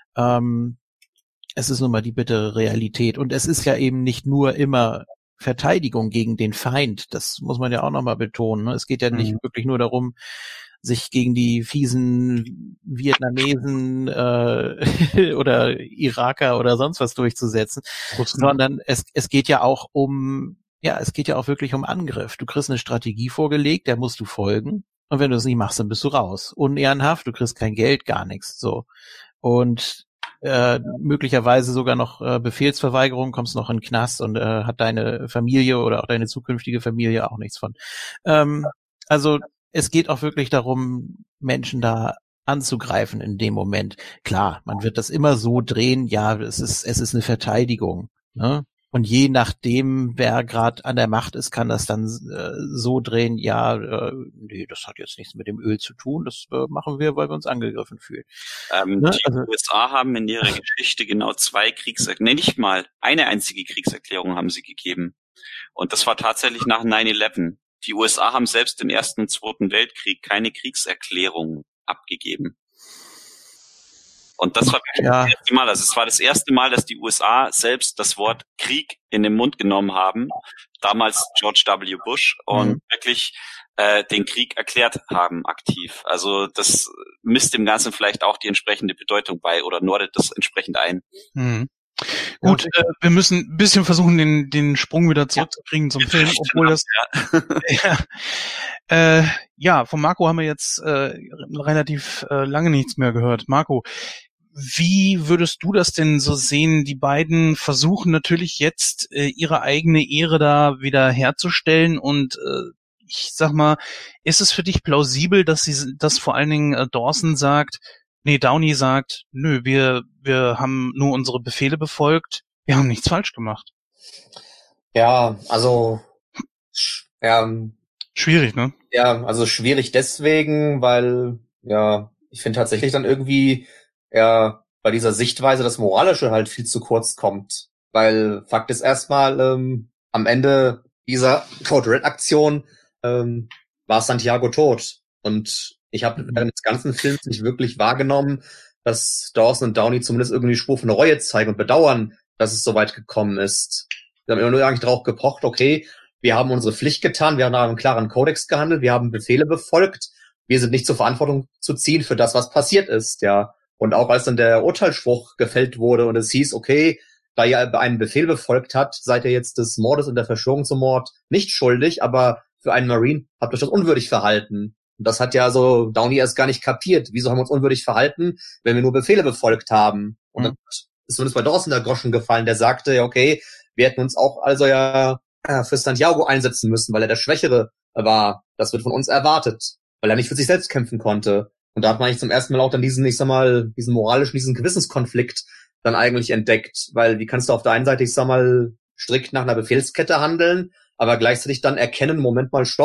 Es ist nun mal die bittere Realität. Und es ist ja eben nicht nur immer Verteidigung gegen den Feind. Das muss man ja auch nochmal betonen. Ne? Es geht ja nicht wirklich nur darum, sich gegen die fiesen Vietnamesen oder Iraker oder sonst was durchzusetzen, sondern es geht ja auch wirklich um Angriff. Du kriegst eine Strategie vorgelegt, der musst du folgen. Und wenn du es nicht machst, dann bist du raus. Unehrenhaft, du kriegst kein Geld, gar nichts. So. Und möglicherweise sogar noch Befehlsverweigerung, kommst noch in den Knast und hat deine Familie oder auch deine zukünftige Familie auch nichts von. Also es geht auch wirklich darum, Menschen da anzugreifen in dem Moment. Klar, man wird das immer so drehen, ja, es ist eine Verteidigung, ne? Und je nachdem, wer gerade an der Macht ist, kann das dann so drehen, ja, nee, das hat jetzt nichts mit dem Öl zu tun, das machen wir, weil wir uns angegriffen fühlen. Ne? Die USA haben in ihrer Geschichte genau nicht mal eine einzige Kriegserklärung haben sie gegeben. Und das war tatsächlich nach 9/11. Die USA haben selbst im Ersten und Zweiten Weltkrieg keine Kriegserklärung abgegeben. Und das war wirklich das erste Mal. Also es war das erste Mal, dass die USA selbst das Wort Krieg in den Mund genommen haben. Damals George W. Bush und wirklich den Krieg erklärt haben aktiv. Also das misst dem Ganzen vielleicht auch die entsprechende Bedeutung bei oder nordet das entsprechend ein. Gut, wir müssen ein bisschen versuchen, den Sprung wieder zurückzukriegen zum Film, obwohl das von Marco haben wir jetzt relativ lange nichts mehr gehört. Marco, wie würdest du das denn so sehen? Die beiden versuchen natürlich jetzt ihre eigene Ehre da wieder herzustellen und ich sag mal, ist es für dich plausibel, dass vor allen Dingen Downey sagt, nö, wir haben nur unsere Befehle befolgt, wir haben nichts falsch gemacht. Ja, also schwierig, ne? Ja, also schwierig deswegen, weil ich finde tatsächlich dann irgendwie bei dieser Sichtweise das Moralische halt viel zu kurz kommt. Weil Fakt ist erstmal, am Ende dieser Code Red Aktion war Santiago tot. Und ich habe während des ganzen Films nicht wirklich wahrgenommen, dass Dawson und Downey zumindest irgendwie Spur von Reue zeigen und bedauern, dass es so weit gekommen ist. Wir haben immer nur eigentlich drauf gepocht, okay, wir haben unsere Pflicht getan, wir haben nach einem klaren Kodex gehandelt, wir haben Befehle befolgt, wir sind nicht zur Verantwortung zu ziehen für das, was passiert ist, ja. Und auch als dann der Urteilsspruch gefällt wurde und es hieß, okay, da ihr einen Befehl befolgt habt, seid ihr jetzt des Mordes und der Verschwörung zum Mord nicht schuldig, aber für einen Marine habt ihr euch das unwürdig verhalten. Und das hat ja so Downey erst gar nicht kapiert. Wieso haben wir uns unwürdig verhalten, wenn wir nur Befehle befolgt haben? Und dann ist zumindest bei Dawson der Groschen gefallen, der sagte, ja, okay, wir hätten uns auch also für Santiago einsetzen müssen, weil er der Schwächere war. Das wird von uns erwartet, weil er nicht für sich selbst kämpfen konnte. Und da hat man eigentlich zum ersten Mal auch dann diesen moralischen, diesen Gewissenskonflikt dann eigentlich entdeckt. Weil wie kannst du auf der einen Seite, strikt nach einer Befehlskette handeln, aber gleichzeitig dann erkennen, Moment mal, stopp,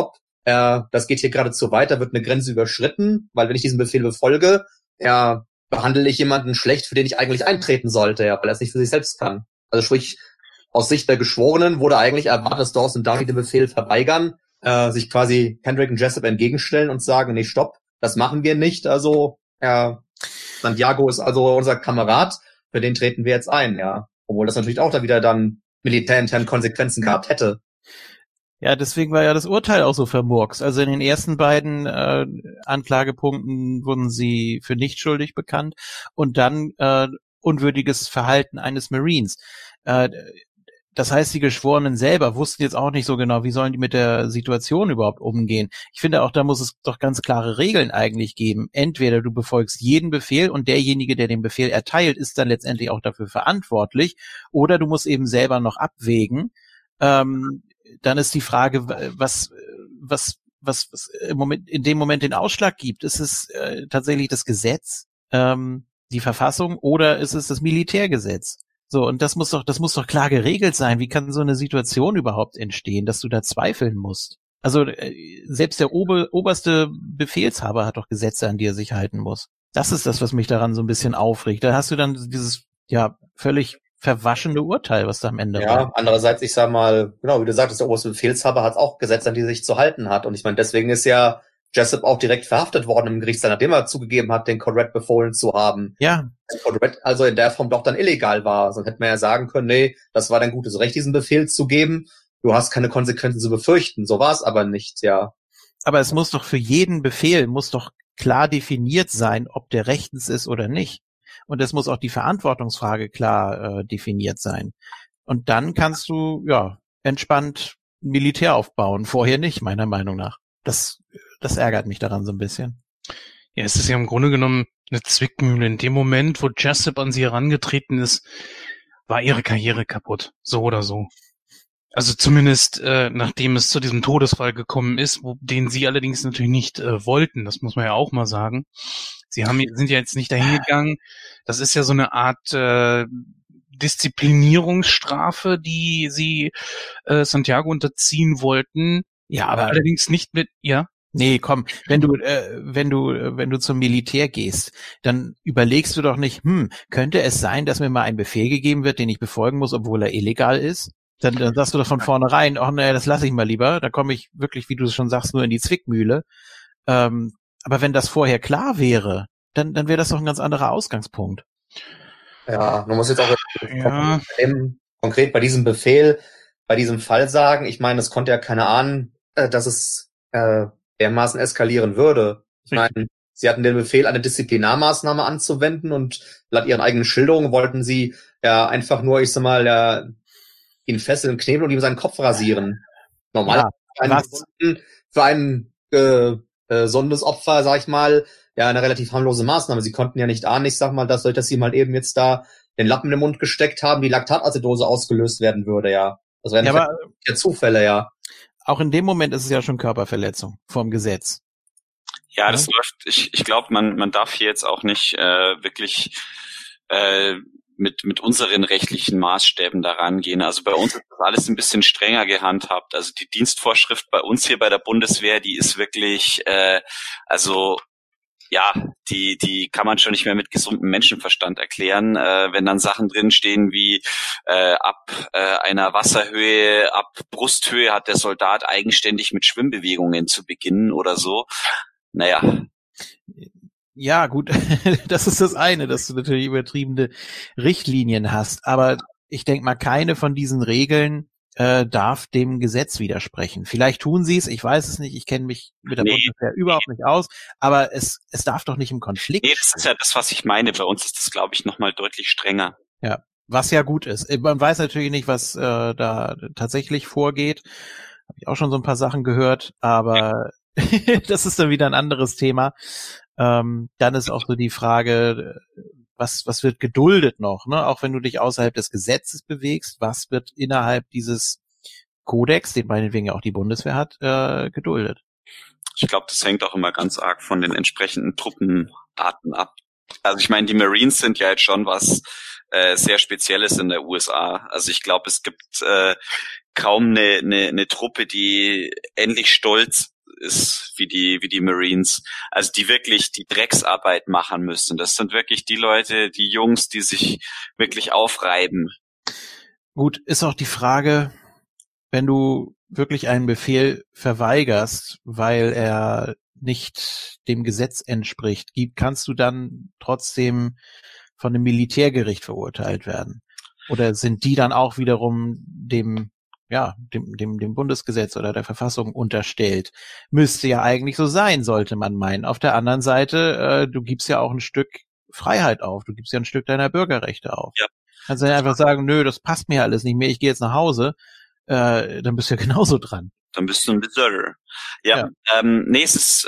das geht hier geradezu weiter, wird eine Grenze überschritten, weil wenn ich diesen Befehl befolge, behandle ich jemanden schlecht, für den ich eigentlich eintreten sollte, weil er es nicht für sich selbst kann. Also sprich, aus Sicht der Geschworenen wurde eigentlich erwartet, dass Dawson und Downey den Befehl verweigern, sich quasi Kendrick und Jessup entgegenstellen und sagen, nee, stopp, das machen wir nicht. Also, Santiago ist also unser Kamerad, für den treten wir jetzt ein, Obwohl das natürlich auch da wieder dann militärintern Konsequenzen gehabt hätte. Ja, deswegen war ja das Urteil auch so vermurkst. Also in den ersten beiden Anklagepunkten wurden sie für nicht schuldig bekannt und dann unwürdiges Verhalten eines Marines. Das heißt, die Geschworenen selber wussten jetzt auch nicht so genau, wie sollen die mit der Situation überhaupt umgehen. Ich finde auch, da muss es doch ganz klare Regeln eigentlich geben. Entweder du befolgst jeden Befehl und derjenige, der den Befehl erteilt, ist dann letztendlich auch dafür verantwortlich, oder du musst eben selber noch abwägen. Dann ist die Frage, was im Moment, in dem Moment den Ausschlag gibt. Ist es tatsächlich das Gesetz, die Verfassung, oder ist es das Militärgesetz? So, und das muss doch klar geregelt sein. Wie kann so eine Situation überhaupt entstehen, dass du da zweifeln musst? Also selbst der oberste Befehlshaber hat doch Gesetze, an die er sich halten muss. Das ist das, was mich daran so ein bisschen aufregt. Da hast du dann dieses völlig verwaschene Urteil, was da am Ende war. Andererseits, ich sag mal, genau, wie du sagtest, der oberste Befehlshaber hat auch Gesetze, an die er sich zu halten hat. Und ich meine, deswegen ist ja Jessup auch direkt verhaftet worden im Gerichtssaal, nachdem er zugegeben hat, den Conrad befohlen zu haben. Ja. Conrad also in der Form doch dann illegal war. Sonst hätte man ja sagen können, nee, das war dein gutes Recht, diesen Befehl zu geben. Du hast keine Konsequenzen zu befürchten. So war es aber nicht, Aber es muss doch für jeden Befehl, muss doch klar definiert sein, ob der rechtens ist oder nicht. Und es muss auch die Verantwortungsfrage klar definiert sein. Und dann kannst du, entspannt Militär aufbauen. Vorher nicht, meiner Meinung nach. Das ärgert mich daran so ein bisschen. Ja, es ist ja im Grunde genommen eine Zwickmühle. In dem Moment, wo Jessup an sie herangetreten ist, war ihre Karriere kaputt. So oder so. Also zumindest, nachdem es zu diesem Todesfall gekommen ist, den sie allerdings natürlich nicht wollten. Das muss man ja auch mal sagen. Sie sind ja jetzt nicht dahin gegangen. Das ist ja so eine Art Disziplinierungsstrafe, die sie Santiago unterziehen wollten. Ja, aber allerdings nicht mit, Nee, komm, wenn du zum Militär gehst, dann überlegst du doch nicht, könnte es sein, dass mir mal ein Befehl gegeben wird, den ich befolgen muss, obwohl er illegal ist? Dann sagst du doch von vornherein, das lasse ich mal lieber, da komme ich wirklich, wie du es schon sagst, nur in die Zwickmühle. Aber wenn das vorher klar wäre, dann wäre das doch ein ganz anderer Ausgangspunkt. Ja, man muss jetzt auch konkret bei diesem Befehl, bei diesem Fall sagen, ich meine, es konnte ja keiner ahnen, dass es dermaßen eskalieren würde. Ich meine, sie hatten den Befehl, eine Disziplinarmaßnahme anzuwenden, und laut ihren eigenen Schilderungen wollten sie einfach nur, ich sag mal, ihn fesseln, knebeln und ihm seinen Kopf rasieren. Normal für ein gesundes Opfer, sag ich mal, eine relativ harmlose Maßnahme. Sie konnten ja nicht ahnen, ich sag mal, dass sie mal eben jetzt da den Lappen in den Mund gesteckt haben, die Laktatazidose ausgelöst werden würde, Das wären ja Zufälle, Auch in dem Moment ist es ja schon Körperverletzung vom Gesetz. Ja, das läuft, ich glaube, man darf hier jetzt auch nicht wirklich mit unseren rechtlichen Maßstäben da rangehen. Also bei uns ist das alles ein bisschen strenger gehandhabt. Also die Dienstvorschrift bei uns hier bei der Bundeswehr, die ist wirklich, die kann man schon nicht mehr mit gesundem Menschenverstand erklären, wenn dann Sachen drinstehen wie ab einer Wasserhöhe, ab Brusthöhe hat der Soldat eigenständig mit Schwimmbewegungen zu beginnen oder so. Naja. Ja, gut, das ist das eine, dass du natürlich übertriebene Richtlinien hast, aber ich denke mal, keine von diesen Regeln darf dem Gesetz widersprechen. Vielleicht tun sie es, ich weiß es nicht, ich kenne mich mit der Bundeswehr überhaupt nicht aus, aber es darf doch nicht im Konflikt stehen. Das ist ja das, was ich meine. Bei uns ist das, glaube ich, nochmal deutlich strenger. Ja, was ja gut ist. Man weiß natürlich nicht, was da tatsächlich vorgeht. Habe ich auch schon so ein paar Sachen gehört, aber das ist dann wieder ein anderes Thema. Dann ist auch so die Frage, was wird geduldet noch, ne? Auch wenn du dich außerhalb des Gesetzes bewegst, was wird innerhalb dieses Kodex, den meinetwegen ja auch die Bundeswehr hat, geduldet? Ich glaube, das hängt auch immer ganz arg von den entsprechenden Truppenarten ab. Also ich meine, die Marines sind ja jetzt schon was sehr Spezielles in der USA. Also ich glaube, es gibt kaum eine Truppe, die ähnlich stolz ist wie die Marines. Also die wirklich die Drecksarbeit machen müssen. Das sind wirklich die Leute, die Jungs, die sich wirklich aufreiben. Gut, ist auch die Frage, wenn du wirklich einen Befehl verweigerst, weil er nicht dem Gesetz entspricht, kannst du dann trotzdem von einem Militärgericht verurteilt werden? Oder sind die dann auch wiederum dem Bundesgesetz oder der Verfassung unterstellt? Müsste ja eigentlich so sein, sollte man meinen. Auf der anderen Seite, du gibst ja auch ein Stück Freiheit auf. Du gibst ja ein Stück deiner Bürgerrechte auf. Ja. Kannst du ja einfach sagen, nö, das passt mir alles nicht mehr, ich gehe jetzt nach Hause. Dann bist du ja genauso dran. Dann bist du ein Deserter. Ja. Es ist,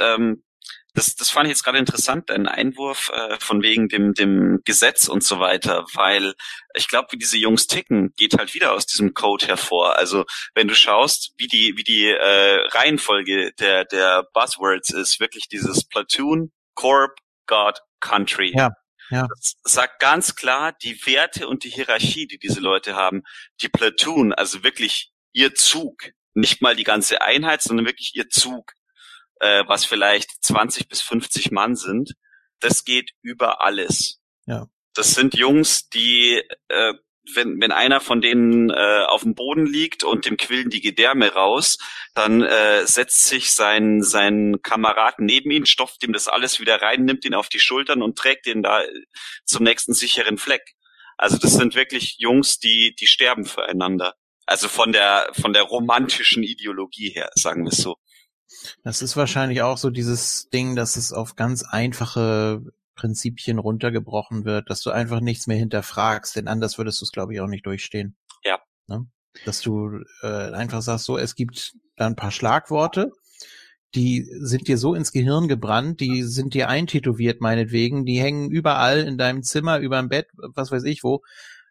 das fand ich jetzt gerade interessant, ein Einwurf von wegen dem Gesetz und so weiter, weil ich glaube, wie diese Jungs ticken, geht halt wieder aus diesem Code hervor. Also wenn du schaust, wie die Reihenfolge der Buzzwords ist, wirklich dieses Platoon, Corp, God, Country. Ja. Das sagt ganz klar die Werte und die Hierarchie, die diese Leute haben. Die Platoon, also wirklich ihr Zug, nicht mal die ganze Einheit, sondern wirklich ihr Zug, was vielleicht 20 bis 50 Mann sind, das geht über alles. Ja. Das sind Jungs, die, wenn einer von denen auf dem Boden liegt und dem quillen die Gedärme raus, dann setzt sich sein Kamerad neben ihn, stopft ihm das alles wieder rein, nimmt ihn auf die Schultern und trägt ihn da zum nächsten sicheren Fleck. Also das sind wirklich Jungs, die sterben füreinander. Also von der romantischen Ideologie her, sagen wir es so. Das ist wahrscheinlich auch so dieses Ding, dass es auf ganz einfache Prinzipien runtergebrochen wird, dass du einfach nichts mehr hinterfragst, denn anders würdest du es, glaube ich, auch nicht durchstehen. Ja. Ne? Dass du einfach sagst, so, es gibt da ein paar Schlagworte, die sind dir so ins Gehirn gebrannt, die sind dir eintätowiert meinetwegen, die hängen überall in deinem Zimmer, überm Bett, was weiß ich wo,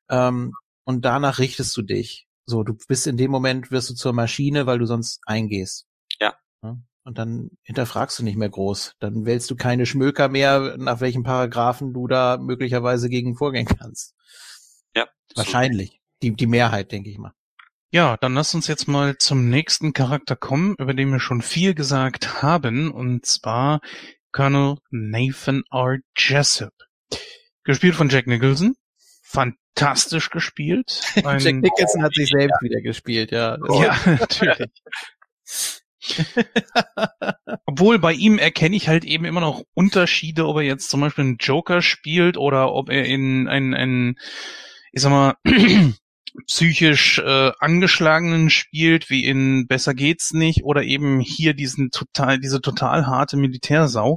und danach richtest du dich. So, du bist in dem Moment, wirst du zur Maschine, weil du sonst eingehst. Ja. Und dann hinterfragst du nicht mehr groß. Dann wählst du keine Schmöker mehr, nach welchen Paragraphen du da möglicherweise gegen vorgehen kannst. Ja. Wahrscheinlich. Die Mehrheit, denke ich mal. Ja, dann lass uns jetzt mal zum nächsten Charakter kommen, über den wir schon viel gesagt haben, und zwar Colonel Nathan R. Jessup. Gespielt von Jack Nicholson. Fantastisch gespielt. Jack Nicholson hat sich selbst wieder gespielt, ja. Ja, natürlich. Obwohl bei ihm erkenne ich halt eben immer noch Unterschiede, ob er jetzt zum Beispiel einen Joker spielt oder ob er in einen ich sag mal, psychisch angeschlagenen spielt, wie in Besser geht's nicht, oder eben hier diese total harte Militärsau.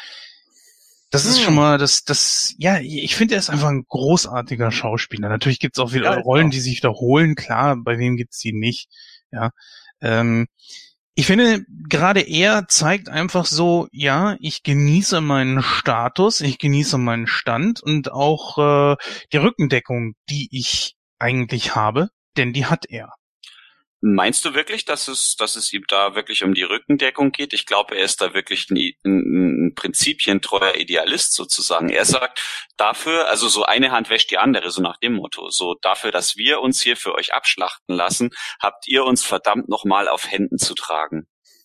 Das ist schon mal ja, ich finde, er ist einfach ein großartiger Schauspieler. Natürlich gibt's auch wieder Rollen, die sich wiederholen, klar, bei wem gibt's die nicht, ja. Ich finde, gerade er zeigt einfach so, ja, ich genieße meinen Status, ich genieße meinen Stand und auch die Rückendeckung, die ich eigentlich habe, denn die hat er. Meinst du wirklich, dass es ihm da wirklich um die Rückendeckung geht? Ich glaube, er ist da wirklich ein prinzipientreuer Idealist sozusagen. Er sagt dafür, also so eine Hand wäscht die andere, so nach dem Motto. So dafür, dass wir uns hier für euch abschlachten lassen, habt ihr uns verdammt nochmal auf Händen zu tragen.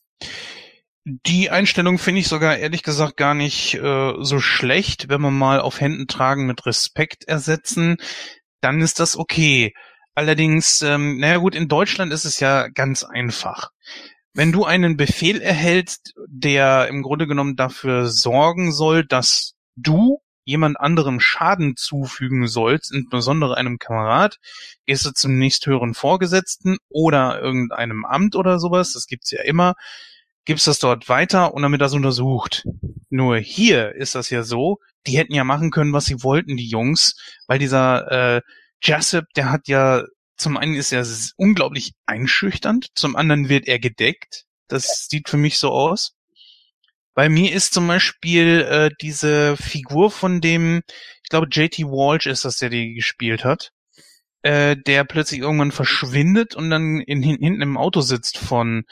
Die Einstellung finde ich sogar ehrlich gesagt gar nicht so schlecht. Wenn wir mal auf Händen tragen mit Respekt ersetzen, dann ist das okay. Allerdings, naja gut, in Deutschland ist es ja ganz einfach. Wenn du einen Befehl erhältst, der im Grunde genommen dafür sorgen soll, dass du jemand anderem Schaden zufügen sollst, insbesondere einem Kamerad, gehst du zum nächsthöheren Vorgesetzten oder irgendeinem Amt oder sowas, das gibt's ja immer, gibst das dort weiter und dann wird das untersucht. Nur hier ist das ja so, die hätten ja machen können, was sie wollten, die Jungs, weil dieser Jessup, der hat ja, zum einen ist er unglaublich einschüchternd, zum anderen wird er gedeckt. Das sieht für mich so aus. Bei mir ist zum Beispiel diese Figur von dem, ich glaube J.T. Walsh ist das, der die gespielt hat, der plötzlich irgendwann verschwindet und dann hinten im Auto sitzt von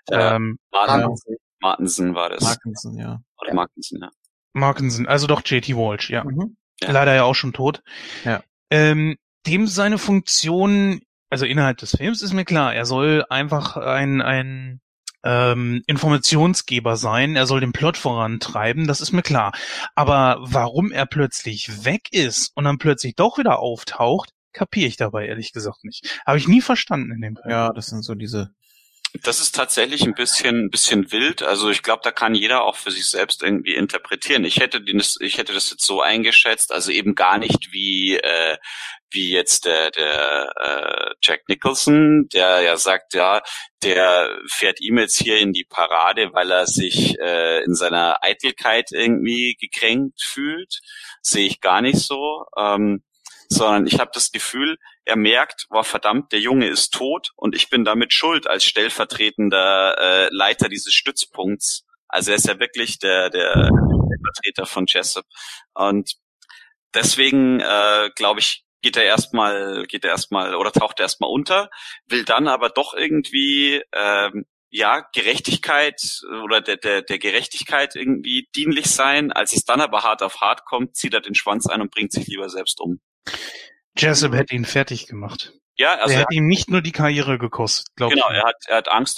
Martinson war das. Martinson, ja. Oder Martinson, ja. Martinson, also doch J.T. Walsh, ja. Ja. Leider ja auch schon tot. Ja. Dem seine Funktion, also innerhalb des Films ist mir klar, er soll einfach ein Informationsgeber sein, er soll den Plot vorantreiben, das ist mir klar. Aber warum er plötzlich weg ist und dann plötzlich doch wieder auftaucht, kapiere ich dabei ehrlich gesagt nicht. Habe ich nie verstanden in dem Film. Ja, das sind so diese... Das ist tatsächlich ein bisschen wild. Also ich glaube, da kann jeder auch für sich selbst irgendwie interpretieren. Ich hätte das jetzt so eingeschätzt, also eben gar nicht wie jetzt der Jack Nicholson, der ja sagt, ja, der fährt ihm jetzt hier in die Parade, weil er sich in seiner Eitelkeit irgendwie gekränkt fühlt. Sehe ich gar nicht so. Sondern ich habe das Gefühl, er merkt, wow, verdammt, der Junge ist tot und ich bin damit schuld als stellvertretender Leiter dieses Stützpunkts. Also er ist ja wirklich der Vertreter von Jessup. Und deswegen, glaube ich, geht er erstmal oder taucht er erstmal unter, will dann aber doch irgendwie Gerechtigkeit oder der Gerechtigkeit irgendwie dienlich sein. Als es dann aber hart auf hart kommt, zieht er den Schwanz ein und bringt sich lieber selbst um. Jessup hätte ihn fertig gemacht. Ja, also er hat ihm nicht nur die Karriere gekostet, glaube ich. Genau, er hat Angst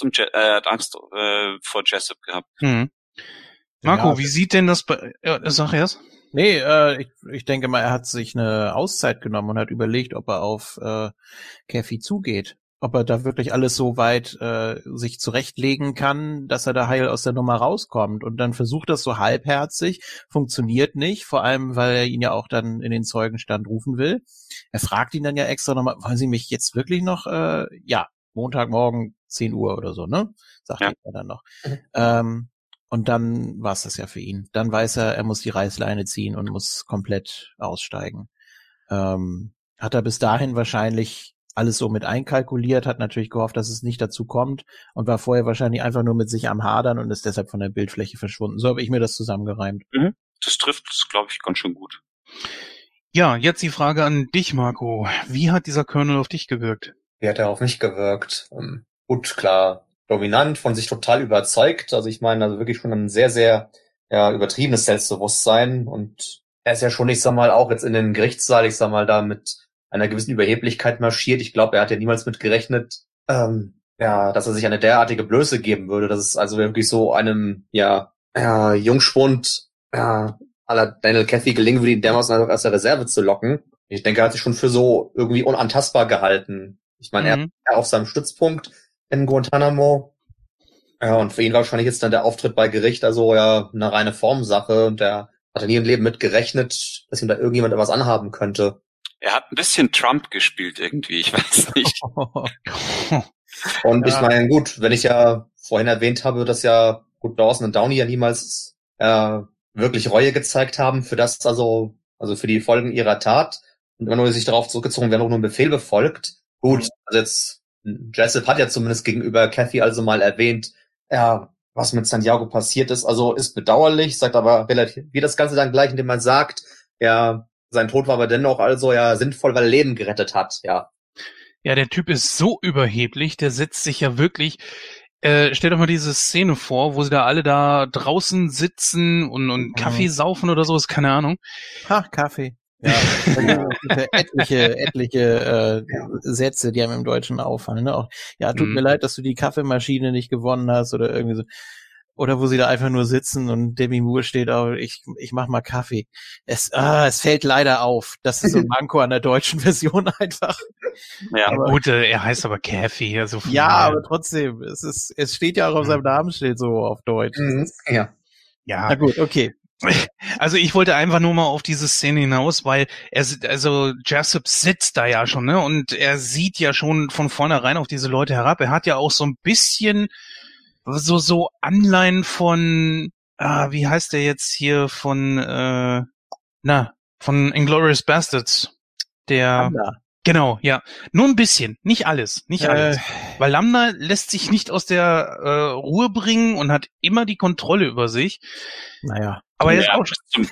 vor Jessup gehabt. Mhm. Marco, Ja, wie sieht denn das bei... sag erst. Nee, ich denke mal, er hat sich eine Auszeit genommen und hat überlegt, ob er auf Kathy zugeht. Ob er da wirklich alles so weit sich zurechtlegen kann, dass er da heil aus der Nummer rauskommt. Und dann versucht das so halbherzig, funktioniert nicht, vor allem, weil er ihn ja auch dann in den Zeugenstand rufen will. Er fragt ihn dann ja extra nochmal, wollen Sie mich jetzt wirklich noch, Montagmorgen 10 Uhr oder so, ne? Sagt er dann noch. Und dann war's das ja für ihn. Dann weiß er muss die Reißleine ziehen und muss komplett aussteigen. Hat er bis dahin wahrscheinlich alles so mit einkalkuliert, hat natürlich gehofft, dass es nicht dazu kommt und war vorher wahrscheinlich einfach nur mit sich am Hadern und ist deshalb von der Bildfläche verschwunden. So habe ich mir das zusammengereimt. Mhm. Das trifft es, glaube ich, ganz schön gut. Ja, jetzt die Frage an dich, Marco. Wie hat dieser Colonel auf dich gewirkt? Wie hat er auf mich gewirkt? Gut, klar, dominant, von sich total überzeugt. Also ich meine, also wirklich schon ein sehr, sehr übertriebenes Selbstbewusstsein. Und er ist ja schon, ich sag mal, auch jetzt in den Gerichtssaal, ich sag mal, da mit einer gewissen Überheblichkeit marschiert. Ich glaube, er hat ja niemals mit gerechnet, dass er sich eine derartige Blöße geben würde. Das ist also wirklich so einem, Jungspund, à la Daniel Kathy gelingen würde, ihn dermaßen aus der Reserve zu locken. Ich denke, er hat sich schon für so irgendwie unantastbar gehalten. Ich meine, er war auf seinem Stützpunkt in Guantanamo. Ja, und für ihn war wahrscheinlich jetzt dann der Auftritt bei Gericht also eine reine Formsache. Und der hat nie im Leben mit gerechnet, dass ihm da irgendjemand etwas anhaben könnte. Er hat ein bisschen Trump gespielt irgendwie, ich weiß nicht. Und ich meine, gut, wenn ich ja vorhin erwähnt habe, dass ja gut Dawson und Downey ja niemals wirklich Reue gezeigt haben für das, also für die Folgen ihrer Tat und immer nur sich darauf zurückgezogen werden, auch nur einen Befehl befolgt. Gut, also jetzt Jessup hat ja zumindest gegenüber Kathy also mal erwähnt, was mit Santiago passiert ist, also ist bedauerlich, sagt aber relativ wie das Ganze dann gleich, indem man sagt, sein Tod war aber dennoch also sinnvoll, weil er Leben gerettet hat, ja. Ja, der Typ ist so überheblich, der setzt sich ja wirklich, stell doch mal diese Szene vor, wo sie da alle da draußen sitzen und Kaffee saufen oder sowas, keine Ahnung. Kaffee. Ja, etliche Sätze, die einem im Deutschen auffallen. Ne? Auch, tut mir leid, dass du die Kaffeemaschine nicht gewonnen hast oder irgendwie so. Oder wo sie da einfach nur sitzen und Demi Moore steht auch, ich mach mal Kaffee. Es fällt leider auf. Das ist so ein Manko an der deutschen Version einfach. Ja, aber, gut, er heißt aber Kaffee. Also aber trotzdem, es steht ja auch auf seinem Namensschild so auf Deutsch. Ja. Na gut, okay. Also ich wollte einfach nur mal auf diese Szene hinaus, weil Jessup sitzt da ja schon, ne? Und er sieht ja schon von vornherein auf diese Leute herab. Er hat ja auch so ein bisschen so Anleihen von, wie heißt der jetzt hier von Inglourious Bastards. Genau, ja. Nur ein bisschen, nicht alles. Weil Lambda lässt sich nicht aus der Ruhe bringen und hat immer die Kontrolle über sich. Naja. Aber er ist auch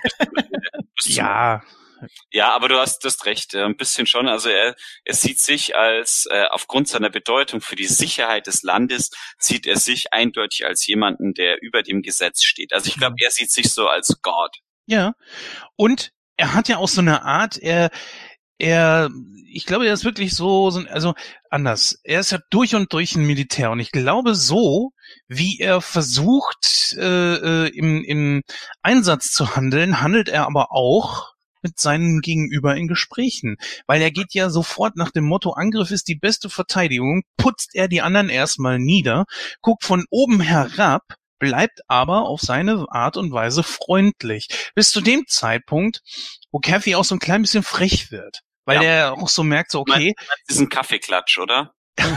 Ja, aber du hast recht, ein bisschen schon. Also er sieht sich als, aufgrund seiner Bedeutung für die Sicherheit des Landes, sieht er sich eindeutig als jemanden, der über dem Gesetz steht. Also ich glaube, er sieht sich so als Gott. Ja, und er hat ja auch so eine Art, ich glaube, er ist wirklich also anders. Er ist ja durch und durch ein Militär und ich glaube so, wie er versucht, im Einsatz zu handeln, handelt er aber auch mit seinem Gegenüber in Gesprächen. Weil er geht ja sofort nach dem Motto, Angriff ist die beste Verteidigung, putzt er die anderen erstmal nieder, guckt von oben herab, bleibt aber auf seine Art und Weise freundlich. Bis zu dem Zeitpunkt, wo Kathy auch so ein klein bisschen frech wird. Weil er auch so merkt, so okay. Diesen Kaffeeklatsch, oder?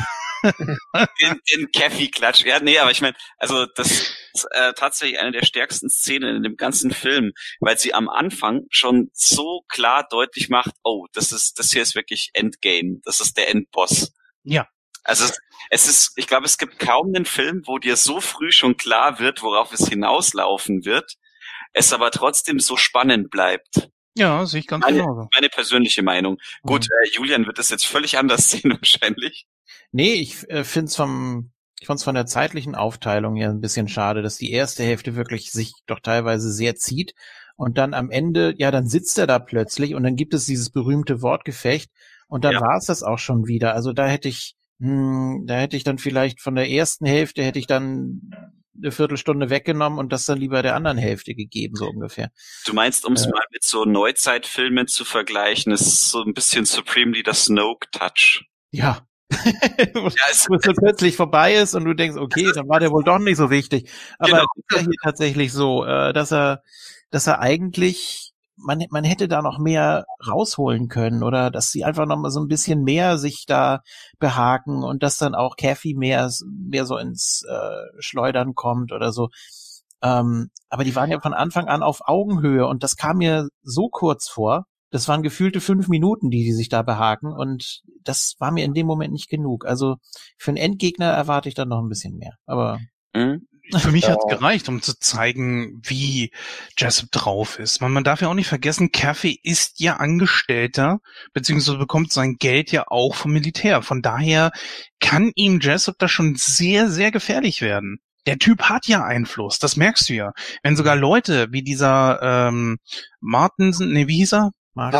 den Kaffeeklatsch. Ja, nee, aber ich meine, also das ist tatsächlich eine der stärksten Szenen in dem ganzen Film, weil sie am Anfang schon so klar deutlich macht, oh, das hier ist wirklich Endgame, das ist der Endboss. Ja. Also ich glaube, es gibt kaum einen Film, wo dir so früh schon klar wird, worauf es hinauslaufen wird, es aber trotzdem so spannend bleibt. Ja, sehe ich ganz genau. Meine persönliche Meinung. Gut, Julian wird das jetzt völlig anders sehen wahrscheinlich. Nee, ich fand's von der zeitlichen Aufteilung her ein bisschen schade, dass die erste Hälfte wirklich sich doch teilweise sehr zieht und dann am Ende, ja, dann sitzt er da plötzlich und dann gibt es dieses berühmte Wortgefecht und dann war es das auch schon wieder. Also da hätte ich dann vielleicht von der ersten Hälfte hätte ich dann eine Viertelstunde weggenommen und das dann lieber der anderen Hälfte gegeben, so ungefähr. Du meinst, um es mal mit so Neuzeitfilmen zu vergleichen, ist so ein bisschen Supreme Leader Snoke-Touch. Ja. Wo es so plötzlich vorbei ist und du denkst, okay, dann war der wohl doch nicht so wichtig. Aber genau. ist ja hier tatsächlich so, dass er eigentlich, man hätte da noch mehr rausholen können oder dass sie einfach noch mal so ein bisschen mehr sich da behaken und dass dann auch Kathy mehr so ins Schleudern kommt oder so. Aber die waren ja von Anfang an auf Augenhöhe und das kam mir so kurz vor. Das waren gefühlte 5 Minuten, die sich da behaken und das war mir in dem Moment nicht genug. Also für einen Endgegner erwarte ich dann noch ein bisschen mehr. Aber für mich hat's gereicht, um zu zeigen, wie Jessup drauf ist. Man darf ja auch nicht vergessen, Kathy ist ja Angestellter, beziehungsweise bekommt sein Geld ja auch vom Militär. Von daher kann ihm Jessup da schon sehr, sehr gefährlich werden. Der Typ hat ja Einfluss, das merkst du ja. Wenn sogar Leute wie dieser Martensen, wie hieß er?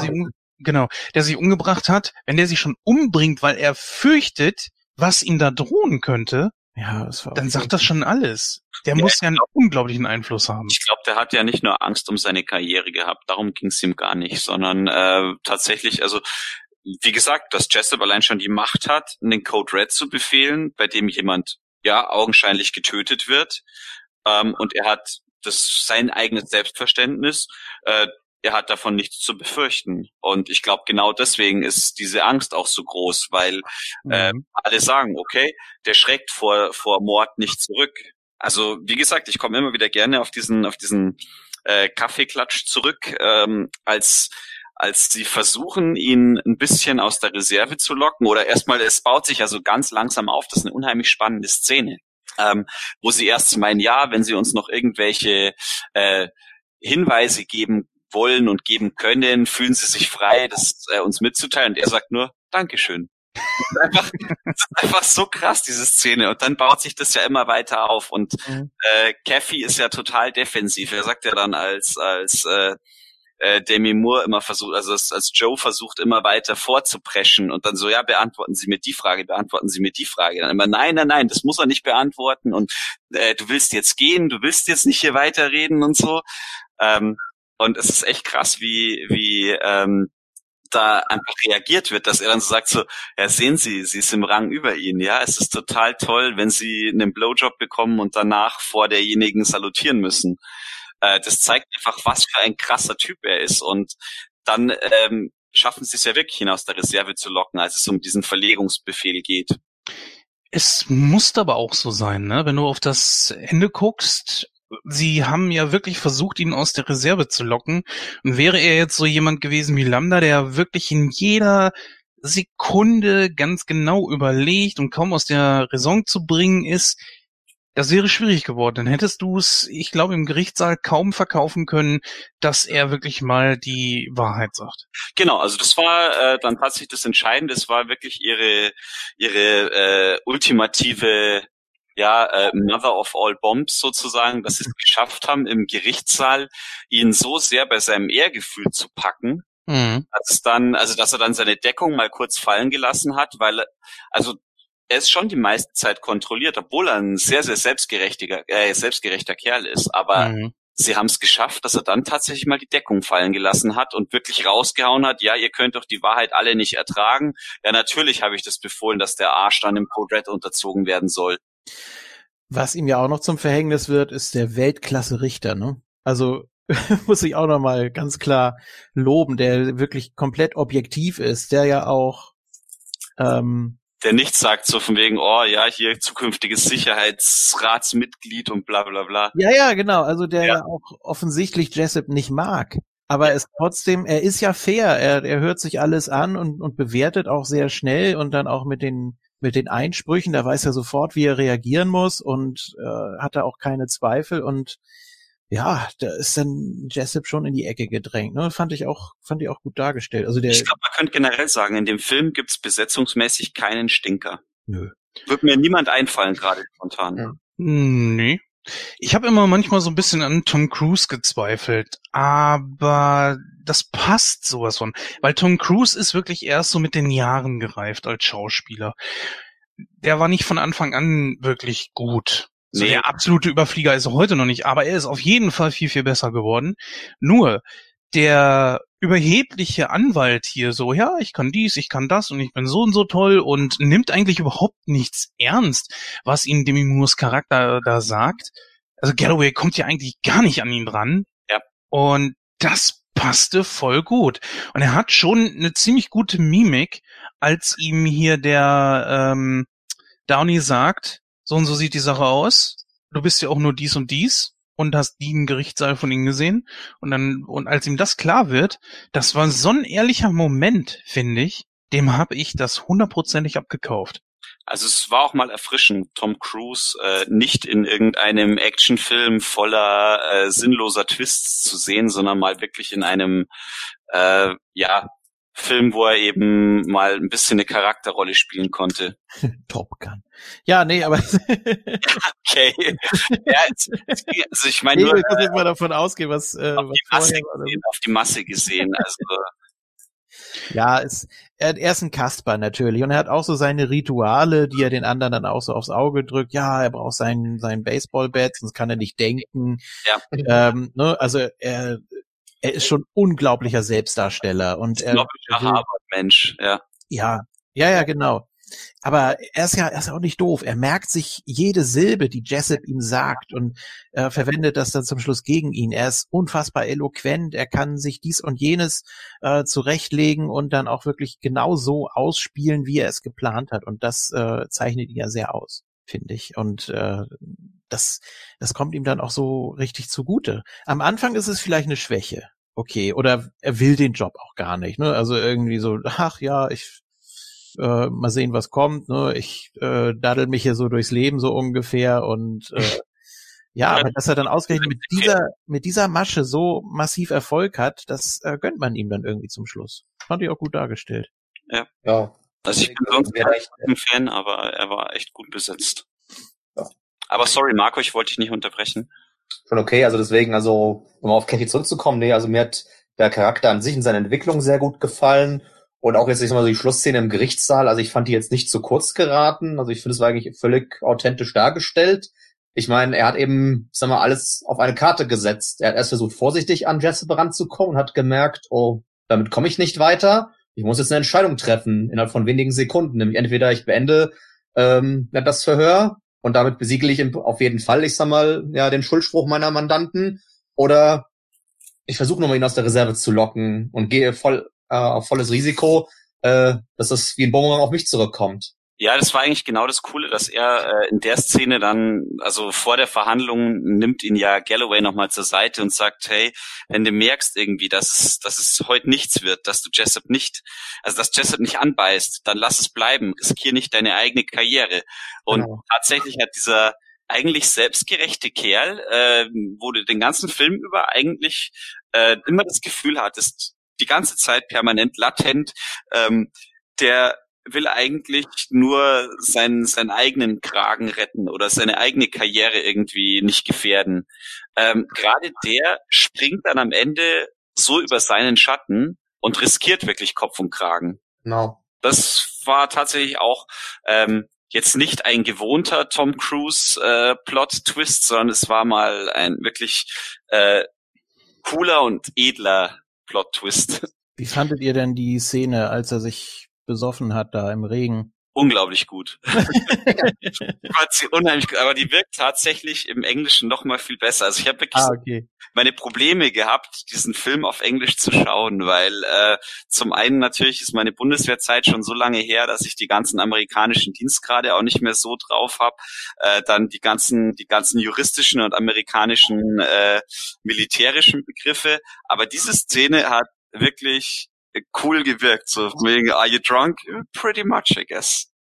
Der sich umgebracht hat, wenn der sich schon umbringt, weil er fürchtet, was ihm da drohen könnte, dann sagt das schon alles. Der muss ja einen unglaublichen Einfluss haben. Ich glaube, der hat ja nicht nur Angst um seine Karriere gehabt, darum ging es ihm gar nicht, sondern tatsächlich, also wie gesagt, dass Jessup allein schon die Macht hat, einen Code Red zu befehlen, bei dem jemand augenscheinlich getötet wird, und er hat sein eigenes Selbstverständnis, er hat davon nichts zu befürchten. Und ich glaube, genau deswegen ist diese Angst auch so groß, weil alle sagen, okay, der schreckt vor Mord nicht zurück. Also wie gesagt, ich komme immer wieder gerne auf diesen Kaffeeklatsch zurück, als sie versuchen, ihn ein bisschen aus der Reserve zu locken. Oder erstmal, es baut sich ja so ganz langsam auf. Das ist eine unheimlich spannende Szene, wo sie erst meinen, wenn sie uns noch irgendwelche Hinweise geben wollen und geben können, fühlen sie sich frei, das uns mitzuteilen. Und er sagt nur, Dankeschön. Das ist einfach so krass, diese Szene. Und dann baut sich das ja immer weiter auf. Und Kathy ist ja total defensiv. Er sagt ja dann, als Demi Moore immer versucht, also als Joe versucht, immer weiter vorzupreschen und dann so, beantworten Sie mir die Frage. Dann immer, nein, das muss er nicht beantworten und du willst jetzt gehen, du willst jetzt nicht hier weiterreden und so. Und es ist echt krass, wie da einfach reagiert wird, dass er dann so sagt so, sehen Sie, sie ist im Rang über ihn, es ist total toll, wenn Sie einen Blowjob bekommen und danach vor derjenigen salutieren müssen. Das zeigt einfach, was für ein krasser Typ er ist und dann schaffen sie es ja wirklich, ihn aus der Reserve zu locken, als es um diesen Verlegungsbefehl geht. Es muss aber auch so sein, ne? Wenn du auf das Ende guckst, sie haben ja wirklich versucht, ihn aus der Reserve zu locken. Und wäre er jetzt so jemand gewesen wie Lambda, der wirklich in jeder Sekunde ganz genau überlegt und kaum aus der Raison zu bringen ist, das wäre schwierig geworden. Dann hättest du es, ich glaube, im Gerichtssaal kaum verkaufen können, dass er wirklich mal die Wahrheit sagt. Genau, also das war dann tatsächlich das Entscheidende. Es war wirklich ihre ultimative Mother of all Bombs sozusagen, dass sie es geschafft haben, im Gerichtssaal ihn so sehr bei seinem Ehrgefühl zu packen, Dass er dann seine Deckung mal kurz fallen gelassen hat, weil, also, er ist schon die meiste Zeit kontrolliert, obwohl er ein sehr, sehr selbstgerechter Kerl ist. Aber sie haben es geschafft, dass er dann tatsächlich mal die Deckung fallen gelassen hat und wirklich rausgehauen hat, ja, ihr könnt doch die Wahrheit alle nicht ertragen. Ja, natürlich habe ich das befohlen, dass der Arsch dann im Code Red unterzogen werden soll. Was ihm ja auch noch zum Verhängnis wird, ist der Weltklasse-Richter, ne? Also muss ich auch noch mal ganz klar loben, der wirklich komplett objektiv ist, der ja auch der nichts sagt, so von wegen, oh ja, hier zukünftiges Sicherheitsratsmitglied und bla bla bla. Ja, genau, also der ja auch offensichtlich Jessup nicht mag. Aber es trotzdem, er ist ja fair, er hört sich alles an und bewertet auch sehr schnell und dann auch mit den Einsprüchen, da weiß er sofort, wie er reagieren muss und hat da auch keine Zweifel und ja, da ist dann Jessup schon in die Ecke gedrängt, ne? Fand ich auch gut dargestellt. Also ich glaube, man könnte generell sagen, in dem Film gibt's besetzungsmäßig keinen Stinker. Nö. Wird mir niemand einfallen, gerade spontan. Ja. Nee. Ich habe immer manchmal so ein bisschen an Tom Cruise gezweifelt, aber das passt sowas von. Weil Tom Cruise ist wirklich erst so mit den Jahren gereift als Schauspieler. Der war nicht von Anfang an wirklich gut. So der absolute Überflieger ist er heute noch nicht, aber er ist auf jeden Fall viel, viel besser geworden. Nur der überhebliche Anwalt hier so, ja, ich kann dies, ich kann das und ich bin so und so toll und nimmt eigentlich überhaupt nichts ernst, was ihm Demi Moores Charakter da sagt. Also Galloway kommt ja eigentlich gar nicht an ihn dran. Ja. Und das passte voll gut. Und er hat schon eine ziemlich gute Mimik, als ihm hier der Downey sagt, so und so sieht die Sache aus. Du bist ja auch nur dies und dies und hast den Gerichtssaal von ihm gesehen. Und als ihm das klar wird, das war so ein ehrlicher Moment, finde ich, dem habe ich das 100%ig abgekauft. Also es war auch mal erfrischend, Tom Cruise nicht in irgendeinem Actionfilm voller sinnloser Twists zu sehen, sondern mal wirklich in einem Film, wo er eben mal ein bisschen eine Charakterrolle spielen konnte. Top Gun. Ja, nee, aber okay. Ja, also ich meine nur, ich muss jetzt mal davon ausgehen, was auf die Masse gesehen. Also ja, er ist ein Kasper natürlich und er hat auch so seine Rituale, die er den anderen dann auch so aufs Auge drückt. Ja, er braucht sein Baseballbat, sonst kann er nicht denken. Ja. Also er ist schon unglaublicher Selbstdarsteller und Mensch, ja. Ja, genau. Aber er ist ja auch nicht doof. Er merkt sich jede Silbe, die Jessup ihm sagt und verwendet das dann zum Schluss gegen ihn. Er ist unfassbar eloquent. Er kann sich dies und jenes zurechtlegen und dann auch wirklich genau so ausspielen, wie er es geplant hat. Und das zeichnet ihn ja sehr aus, finde ich. Und das kommt ihm dann auch so richtig zugute. Am Anfang ist es vielleicht eine Schwäche. Okay, oder er will den Job auch gar nicht, ne? Also irgendwie so, ach ja, mal sehen, was kommt, ne? Ich daddel mich hier so durchs Leben so ungefähr und aber dass er dann ausgerechnet mit dieser Masche so massiv Erfolg hat, das gönnt man ihm dann irgendwie zum Schluss. Fand ich auch gut dargestellt. Ja. Also ich bin sonst kein Fan, aber er war echt gut besetzt. Ja. Aber sorry, Marco, ich wollte dich nicht unterbrechen. Schon okay, also deswegen, um auf Kathy zurückzukommen, also mir hat der Charakter an sich in seiner Entwicklung sehr gut gefallen. Und auch jetzt, ich sag mal so, die Schlussszene im Gerichtssaal, also ich fand die jetzt nicht zu kurz geraten. Also ich finde, es war eigentlich völlig authentisch dargestellt. Ich meine, er hat eben, alles auf eine Karte gesetzt. Er hat erst versucht, vorsichtig an Jessup ranzukommen und hat gemerkt, oh, damit komme ich nicht weiter. Ich muss jetzt eine Entscheidung treffen, innerhalb von wenigen Sekunden. Nämlich entweder ich beende das Verhör und damit besiegele ich auf jeden Fall, den Schuldspruch meiner Mandanten. Oder ich versuche nochmal ihn aus der Reserve zu locken und gehe auf volles Risiko, dass das wie ein Bumerang auf mich zurückkommt. Ja, das war eigentlich genau das Coole, dass er in der Szene dann, also vor der Verhandlung, nimmt ihn ja Galloway nochmal zur Seite und sagt, hey, wenn du merkst irgendwie, dass es heute nichts wird, dass Jessup nicht anbeißt, dann lass es bleiben, riskier nicht deine eigene Karriere. Und tatsächlich hat dieser eigentlich selbstgerechte Kerl, wo du den ganzen Film über eigentlich immer das Gefühl hattest, die ganze Zeit permanent latent, der will eigentlich nur seinen eigenen Kragen retten oder seine eigene Karriere irgendwie nicht gefährden. Gerade der springt dann am Ende so über seinen Schatten und riskiert wirklich Kopf und Kragen. Genau. Das war tatsächlich auch jetzt nicht ein gewohnter Tom Cruise Plot-Twist, sondern es war mal ein wirklich cooler und edler Plot-Twist. Wie fandet ihr denn die Szene, als er sich besoffen hat da im Regen? Unglaublich gut. Ich fand sie unheimlich gut, aber die wirkt tatsächlich im Englischen noch mal viel besser. Also ich habe wirklich meine Probleme gehabt, diesen Film auf Englisch zu schauen, weil zum einen natürlich ist meine Bundeswehrzeit schon so lange her, dass ich die ganzen amerikanischen Dienstgrade auch nicht mehr so drauf habe. Dann die ganzen juristischen und amerikanischen militärischen Begriffe. Aber diese Szene hat wirklich cool gewirkt, so wegen, are you drunk? Pretty much, I guess.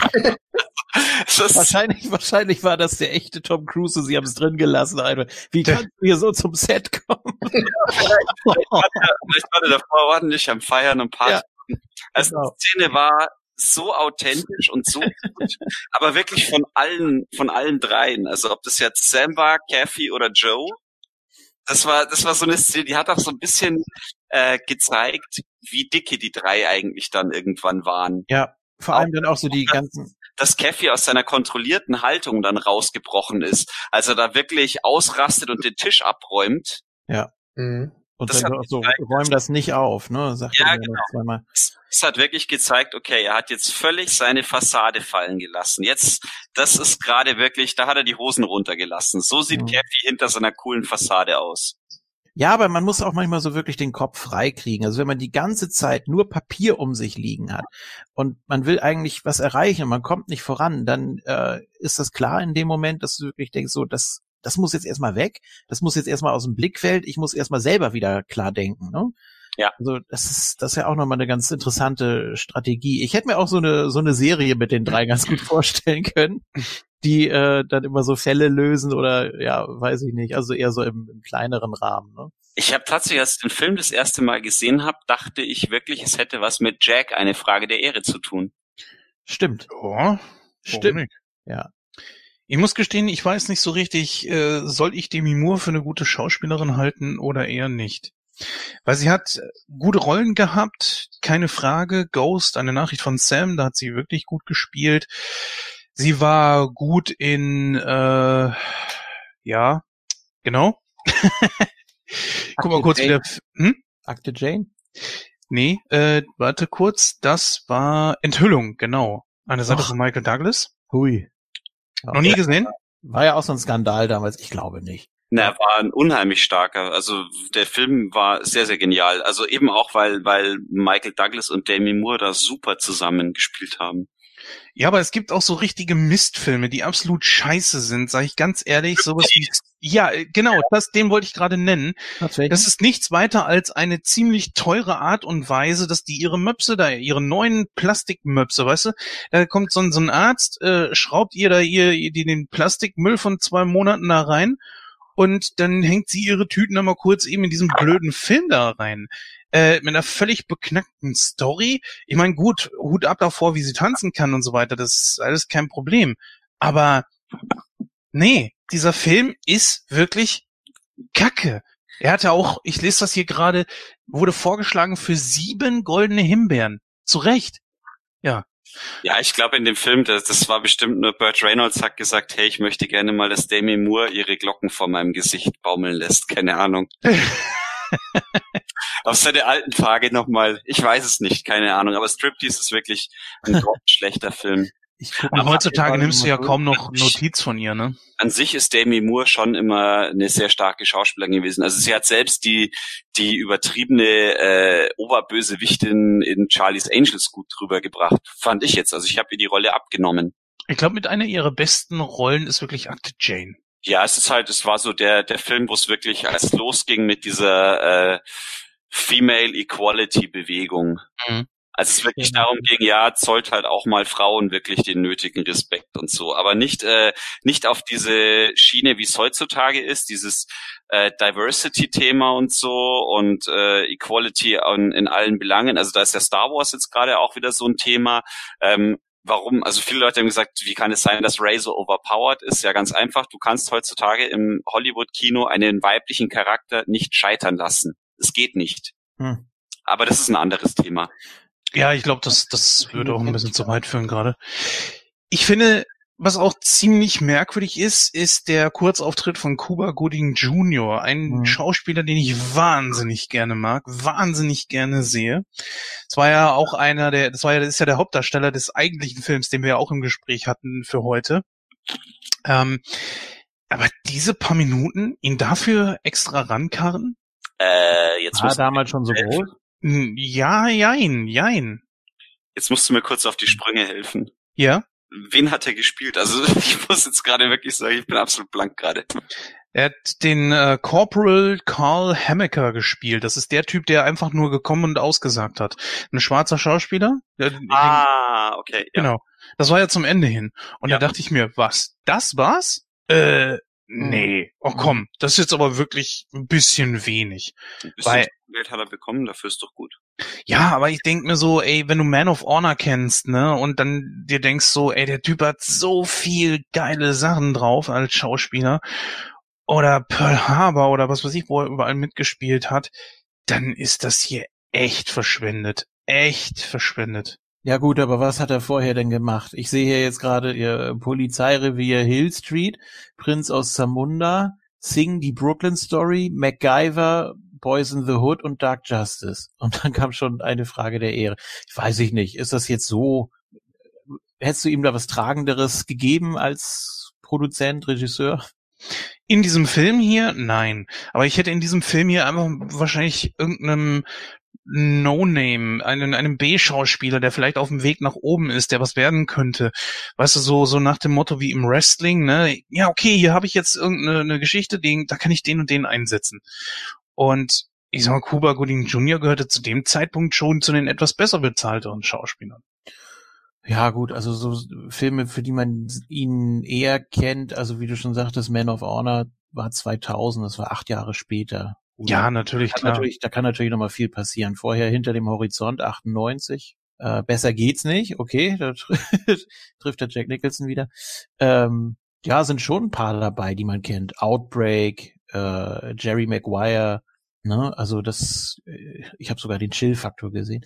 Wahrscheinlich war das der echte Tom Cruise und sie haben es drin gelassen. Einfach. Wie kannst du hier so zum Set kommen? Vielleicht war der davor ordentlich am Feiern und Party. Ja, also genau. Die Szene war so authentisch und so gut, aber wirklich von allen dreien. Also ob das jetzt Sam war, Kathy oder Joe, das war so eine Szene, die hat auch so ein bisschen gezeigt, wie dicke die drei eigentlich dann irgendwann waren. Ja, vor allem dann auch so die ganzen... Dass Kathy aus seiner kontrollierten Haltung dann rausgebrochen ist, als er da wirklich ausrastet und den Tisch abräumt. Ja. Mhm. Und das dann so, räum das nicht auf, ne? Sagt ja, genau. Zweimal. Es hat wirklich gezeigt, okay, er hat jetzt völlig seine Fassade fallen gelassen. Jetzt, das ist gerade wirklich, da hat er die Hosen runtergelassen. So sieht Kathy hinter seiner coolen Fassade aus. Ja, aber man muss auch manchmal so wirklich den Kopf frei kriegen. Also wenn man die ganze Zeit nur Papier um sich liegen hat und man will eigentlich was erreichen und man kommt nicht voran, dann ist das klar in dem Moment, dass du wirklich denkst, so, das muss jetzt erstmal weg, das muss jetzt erstmal aus dem Blickfeld, ich muss erstmal selber wieder klar denken, ne? Ja. Also das ist ja auch nochmal eine ganz interessante Strategie. Ich hätte mir auch so eine Serie mit den drei ganz gut vorstellen können, die dann immer so Fälle lösen oder ja, weiß ich nicht, also eher so im kleineren Rahmen. Ne? Ich habe tatsächlich, als ich den Film das erste Mal gesehen habe, dachte ich wirklich, es hätte was mit Jack, eine Frage der Ehre zu tun. Stimmt. Oh, stimmt. Nicht? Ja. Ich muss gestehen, ich weiß nicht so richtig, soll ich Demi Moore für eine gute Schauspielerin halten oder eher nicht? Weil sie hat gute Rollen gehabt, keine Frage. Ghost, eine Nachricht von Sam, da hat sie wirklich gut gespielt. Sie war gut in, ja, genau. Guck mal kurz wieder. Akte Jane? Nee, warte kurz, das war Enthüllung, genau. Eine Seite von Michael Douglas. Hui. Noch nie gesehen? War ja auch so ein Skandal damals, ich glaube nicht. Na, war ein unheimlich starker. Also der Film war sehr, sehr genial. Also eben auch, weil Michael Douglas und Demi Moore da super zusammen gespielt haben. Ja, aber es gibt auch so richtige Mistfilme, die absolut scheiße sind, sage ich ganz ehrlich. Sowas wie, ja, genau, den wollte ich gerade nennen. Das ist nichts weiter als eine ziemlich teure Art und Weise, dass die ihre Möpse da, ihre neuen Plastikmöpse, weißt du, da kommt so ein Arzt, schraubt ihr den Plastikmüll von 2 Monaten da rein und dann hängt sie ihre Tüten dann mal kurz eben in diesen blöden Film da rein. Mit einer völlig beknackten Story. Ich meine, gut, Hut ab davor, wie sie tanzen kann und so weiter, das ist alles kein Problem. Aber nee, dieser Film ist wirklich Kacke. Er hatte auch, ich lese das hier gerade, wurde vorgeschlagen für 7 goldene Himbeeren. Zu Recht. Ja. Ja, ich glaube in dem Film, das war bestimmt nur Burt Reynolds hat gesagt, hey, ich möchte gerne mal, dass Demi Moore ihre Glocken vor meinem Gesicht baumeln lässt. Keine Ahnung. Auf seine alten Tage nochmal, ich weiß es nicht, keine Ahnung, aber Striptease ist wirklich ein schlechter Film. Aber heutzutage nimmst du ja kaum noch Notiz von ihr, ne? An sich ist Demi Moore schon immer eine sehr starke Schauspielerin gewesen. Also sie hat selbst die übertriebene Oberbösewichtin in Charlie's Angels gut drüber gebracht, fand ich jetzt. Also ich habe ihr die Rolle abgenommen. Ich glaube, mit einer ihrer besten Rollen ist wirklich Akte Jane. Ja, es war so der Film, wo es wirklich als losging mit dieser Female Equality Bewegung. Mhm. Also es wirklich darum ging, ja, zollt halt auch mal Frauen wirklich den nötigen Respekt und so. Aber nicht auf diese Schiene, wie es heutzutage ist, dieses Diversity-Thema und so und Equality in allen Belangen. Also da ist ja Star Wars jetzt gerade auch wieder so ein Thema. Warum? Also viele Leute haben gesagt, wie kann es sein, dass Rey so overpowered ist? Ja, ganz einfach. Du kannst heutzutage im Hollywood-Kino einen weiblichen Charakter nicht scheitern lassen. Es geht nicht. Aber das ist ein anderes Thema. Ja, ich glaube, das würde auch ein bisschen zu weit führen gerade. Ich finde, was auch ziemlich merkwürdig ist der Kurzauftritt von Cuba Gooding Jr., ein Schauspieler, den ich wahnsinnig gerne mag, wahnsinnig gerne sehe. Das ist ja der Hauptdarsteller des eigentlichen Films, den wir ja auch im Gespräch hatten für heute. Aber diese paar Minuten, ihn dafür extra rankarren? Jetzt War damals schon so groß? Ja, jein. Jetzt musst du mir kurz auf die Sprünge helfen. Ja? Wen hat er gespielt? Also ich muss jetzt gerade wirklich sagen, ich bin absolut blank gerade. Er hat den Corporal Carl Hammaker gespielt. Das ist der Typ, der einfach nur gekommen und ausgesagt hat. Ein schwarzer Schauspieler. Okay. Ja. Genau. Das war ja zum Ende hin. Und da dachte ich mir, was? Das war's? Nee. Oh komm, das ist jetzt aber wirklich ein bisschen wenig. Ein bisschen Geld hat er bekommen, dafür ist doch gut. Ja, aber ich denk mir so, ey, wenn du Man of Honor kennst, ne, und dann dir denkst so, ey, der Typ hat so viel geile Sachen drauf als Schauspieler, oder Pearl Harbor oder was weiß ich, wo er überall mitgespielt hat, dann ist das hier echt verschwendet. Echt verschwendet. Ja gut, aber was hat er vorher denn gemacht? Ich sehe hier jetzt gerade ihr Polizeirevier Hill Street, Prinz aus Zamunda, Sing, die Brooklyn Story, MacGyver, Boys in the Hood und Dark Justice. Und dann kam schon eine Frage der Ehre. Ich weiß nicht, ist das jetzt so, hättest du ihm da was Tragenderes gegeben als Produzent, Regisseur? In diesem Film hier? Nein. Aber ich hätte in diesem Film hier einfach wahrscheinlich irgendeinem No-Name, einem B-Schauspieler, der vielleicht auf dem Weg nach oben ist, der was werden könnte. Weißt du, so nach dem Motto wie im Wrestling, ne? Ja, okay, hier habe ich jetzt irgendeine Geschichte, da kann ich den und den einsetzen. Und ich sag mal, Cuba Gooding Jr. gehörte zu dem Zeitpunkt schon zu den etwas besser bezahlteren Schauspielern. Ja gut, also so Filme, für die man ihn eher kennt, also wie du schon sagtest, Man of Honor war 2000, das war 8 Jahre später. Ja, natürlich, klar. Da kann natürlich noch mal viel passieren. Vorher Hinter dem Horizont, 98. Besser geht's nicht, okay, da trifft der Jack Nicholson wieder. Ja, sind schon ein paar dabei, die man kennt. Outbreak, Jerry Maguire, ne, also ich habe sogar den Chill-Faktor gesehen.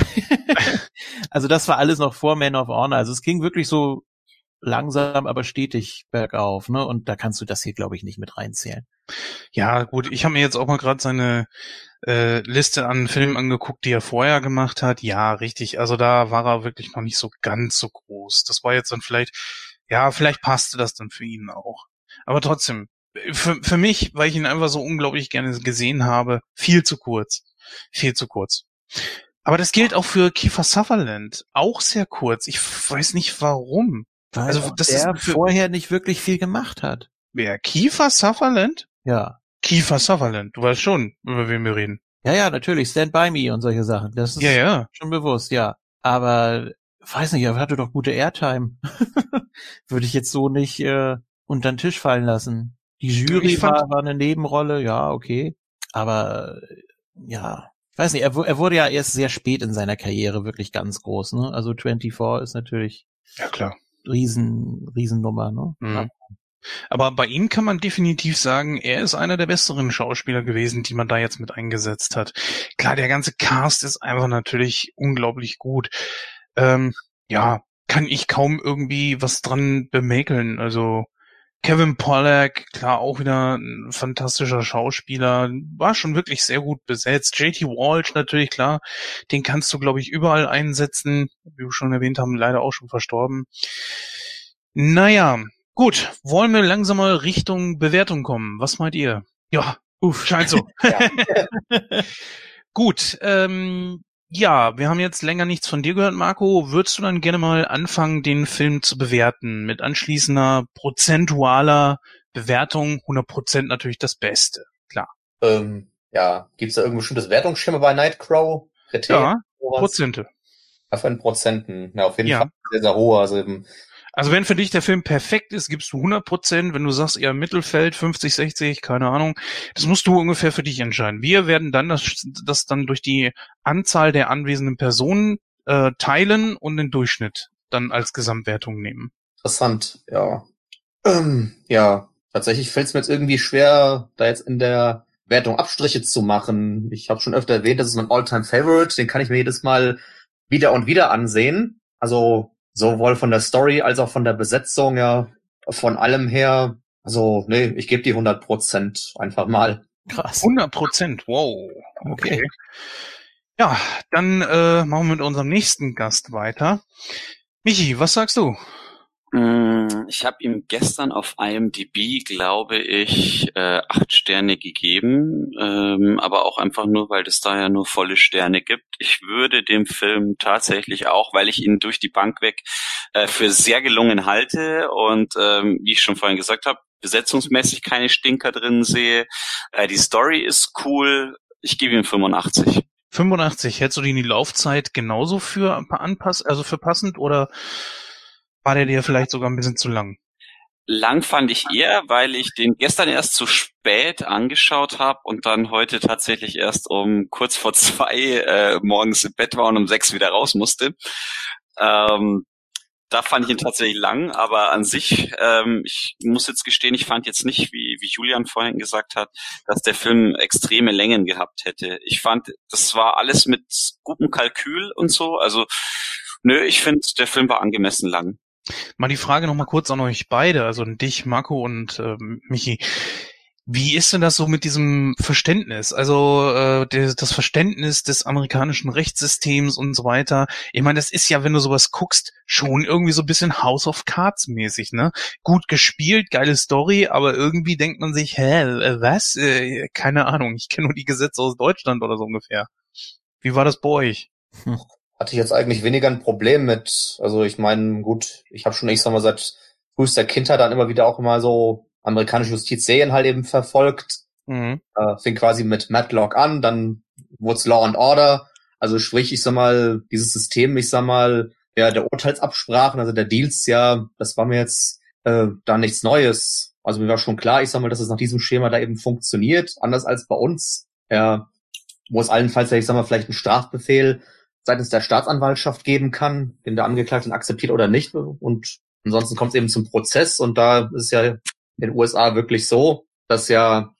Also das war alles noch vor Man of Honor. Also es ging wirklich so langsam, aber stetig bergauf, ne? Und da kannst du das hier, glaube ich, nicht mit reinzählen. Ja, gut, ich habe mir jetzt auch mal gerade seine Liste an Filmen angeguckt, die er vorher gemacht hat. Ja, richtig, also da war er wirklich noch nicht so ganz so groß. Das war jetzt dann vielleicht passte das dann für ihn auch. Aber trotzdem, für mich, weil ich ihn einfach so unglaublich gerne gesehen habe, viel zu kurz. Viel zu kurz. Aber das gilt auch für Kiefer Sutherland. Auch sehr kurz. Ich weiß nicht warum. Weil also das der ist vorher nicht wirklich viel gemacht hat. Wer? Kiefer Sutherland? Ja. Kiefer Sutherland. Du weißt schon, über wen wir reden. Ja, natürlich. Stand By Me und solche Sachen. Das ist schon bewusst, ja. Aber, weiß nicht, er hatte doch gute Airtime. Würde ich jetzt so nicht unter den Tisch fallen lassen. Die Jury war eine Nebenrolle, ja, okay. Aber, ja, ich weiß nicht, er wurde ja erst sehr spät in seiner Karriere wirklich ganz groß, ne? Also 24 ist natürlich ja klar Riesennummer, ne? Mhm. Aber bei ihm kann man definitiv sagen, er ist einer der besseren Schauspieler gewesen, die man da jetzt mit eingesetzt hat. Klar, der ganze Cast ist einfach natürlich unglaublich gut. Ja, kann ich kaum irgendwie was dran bemäkeln. Also Kevin Pollak, klar, auch wieder ein fantastischer Schauspieler, war schon wirklich sehr gut besetzt. J.T. Walsh natürlich, klar, den kannst du, glaube ich, überall einsetzen. Wie wir schon erwähnt haben, leider auch schon verstorben. Naja, gut, wollen wir langsam mal Richtung Bewertung kommen. Was meint ihr? Ja, scheint so. Gut, ja, wir haben jetzt länger nichts von dir gehört, Marco. Würdest du dann gerne mal anfangen, den Film zu bewerten mit anschließender prozentualer Bewertung? 100% natürlich das Beste, klar. Ja, gibt's da irgendein bestimmtes Wertungsschema bei Nightcrow? Ja, Prozente. Auf in Prozenten. Ja, auf jeden Fall sehr, sehr hohe. Also wenn für dich der Film perfekt ist, gibst du 100%. Wenn du sagst eher Mittelfeld, 50, 60, keine Ahnung, das musst du ungefähr für dich entscheiden. Wir werden dann das dann durch die Anzahl der anwesenden Personen teilen und den Durchschnitt dann als Gesamtwertung nehmen. Interessant, ja. Ja, tatsächlich fällt es mir jetzt irgendwie schwer, da jetzt in der Wertung Abstriche zu machen. Ich habe schon öfter erwähnt, das ist mein All-Time-Favorite. Den kann ich mir jedes Mal wieder und wieder ansehen. Also sowohl von der Story als auch von der Besetzung, ja, von allem her. Also, nee, ich gebe die 100% einfach mal. Krass. 100%, wow. Okay. Ja, dann machen wir mit unserem nächsten Gast weiter. Michi, was sagst du? Ich habe ihm gestern auf IMDb, glaube ich, 8 Sterne gegeben, aber auch einfach nur, weil es da ja nur volle Sterne gibt. Ich würde dem Film tatsächlich auch, weil ich ihn durch die Bank weg für sehr gelungen halte und wie ich schon vorhin gesagt habe, besetzungsmäßig keine Stinker drin sehe. Die Story ist cool. Ich gebe ihm 85. 85, hättest du die Laufzeit genauso für für passend oder war der dir vielleicht sogar ein bisschen zu lang? Lang fand ich eher, weil ich den gestern erst zu spät angeschaut habe und dann heute tatsächlich erst um kurz vor 2 morgens im Bett war und um 6 wieder raus musste. Da fand ich ihn tatsächlich lang, aber an sich, ich muss jetzt gestehen, ich fand jetzt nicht, wie Julian vorhin gesagt hat, dass der Film extreme Längen gehabt hätte. Ich fand, das war alles mit gutem Kalkül und so. Also, ich finde, der Film war angemessen lang. Mal die Frage noch mal kurz an euch beide, also an dich, Marco und Michi. Wie ist denn das so mit diesem Verständnis? Also das Verständnis des amerikanischen Rechtssystems und so weiter. Ich meine, das ist ja, wenn du sowas guckst, schon irgendwie so ein bisschen House of Cards mäßig, ne? Gut gespielt, geile Story, aber irgendwie denkt man sich, was? Keine Ahnung, ich kenne nur die Gesetze aus Deutschland oder so ungefähr. Wie war das bei euch? Hatte ich jetzt eigentlich weniger ein Problem mit. Also ich meine, gut, ich habe schon, ich sag mal, seit frühester Kindheit dann immer wieder auch immer so amerikanische Justizserien halt eben verfolgt. Fing quasi mit Matlock an, dann wurde Law and Order. Also sprich, ich sag mal, dieses System, ich sag mal, ja, der Urteilsabsprachen, also der Deals, ja, das war mir jetzt da nichts Neues. Also mir war schon klar, ich sag mal, dass es nach diesem Schema da eben funktioniert, anders als bei uns. Ja, wo es allenfalls, ich sag mal, vielleicht einen Strafbefehl seitens der Staatsanwaltschaft geben kann, den der Angeklagte akzeptiert oder nicht. Und ansonsten kommt es eben zum Prozess. Und da ist es ja in den USA wirklich so, dass ja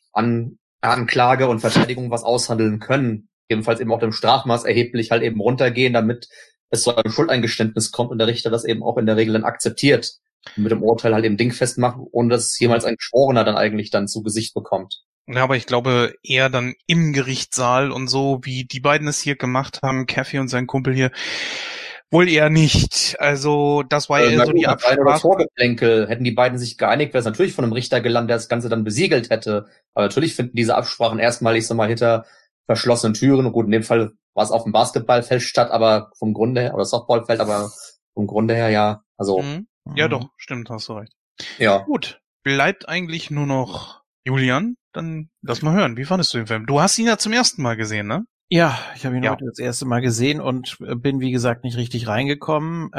Anklage und Verteidigung was aushandeln können. Ebenfalls eben auch dem Strafmaß erheblich halt eben runtergehen, damit es zu einem Schuldeingeständnis kommt und der Richter das eben auch in der Regel dann akzeptiert. Und mit dem Urteil halt eben dingfest macht, ohne dass jemals ein Geschworener dann eigentlich dann zu Gesicht bekommt. Ja, aber ich glaube eher dann im Gerichtssaal und so, wie die beiden es hier gemacht haben, Kathy und sein Kumpel hier, wohl eher nicht. Also das war eher so die Absprache. Oder Vorgeplänkel. Hätten die beiden sich geeinigt, wäre es natürlich von einem Richter gelandet, der das Ganze dann besiegelt hätte. Aber natürlich finden diese Absprachen erstmal, ich sag mal, hinter verschlossenen Türen. Und gut, in dem Fall war es auf dem Basketballfeld statt, aber vom Grunde her, oder Softballfeld, aber vom Grunde her ja. Also. Ja, doch, stimmt, hast du recht. Ja. Gut, bleibt eigentlich nur noch Julian. Dann lass mal hören. Wie fandest du den Film? Du hast ihn ja zum ersten Mal gesehen, ne? Ja, ich habe ihn heute das erste Mal gesehen und bin, wie gesagt, nicht richtig reingekommen.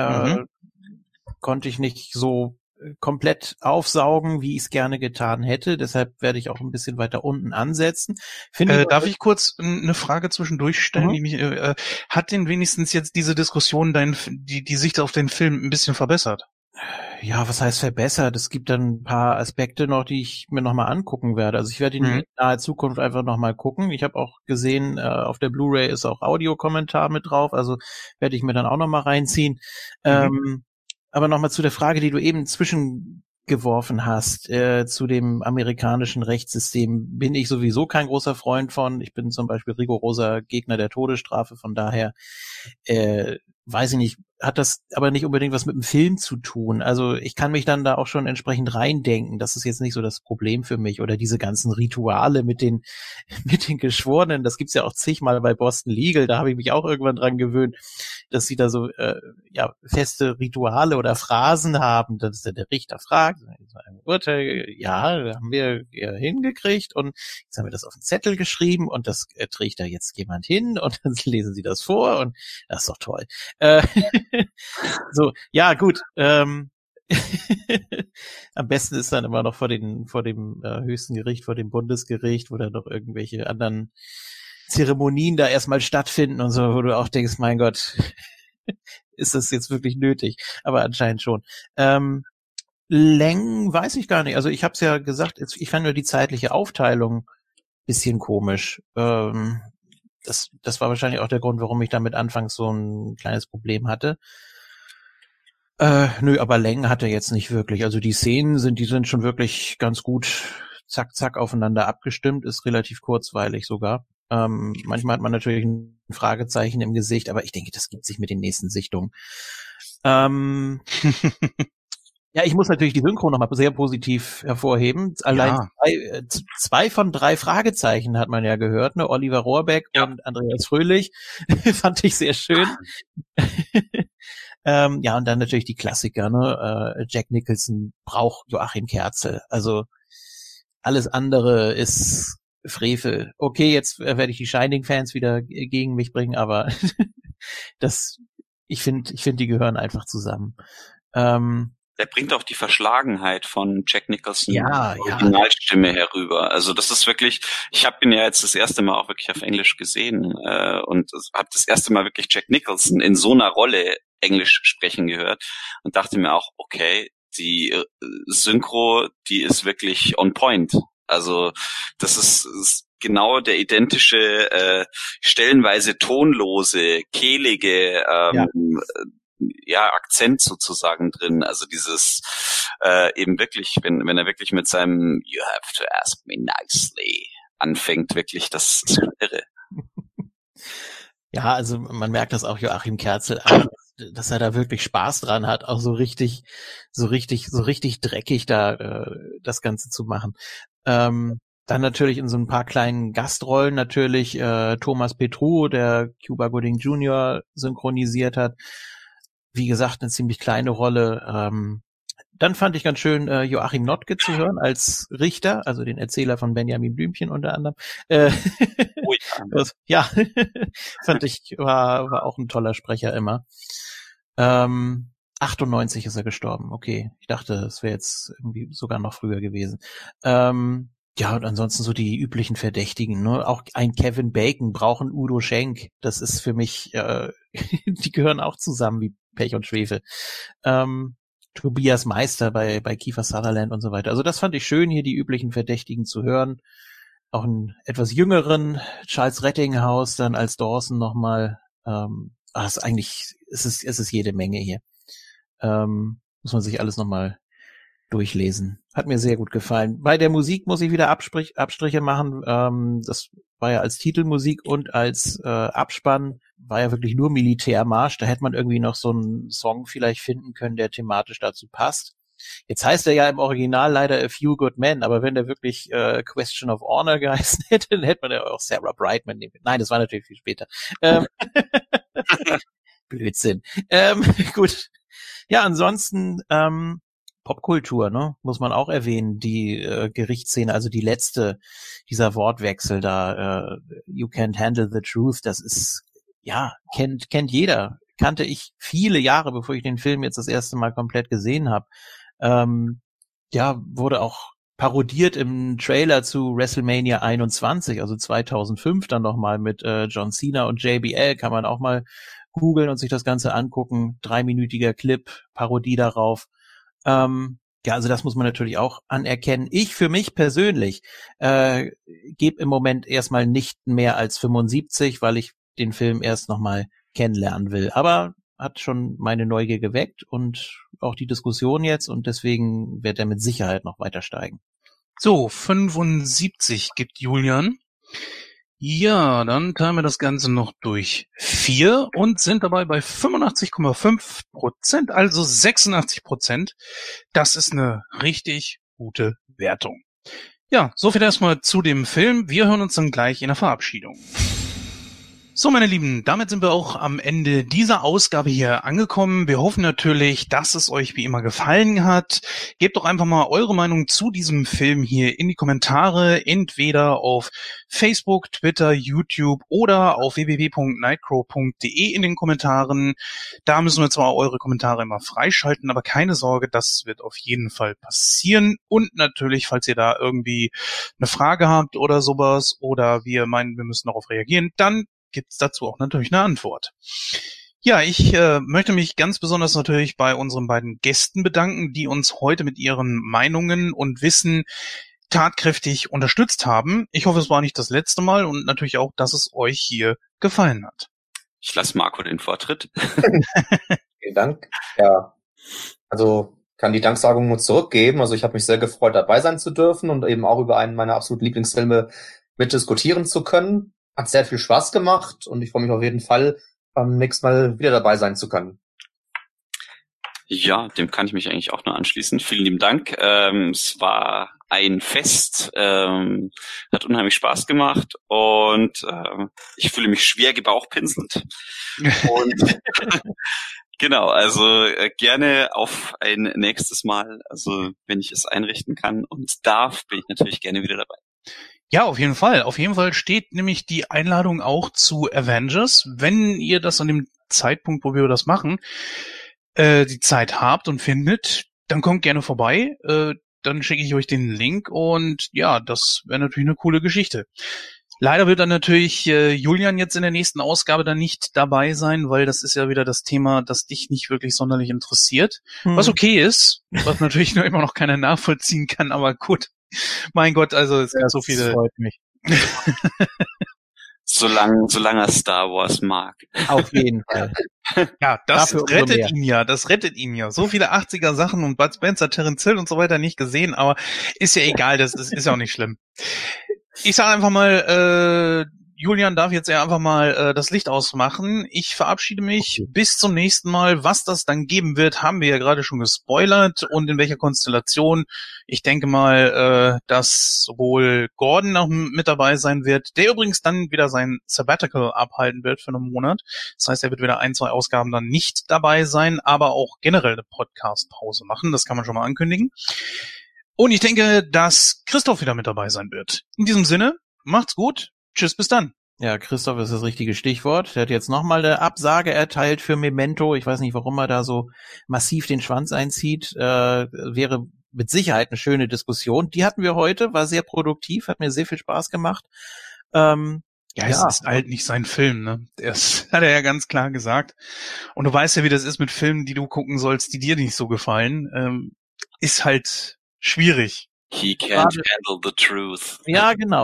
Konnte ich nicht so komplett aufsaugen, wie ich es gerne getan hätte. Deshalb werde ich auch ein bisschen weiter unten ansetzen. Darf ich kurz eine Frage zwischendurch stellen? Hat denn wenigstens jetzt diese Diskussion die Sicht auf den Film ein bisschen verbessert? Ja, was heißt verbessert? Es gibt dann ein paar Aspekte noch, die ich mir nochmal angucken werde. Also ich werde ihn in naher Zukunft einfach nochmal gucken. Ich habe auch gesehen, auf der Blu-ray ist auch Audiokommentar mit drauf, also werde ich mir dann auch nochmal reinziehen. Aber nochmal zu der Frage, die du eben zwischengeworfen hast, zu dem amerikanischen Rechtssystem, bin ich sowieso kein großer Freund von. Ich bin zum Beispiel rigoroser Gegner der Todesstrafe, von daher weiß ich nicht, hat das aber nicht unbedingt was mit dem Film zu tun. Also ich kann mich dann da auch schon entsprechend reindenken. Das ist jetzt nicht so das Problem für mich. Oder diese ganzen Rituale mit den Geschworenen. Das gibt's ja auch zigmal bei Boston Legal. Da habe ich mich auch irgendwann dran gewöhnt, dass sie da so feste Rituale oder Phrasen haben. Dass der Richter fragt, ein Urteil, ja, haben wir hingekriegt und jetzt haben wir das auf den Zettel geschrieben und das trägt da jetzt jemand hin und dann lesen sie das vor und das ist doch toll. So, ja, gut. Am besten ist dann immer noch vor dem höchsten Gericht, vor dem Bundesgericht, wo dann noch irgendwelche anderen Zeremonien da erstmal stattfinden und so, wo du auch denkst, mein Gott, ist das jetzt wirklich nötig? Aber anscheinend schon. Längen weiß ich gar nicht. Also ich habe es ja gesagt, ich fand nur die zeitliche Aufteilung bisschen komisch. Das war wahrscheinlich auch der Grund, warum ich damit anfangs so ein kleines Problem hatte. Nö, aber Längen hat er jetzt nicht wirklich. Also die Szenen sind schon wirklich ganz gut zack, zack aufeinander abgestimmt, ist relativ kurzweilig sogar. Manchmal hat man natürlich ein Fragezeichen im Gesicht, aber ich denke, das gibt sich mit den nächsten Sichtungen. Ja, ich muss natürlich die Synchro nochmal sehr positiv hervorheben. Allein zwei von 3 Fragezeichen hat man ja gehört, ne? Oliver Rohrbeck und Andreas Fröhlich. Fand ich sehr schön. Ja, und dann natürlich die Klassiker, ne? Jack Nicholson braucht Joachim Kerzel. Also alles andere ist Frevel. Okay, jetzt werde ich die Shining-Fans wieder gegen mich bringen, aber ich finde, die gehören einfach zusammen. Der bringt auch die Verschlagenheit von Jack Nicholson Originalstimme herüber. Also das ist wirklich, ich habe ihn ja jetzt das erste Mal auch wirklich auf Englisch gesehen und habe das erste Mal wirklich Jack Nicholson in so einer Rolle Englisch sprechen gehört und dachte mir auch, okay, die Synchro, die ist wirklich on point. Also das ist genau der identische, stellenweise tonlose, kehlige Akzent sozusagen drin. Also dieses eben wirklich, wenn er wirklich mit seinem You have to ask me nicely anfängt, wirklich, das ist irre. Ja, also man merkt das auch Joachim Kerzel an, dass er da wirklich Spaß dran hat, auch so richtig dreckig da das Ganze zu machen. Dann natürlich in so ein paar kleinen Gastrollen natürlich Thomas Petrou, der Cuba Gooding Jr. synchronisiert hat. Wie gesagt, eine ziemlich kleine Rolle. Dann fand ich ganz schön, Joachim Notke zu hören als Richter, also den Erzähler von Benjamin Blümchen unter anderem. Fand ich, war auch ein toller Sprecher immer. 98 ist er gestorben, okay. Ich dachte, es wäre jetzt irgendwie sogar noch früher gewesen. Ja, und ansonsten so die üblichen Verdächtigen, ne? Auch ein Kevin Bacon braucht einen Udo Schenk. Das ist für mich, die gehören auch zusammen wie Pech und Schwefel. Tobias Meister bei Kiefer Sutherland und so weiter. Also das fand ich schön, hier die üblichen Verdächtigen zu hören. Auch einen etwas jüngeren Charles Rettinghaus dann als Dawson nochmal. Es ist jede Menge hier. Muss man sich alles nochmal durchlesen. Hat mir sehr gut gefallen. Bei der Musik muss ich wieder Abstriche machen. Das war ja als Titelmusik und als Abspann war ja wirklich nur Militärmarsch. Da hätte man irgendwie noch so einen Song vielleicht finden können, der thematisch dazu passt. Jetzt heißt er ja im Original leider A Few Good Men, aber wenn der wirklich Question of Honor geheißen hätte, dann hätte man ja auch Sarah Brightman nehmen. Nein, das war natürlich viel später. Blödsinn. Gut. Ja, ansonsten Popkultur, ne, muss man auch erwähnen, die Gerichtsszene, also die letzte, dieser Wortwechsel da, you can't handle the truth, das ist, ja, kennt jeder, kannte ich viele Jahre, bevor ich den Film jetzt das erste Mal komplett gesehen habe. Ja, wurde auch parodiert im Trailer zu WrestleMania 21, also 2005 dann nochmal mit John Cena und JBL, kann man auch mal googeln und sich das Ganze angucken, 3-minütiger Clip, Parodie darauf. Ja, also das muss man natürlich auch anerkennen. Ich für mich persönlich gebe im Moment erstmal nicht mehr als 75, weil ich den Film erst nochmal kennenlernen will. Aber hat schon meine Neugier geweckt und auch die Diskussion jetzt und deswegen wird er mit Sicherheit noch weiter steigen. So, 75 gibt Julian. Ja, dann teilen wir das Ganze noch durch 4 und sind dabei bei 85,5%, also 86%. Das ist eine richtig gute Wertung. Ja, soviel erstmal zu dem Film. Wir hören uns dann gleich in der Verabschiedung. So, meine Lieben, damit sind wir auch am Ende dieser Ausgabe hier angekommen. Wir hoffen natürlich, dass es euch wie immer gefallen hat. Gebt doch einfach mal eure Meinung zu diesem Film hier in die Kommentare, entweder auf Facebook, Twitter, YouTube oder auf www.nightcrow.de in den Kommentaren. Da müssen wir zwar eure Kommentare immer freischalten, aber keine Sorge, das wird auf jeden Fall passieren. Und natürlich, falls ihr da irgendwie eine Frage habt oder sowas oder wir meinen, wir müssen darauf reagieren, dann gibt's dazu auch natürlich eine Antwort. Ja, ich möchte mich ganz besonders natürlich bei unseren beiden Gästen bedanken, die uns heute mit ihren Meinungen und Wissen tatkräftig unterstützt haben. Ich hoffe, es war nicht das letzte Mal und natürlich auch, dass es euch hier gefallen hat. Ich lasse Marco den Vortritt. Vielen Dank. Ja, also kann die Danksagung nur zurückgeben. Also ich habe mich sehr gefreut, dabei sein zu dürfen und eben auch über einen meiner absoluten Lieblingsfilme mitdiskutieren zu können. Hat sehr viel Spaß gemacht und ich freue mich auf jeden Fall, beim nächsten Mal wieder dabei sein zu können. Ja, dem kann ich mich eigentlich auch nur anschließen. Vielen lieben Dank. Es war ein Fest, hat unheimlich Spaß gemacht und ich fühle mich schwer gebauchpinselt. Und genau, also gerne auf ein nächstes Mal. Also wenn ich es einrichten kann und darf, bin ich natürlich gerne wieder dabei. Ja, auf jeden Fall. Auf jeden Fall steht nämlich die Einladung auch zu Avengers. Wenn ihr das an dem Zeitpunkt, wo wir das machen, die Zeit habt und findet, dann kommt gerne vorbei. Dann schicke ich euch den Link und ja, das wäre natürlich eine coole Geschichte. Leider wird dann natürlich Julian jetzt in der nächsten Ausgabe dann nicht dabei sein, weil das ist ja wieder das Thema, das dich nicht wirklich sonderlich interessiert. Was okay ist, was natürlich nur immer noch keiner nachvollziehen kann, aber gut. Mein Gott, also es gibt so viele. Das freut mich. Solange er Star Wars mag. Auf jeden Fall. Ja, das Dafür umso rettet mehr. ihn ja, das rettet ihn ja. So viele 80er Sachen und Bud Spencer, Terence Hill und so weiter nicht gesehen, aber ist ja egal, das ist ja auch nicht schlimm. Ich sage einfach mal, Julian darf jetzt ja einfach mal das Licht ausmachen. Ich verabschiede mich. Bis zum nächsten Mal. Was das dann geben wird, haben wir ja gerade schon gespoilert und in welcher Konstellation. Ich denke mal, dass sowohl Gordon noch mit dabei sein wird, der übrigens dann wieder sein Sabbatical abhalten wird für einen Monat. Das heißt, er wird wieder 1, 2 Ausgaben dann nicht dabei sein, aber auch generell eine Podcast-Pause machen. Das kann man schon mal ankündigen. Und ich denke, dass Christoph wieder mit dabei sein wird. In diesem Sinne, macht's gut. Tschüss, bis dann. Ja, Christoph ist das richtige Stichwort. Der hat jetzt nochmal eine Absage erteilt für Memento. Ich weiß nicht, warum er da so massiv den Schwanz einzieht. Wäre mit Sicherheit eine schöne Diskussion. Die hatten wir heute, war sehr produktiv, hat mir sehr viel Spaß gemacht. Ja, es ist halt nicht sein Film, ne? Das hat er ja ganz klar gesagt. Und du weißt ja, wie das ist mit Filmen, die du gucken sollst, die dir nicht so gefallen. Ist halt schwierig. He can't handle the truth. Ja, genau.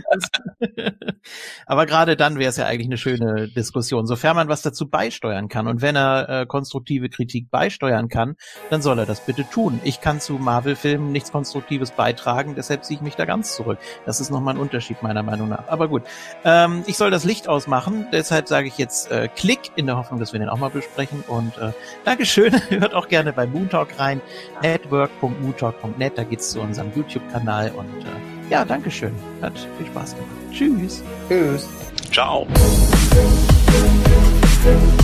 Aber gerade dann wäre es ja eigentlich eine schöne Diskussion, sofern man was dazu beisteuern kann. Und wenn er konstruktive Kritik beisteuern kann, dann soll er das bitte tun. Ich kann zu Marvel-Filmen nichts Konstruktives beitragen, deshalb ziehe ich mich da ganz zurück. Das ist nochmal ein Unterschied meiner Meinung nach. Aber gut, ich soll das Licht ausmachen, deshalb sage ich jetzt Klick, in der Hoffnung, dass wir den auch mal besprechen. Und Dankeschön, hört auch gerne bei Moon Talk rein, network.moontalk.net, da geht's zu unserem YouTube-Kanal und ja, Dankeschön. Hat viel Spaß gemacht. Tschüss. Tschüss. Ciao.